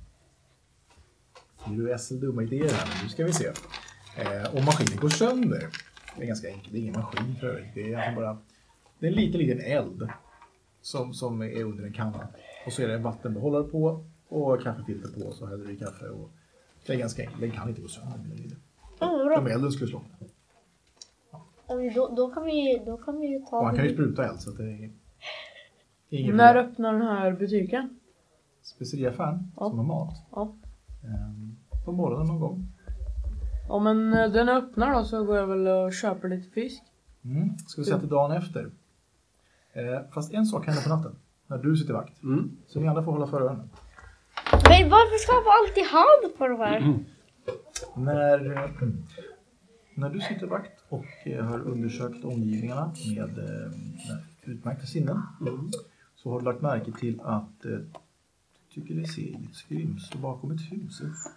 Är du S L dumma idéer här? Men nu ska vi se. Eh, om maskinen går sönder. Det är ganska enkelt. Det är ingen maskin för övrigt. Det är alltså bara... Det är en liten, liten eld. Som, som är under en kanna. Och så är det en vattenbehållare på. Och kaffefilter på. Så häller du i kaffe. Och det är ganska enkelt. Den kan inte gå sönder. Med det. Ja, vad bra. Om elden skulle slockna. Om vi, då, då, kan vi, då kan vi ju ta... Och han kan ju spruta eld så att det är ingen... ingen När problem. öppnar den här butiken? Speceriaffären Ja. som har mat. Ja. Ehm, på morgonen någon gång. Ja, men eh, den öppnar då så går jag väl och köper lite fisk. Mm. Ska vi säga till dagen efter. Eh, fast en sak händer på natten. När du sitter vakt. Mm. Så ni andra får hålla för öronen. Men varför ska man alltid hand på de här? När, eh, när du sitter vakt och eh, har undersökt omgivningarna med eh, utmärkta sinnen. Så har du lagt märke till att eh, tycker det ser ett skrymsle bakom ett hus.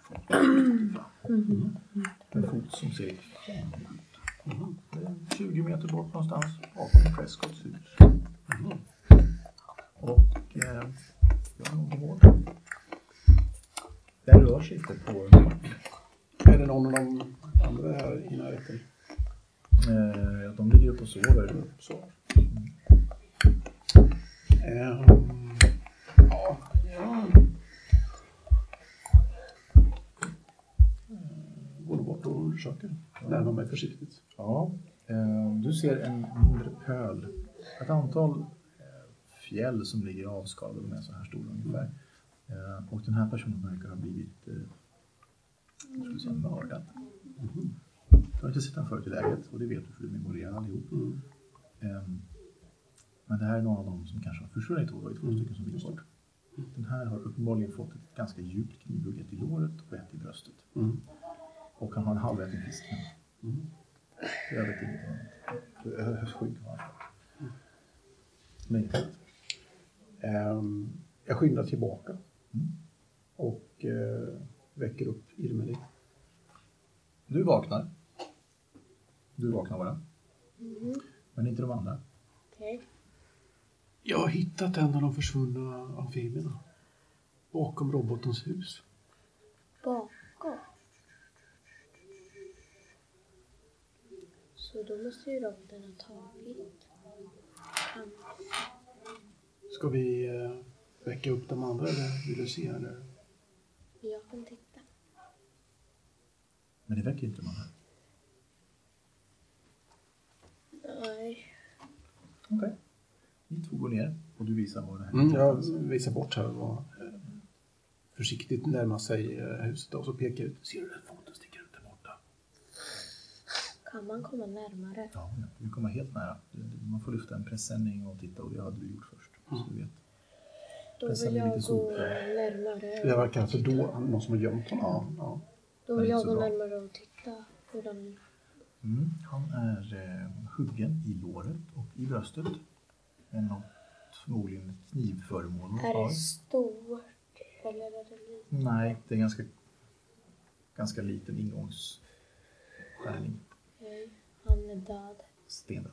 Mm. En fot som ser mm. tjugo meter bort någonstans bakom Prescotts hus. Mm. Och eh, jag har någonting åt. Den rör sig inte på Är det någon av de andra här i närheten? eh, att de ligger upp och sover. Så. Ehm, ja, ja. Ehm, Går bort och undersöker. Närmar mig försiktigt. Ja, eh, du ser en mindre pöl. Ett antal eh, fjäll som ligger avskalade. De är så här stora ungefär. Eh, och den här personen verkar ha blivit eh, jag skulle säga mördad. Mm. Du har inte sett den förut i läget och det vet du för du memorerar allihop. Mm. Eh, men det här är någon av dem som kanske har försvunnit och det var två stycken som ligger bort. Den här har uppenbarligen fått ett ganska djupt knivhugg, ett i låret och ett i bröstet. Mm. Och han har en halväten fisk. Mm. Jag vet inget annat. Höstsjuk har han. Men inte annat. Ehm, jag skyndar tillbaka Mm. och eh, väcker upp Irmeli. Du vaknar. Du vaknar bara. Men inte de andra. Okej. Jag har hittat en av de försvunna amfibierna bakom robotens hus. Bakom. Så då måste ju roboten ha tagit. Han. Ska vi eh, väcka upp de andra eller vill du se? Eller? Jag kan titta. Men det väcker inte de andra. Nej. Okej. Ni två går ner och du visar var det här Mm, jag är. visar bort här och eh, försiktigt närmar sig eh, huset och så pekar jag ut. Ser du den foten sticker ut där borta? Kan man komma närmare? Ja, ja, vi kommer helt nära. Man får lyfta en presenning och titta och det hade du gjort först. Så du vet. Då Pressa vill ner jag lite gå sopor. närmare. Det verkar alltså då någon som har gömt honom. Ja. Ja. Då det vill är jag så gå bra. närmare och titta hur den... Mm. Han är eh, huggen i låret och i bröstet. Med något förmodligen knivföremål. något Är slag. det stort? Eller är det litet? Nej, det är ganska, ganska liten ingångsskärning. Nej, han är död. Sten.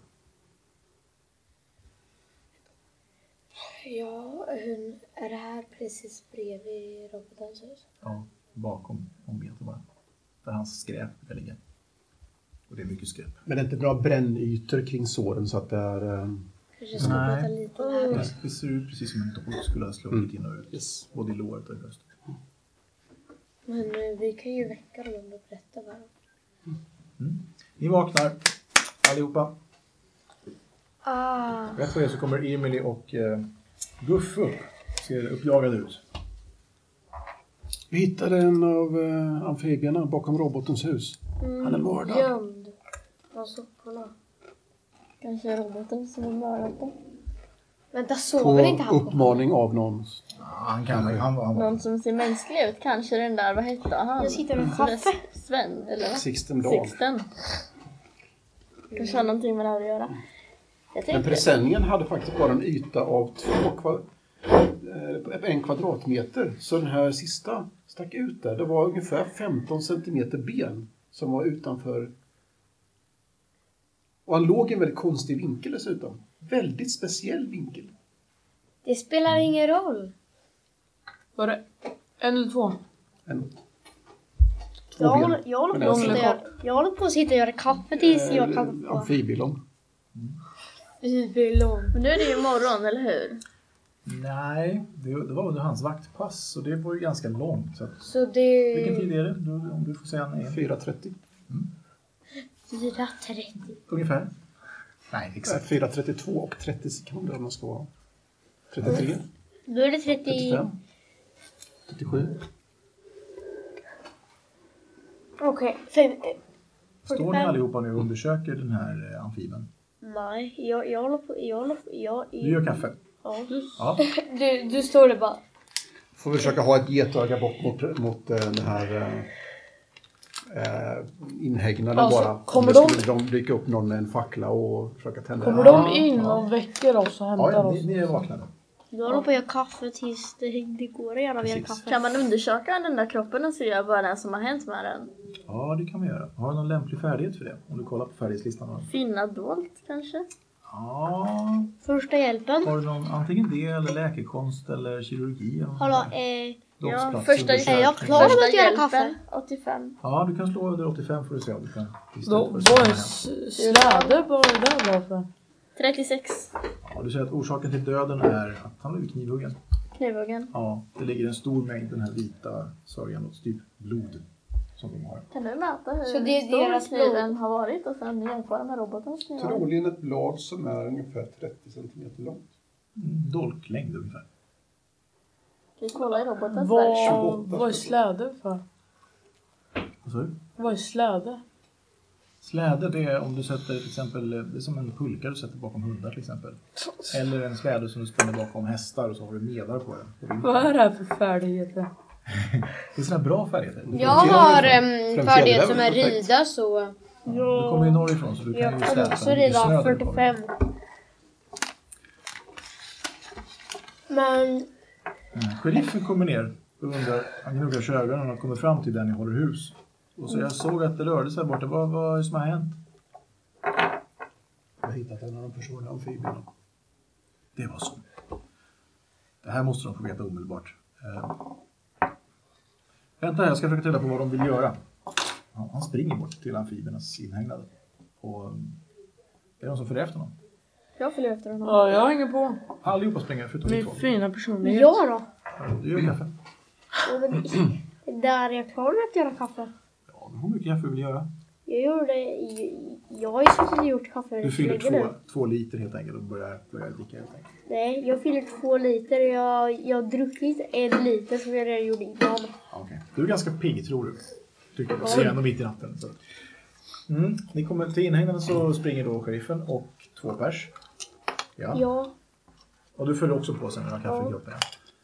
Ja, hur, är det här precis bredvid robotens hus? Ja, bakom ombetet bara. Där hans skräp brukar ligga. Och det är mycket skräp. Men det är inte bra brännytor kring såren så att det är... eh, Kanske ska Nej. prata lite här. Det, det ser ut precis som en dolk skulle ha slagit in och ut. Yes. Både i låret och i bröstet. Men eh, vi kan ju väcka dem och berätta vad de... Mm. Ni vaknar allihopa. Ah, Rätt vad det är så kommer Emily och eh, Guff upp. Ser uppjagade ut. Vi hittade en av uh, amfibierna bakom robotens hus. Han är mördad. gömd. Av soporna. Kanske är roboten som är mördad på. Vänta, På sover inte han på? uppmaning av någon. Ja, han kan han, han, han, Någon som ser mänsklig ut. Kanske den där, vad hette han? Jag sitter med kaffe. Sven, eller vad? Sixten Dahl. Sixten. Kanske har någonting med det här att göra. Jag Men tänkte, presenningen hade faktiskt bara en yta av två kva- eh, en kvadratmeter. Så den här sista stack ut där. Det var ungefär femton centimeter ben som var utanför. Och han låg i en väldigt konstig vinkel dessutom. Väldigt speciell vinkel. Det spelar ingen roll. Var det en eller två? En, två Jag ben. håller, jag, håller Men på att den sitta och göra, jag håller på att sitta och göra kaffe tills jag kan Eh, få... amfibielång. Bibelång. men nu är det ju morgon, eller hur? nej, det, det var under hans vaktpass. Så det var ju ganska långt. Så att, Så det... vilken tid är det? Du, om du får säga nej. fyra trettio. fyra trettio. Ungefär? Nej, Nej, exakt. fyra trettiotvå och trettio sekunder om man ska vara. trettiotre, Då är det trettio... trettiofem, trettiosju. Okej, fem... eh, Står ni fyrtiofem. allihopa nu och undersöker den här eh, amfiben? Nej, jag, jag håller på... Jag håller på... Jag, Du gör kaffe? Ja. Ja. Du, du står där bara. Får vi försöka ha ett getöga bort mot, mot eh, den här eh, inhägnaden Alltså, bara. kommer Om det skulle de dyka upp någon med en fackla och försöka tända Kommer den. de in och väcker oss och hämtar Ja, ja oss? ni, ni är vakna nu. Jag håller på att göra kaffe tills det, det går att göra mer Precis. kaffe. Kan man undersöka den där kroppen och se vad det är som har hänt med den? Ja, det kan vi göra. Har du någon lämplig färdighet för det? Om du kollar på färdighetslistan. Finna dolt kanske? Ja, Första hjälpen. har du någon, antingen det eller läkekonst eller kirurgi? Eller något Hallå, sånt där? eh... Ja, Brottsplats, första, undersökning. Är jag klar med första att göra hjälpen, kaffe? åttiofem. Ja, du kan slå under åttiofem för att se om du kan lista Då, ut vad vad som har är hänt. s- släde vad är det där för? trettiosex. Ja, du säger att orsaken till döden är att han blev knivhuggen. Knivhuggen. Ja, det ligger en stor mängd den här vita sörjan och typ blod som de har. Kan du mäta hur Så det är stor deras kniven har varit och sen jämföra med robotens knivar? Troligen ett blad som är ungefär trettio centimeter långt. Mm, dolklängd ungefär. Vi kollar i robotens verk. Vad, tjugoåtta vad är släde för? Vad sa du? Vad är släde? Släde, det är om du sätter till exempel, det är som en pulka du sätter bakom hundar till exempel. Eller en släde som du spänner bakom hästar och så har du medar på den. Vad är det här för färdigheter? Det är sådana bra färdigheter. Jag har För en um, färdighet som är fjäderräv, rida så... Du kommer ju norrifrån så du kan Jag ju kan släta också mycket redan snö där du kommer. fyrtiofem. Men... Mm. Sheriffen kommer ner och undrar, han gnuggar sig i ögonen och kommer fram till där ni håller hus. Och så jag såg att det rörde sig borta. Vad, vad är det som har hänt? Jag har hittat en av de försvunna amfibierna. Det var så. Det här måste de få veta omedelbart. Eh, vänta, jag ska försöka ta reda på vad de vill göra. Han, han springer bort till amfibiernas inhägnade. Och um, är det någon som följer efter honom? Jag följer efter honom. Ja, jag hänger på. Allihopa springer förutom ni Min två. fina personlighet. Ja då. Du gör kaffe. Och det- Där är jag klar med att göra kaffe. Ja, hur mycket kaffe vill du göra? Jag gjorde... Jag har ju suttit och gjort kaffe Du fyller länge två, nu. två liter helt enkelt och börjar, börjar dricka helt enkelt. Nej, jag fyller två liter. Jag, jag har druckit en liter som jag redan gjorde innan. Okay. Du är ganska pigg tror du. Tycker jag. Det är ändå mitt i natten. Så. Mm. Ni kommer till inhägnaden så springer då sheriffen och två pers. Ja. Ja. Och du följer också på sen när du har kaffe i kroppen.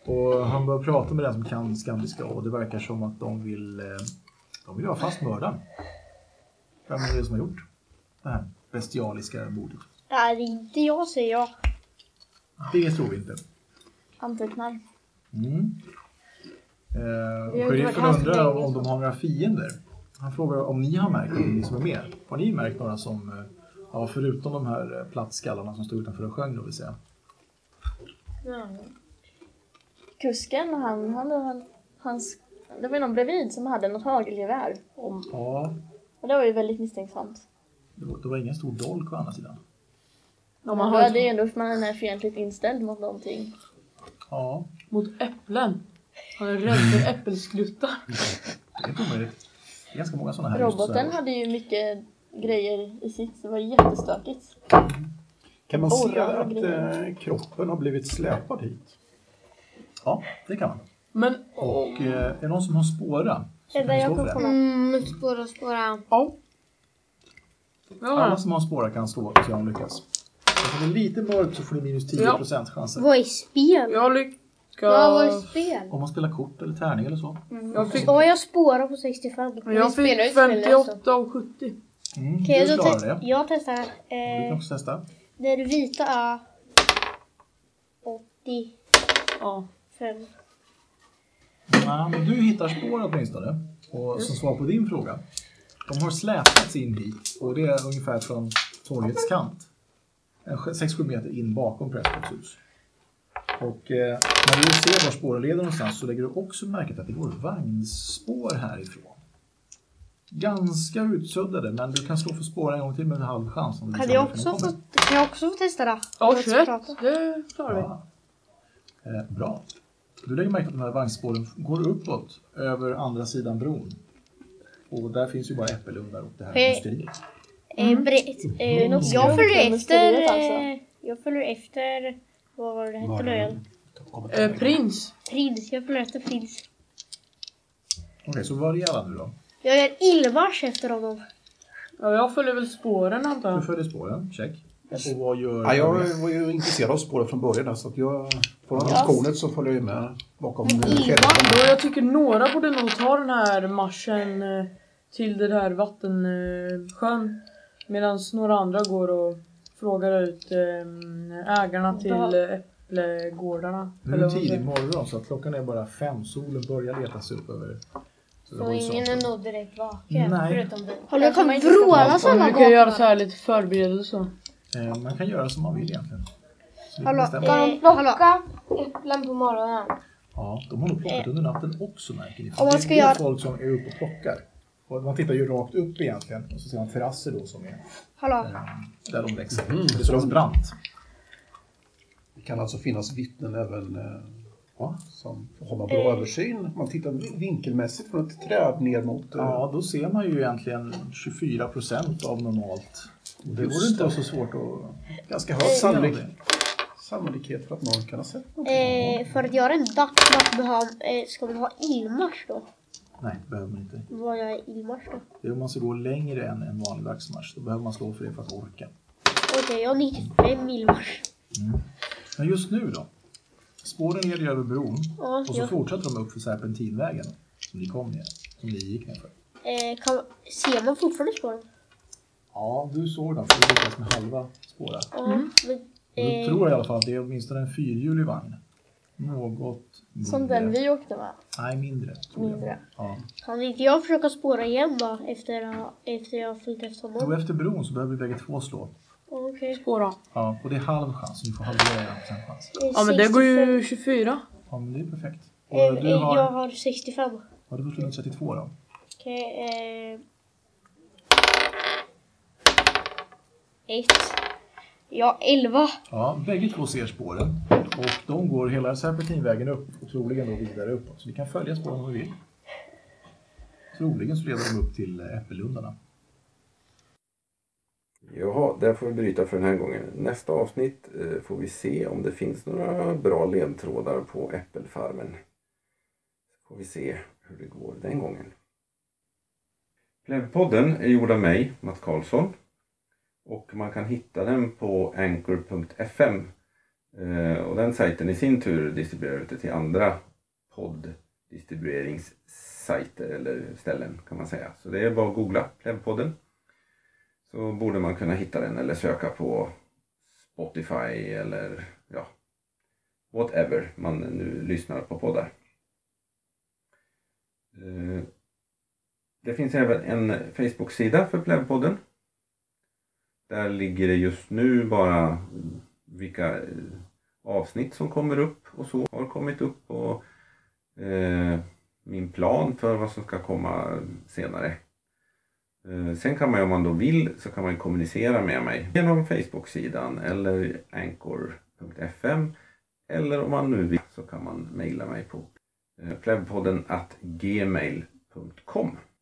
Och han börjar prata med den som kan skandiska och det verkar som att de vill, de vill ha fast mördaren. Vem är det som har gjort det här bestialiska mordet? Nej, det är inte jag, säger jag. Det tror vi inte. Antecknar. Mm. Eh, har inte varit Sheriffen här så undrar länge, om, om så. de har några fiender. Han frågar om ni har märkt någon, ni som är med. Har ni märkt några som, eh, ja, förutom de här eh, plattskallarna som stod utanför och sjöng då vill säga? Mm. Kusken, han hade hans... Det var någon bredvid som hade något hagelgevär. Om. Ja, Och det var ju väldigt misstänksamt. det var, det var ingen stor dolk på andra sidan. Ja, Man man har har det är ju ändå för man är fientligt inställd mot någonting. Ja, mot äpplen. Han är rädd för äppelskluttar. det är inte omöjligt. Det är ganska många sådana här. just så Roboten här. hade ju mycket grejer i sitt, så det var jättestökigt. Kan man se Orrar och att grejer. eh, kroppen har blivit släpad hit? Ja, det kan man. Men Och eh, är det någon som har spåra? Så Det kan där du jag slå kan för få det. Mm, spåra, spåra. ja. Alla Ja, som har spåra kan slå och se om de lyckas. Om det är lite mörkt så får ni minus tio procent chanser. Vad är spel? jag lyckas. Ja, vad är spel? Om man spelar kort eller tärning eller så. Jag fick, Ja, jag spårar på sextiofem. jag spelar ju fick spel alltså. femtioåtta av sjuttio. Mm, Okej, du då klarar te- det. jag testar. Du kan Eh, också testa. det vita är åttiofem. Ja. Ja, men du hittar spår åtminstone. Och som svar på din fråga. De har släpats in hit. Och det är ungefär från torgets kant. sex sju meter in bakom Prescott's hus. Och eh, när du ser var spåren leder någonstans så lägger du också märke till att det går vagnspår härifrån. Ganska utsuddade, men du kan slå för spår en gång till med en halv chans. Om du Kan vill se jag varifrån de också kommer. få, kan jag också få testa det? Ja, Jag ska tjugoett. prata. Det klarar vi. Ja. Eh, bra. Du lägger märke till att de här vagnspåren går uppåt över andra sidan bron. Och där finns ju bara äppelundar och det här Hej. mysteriet. Eh, brett, eh, Något jag följer skumt med efter... mysteriet, alltså. Eh, jag följer efter... Vad var det hette nu igen? Eh, prins. Prins. Jag följer efter prins. Okej, så vad är alla nu då? Jag gör illmarsch efter honom. Ja, jag följer väl spåren antar Du jag. följer spåren, check. Och vad gör Ja, jag var ju intresserad av spåret från början där, så att jag från kornet så följer jag med bakom Men kedjan. Då jag tycker några borde nog ta den här marschen eh, till det här vattensjön. Medan några andra går och frågar ut eh, ägarna till eh, äpplegårdarna. Nu är Eller det vad man tidig säger. morgon så att klockan är bara fem. Solen börjar leta sig upp över Så ingen är nog direkt vaken. Nej. Förutom vi. Har du kan inte ska vråla ta- sådana Vi kan göra så vaknar? här lite förberedelser. Eh, Man kan göra som man vill egentligen. Så vi Hallå, bestämmer. Ska de Eh, plocka äpplen på morgonen? Ja, de har nog plockat under natten också märker ni. Om man Det- ska det är göra- folk som är uppe och plockar. Och man tittar ju rakt upp egentligen och så ser man terrasser då som är Hallå. eh, där de växer. Mm. Det är så de brant. Det kan alltså finnas vittnen även eh, Ja. som har man bra översyn. Man tittar vinkelmässigt från ett träd ner mot... eh, Ja, då ser man ju egentligen tjugofyra procent av normalt. Och det Just vore inte det. så svårt att... ganska hög sannolik, sannolikhet för att någon kan ha sett något. Eh, för att göra en dagsmatch behöver, eh, ska man ha illmarsch då? Nej, det behöver man inte. Vad är illmarsch då? Det är om man ska gå längre än en vanlig dagsmatch. Då behöver man slå för det för att orka. Okej, jag har nittiofem illmarsch. Men just nu då? Spåren leder ju över bron. Ja, Och så jag, fortsätter de upp för Serpentinvägen. Som ni kom ner. Som ni gick ner för. eh, kan, ser man fortfarande spåren? Ja, du såg dem. För du lyckas med halva spåret. Ja, men, Och du eh, tror i alla fall att det är åtminstone en fyrhjulig vagn. Något mindre. Som den vi åkte med. Nej, mindre. Tror Mindre. Jag. Ja. kan inte jag försöka spåra igen då? Efter, efter jag har följt efter Och honom? efter bron så behöver vi bägge två slå. Okej. Spåra. Ja, och det är halv chans. Så ni får halvera er procentchans. Eh, Ja, men det går sextiofem. ju tjugofyra. Ja, men det är perfekt. Eh, Och du eh, har... Jag har sextiofem. Ja, du får slå trettiotvå då. Okej, eh... Ett. Ja, elva. Ja, bägge två ser spåren. Och de går hela Serpentinvägen upp och troligen då vidare uppåt. Så ni kan följa spåren om ni vill. Troligen så leder de upp till Äppellundarna. Jaha, där får vi bryta för den här gången. Nästa avsnitt eh, får vi se om det finns några bra ledtrådar på äppelfarmen. Så får vi se hur det går den gången. Plevpodden är gjord av mig, Mats Karlsson. Och man kan hitta den på anchor punkt f m Eh, och den sajten i sin tur distribuerar ut det till andra podddistribueringssajter eller ställen kan man säga. Så det är bara att googla Plevpodden. Så borde man kunna hitta den eller söka på Spotify eller ja, whatever man nu lyssnar på poddar. Eh, det finns även en Facebook-sida för Plevpodden. Där ligger det just nu bara vilka avsnitt som kommer upp och så har kommit upp och eh, min plan för vad som ska komma senare. Eh, sen kan man, om man då vill, så kan man kommunicera med mig genom Facebook-sidan eller anchor punkt f m, eller om man nu vill så kan man mejla mig på eh, plevpodden at gmail punkt com.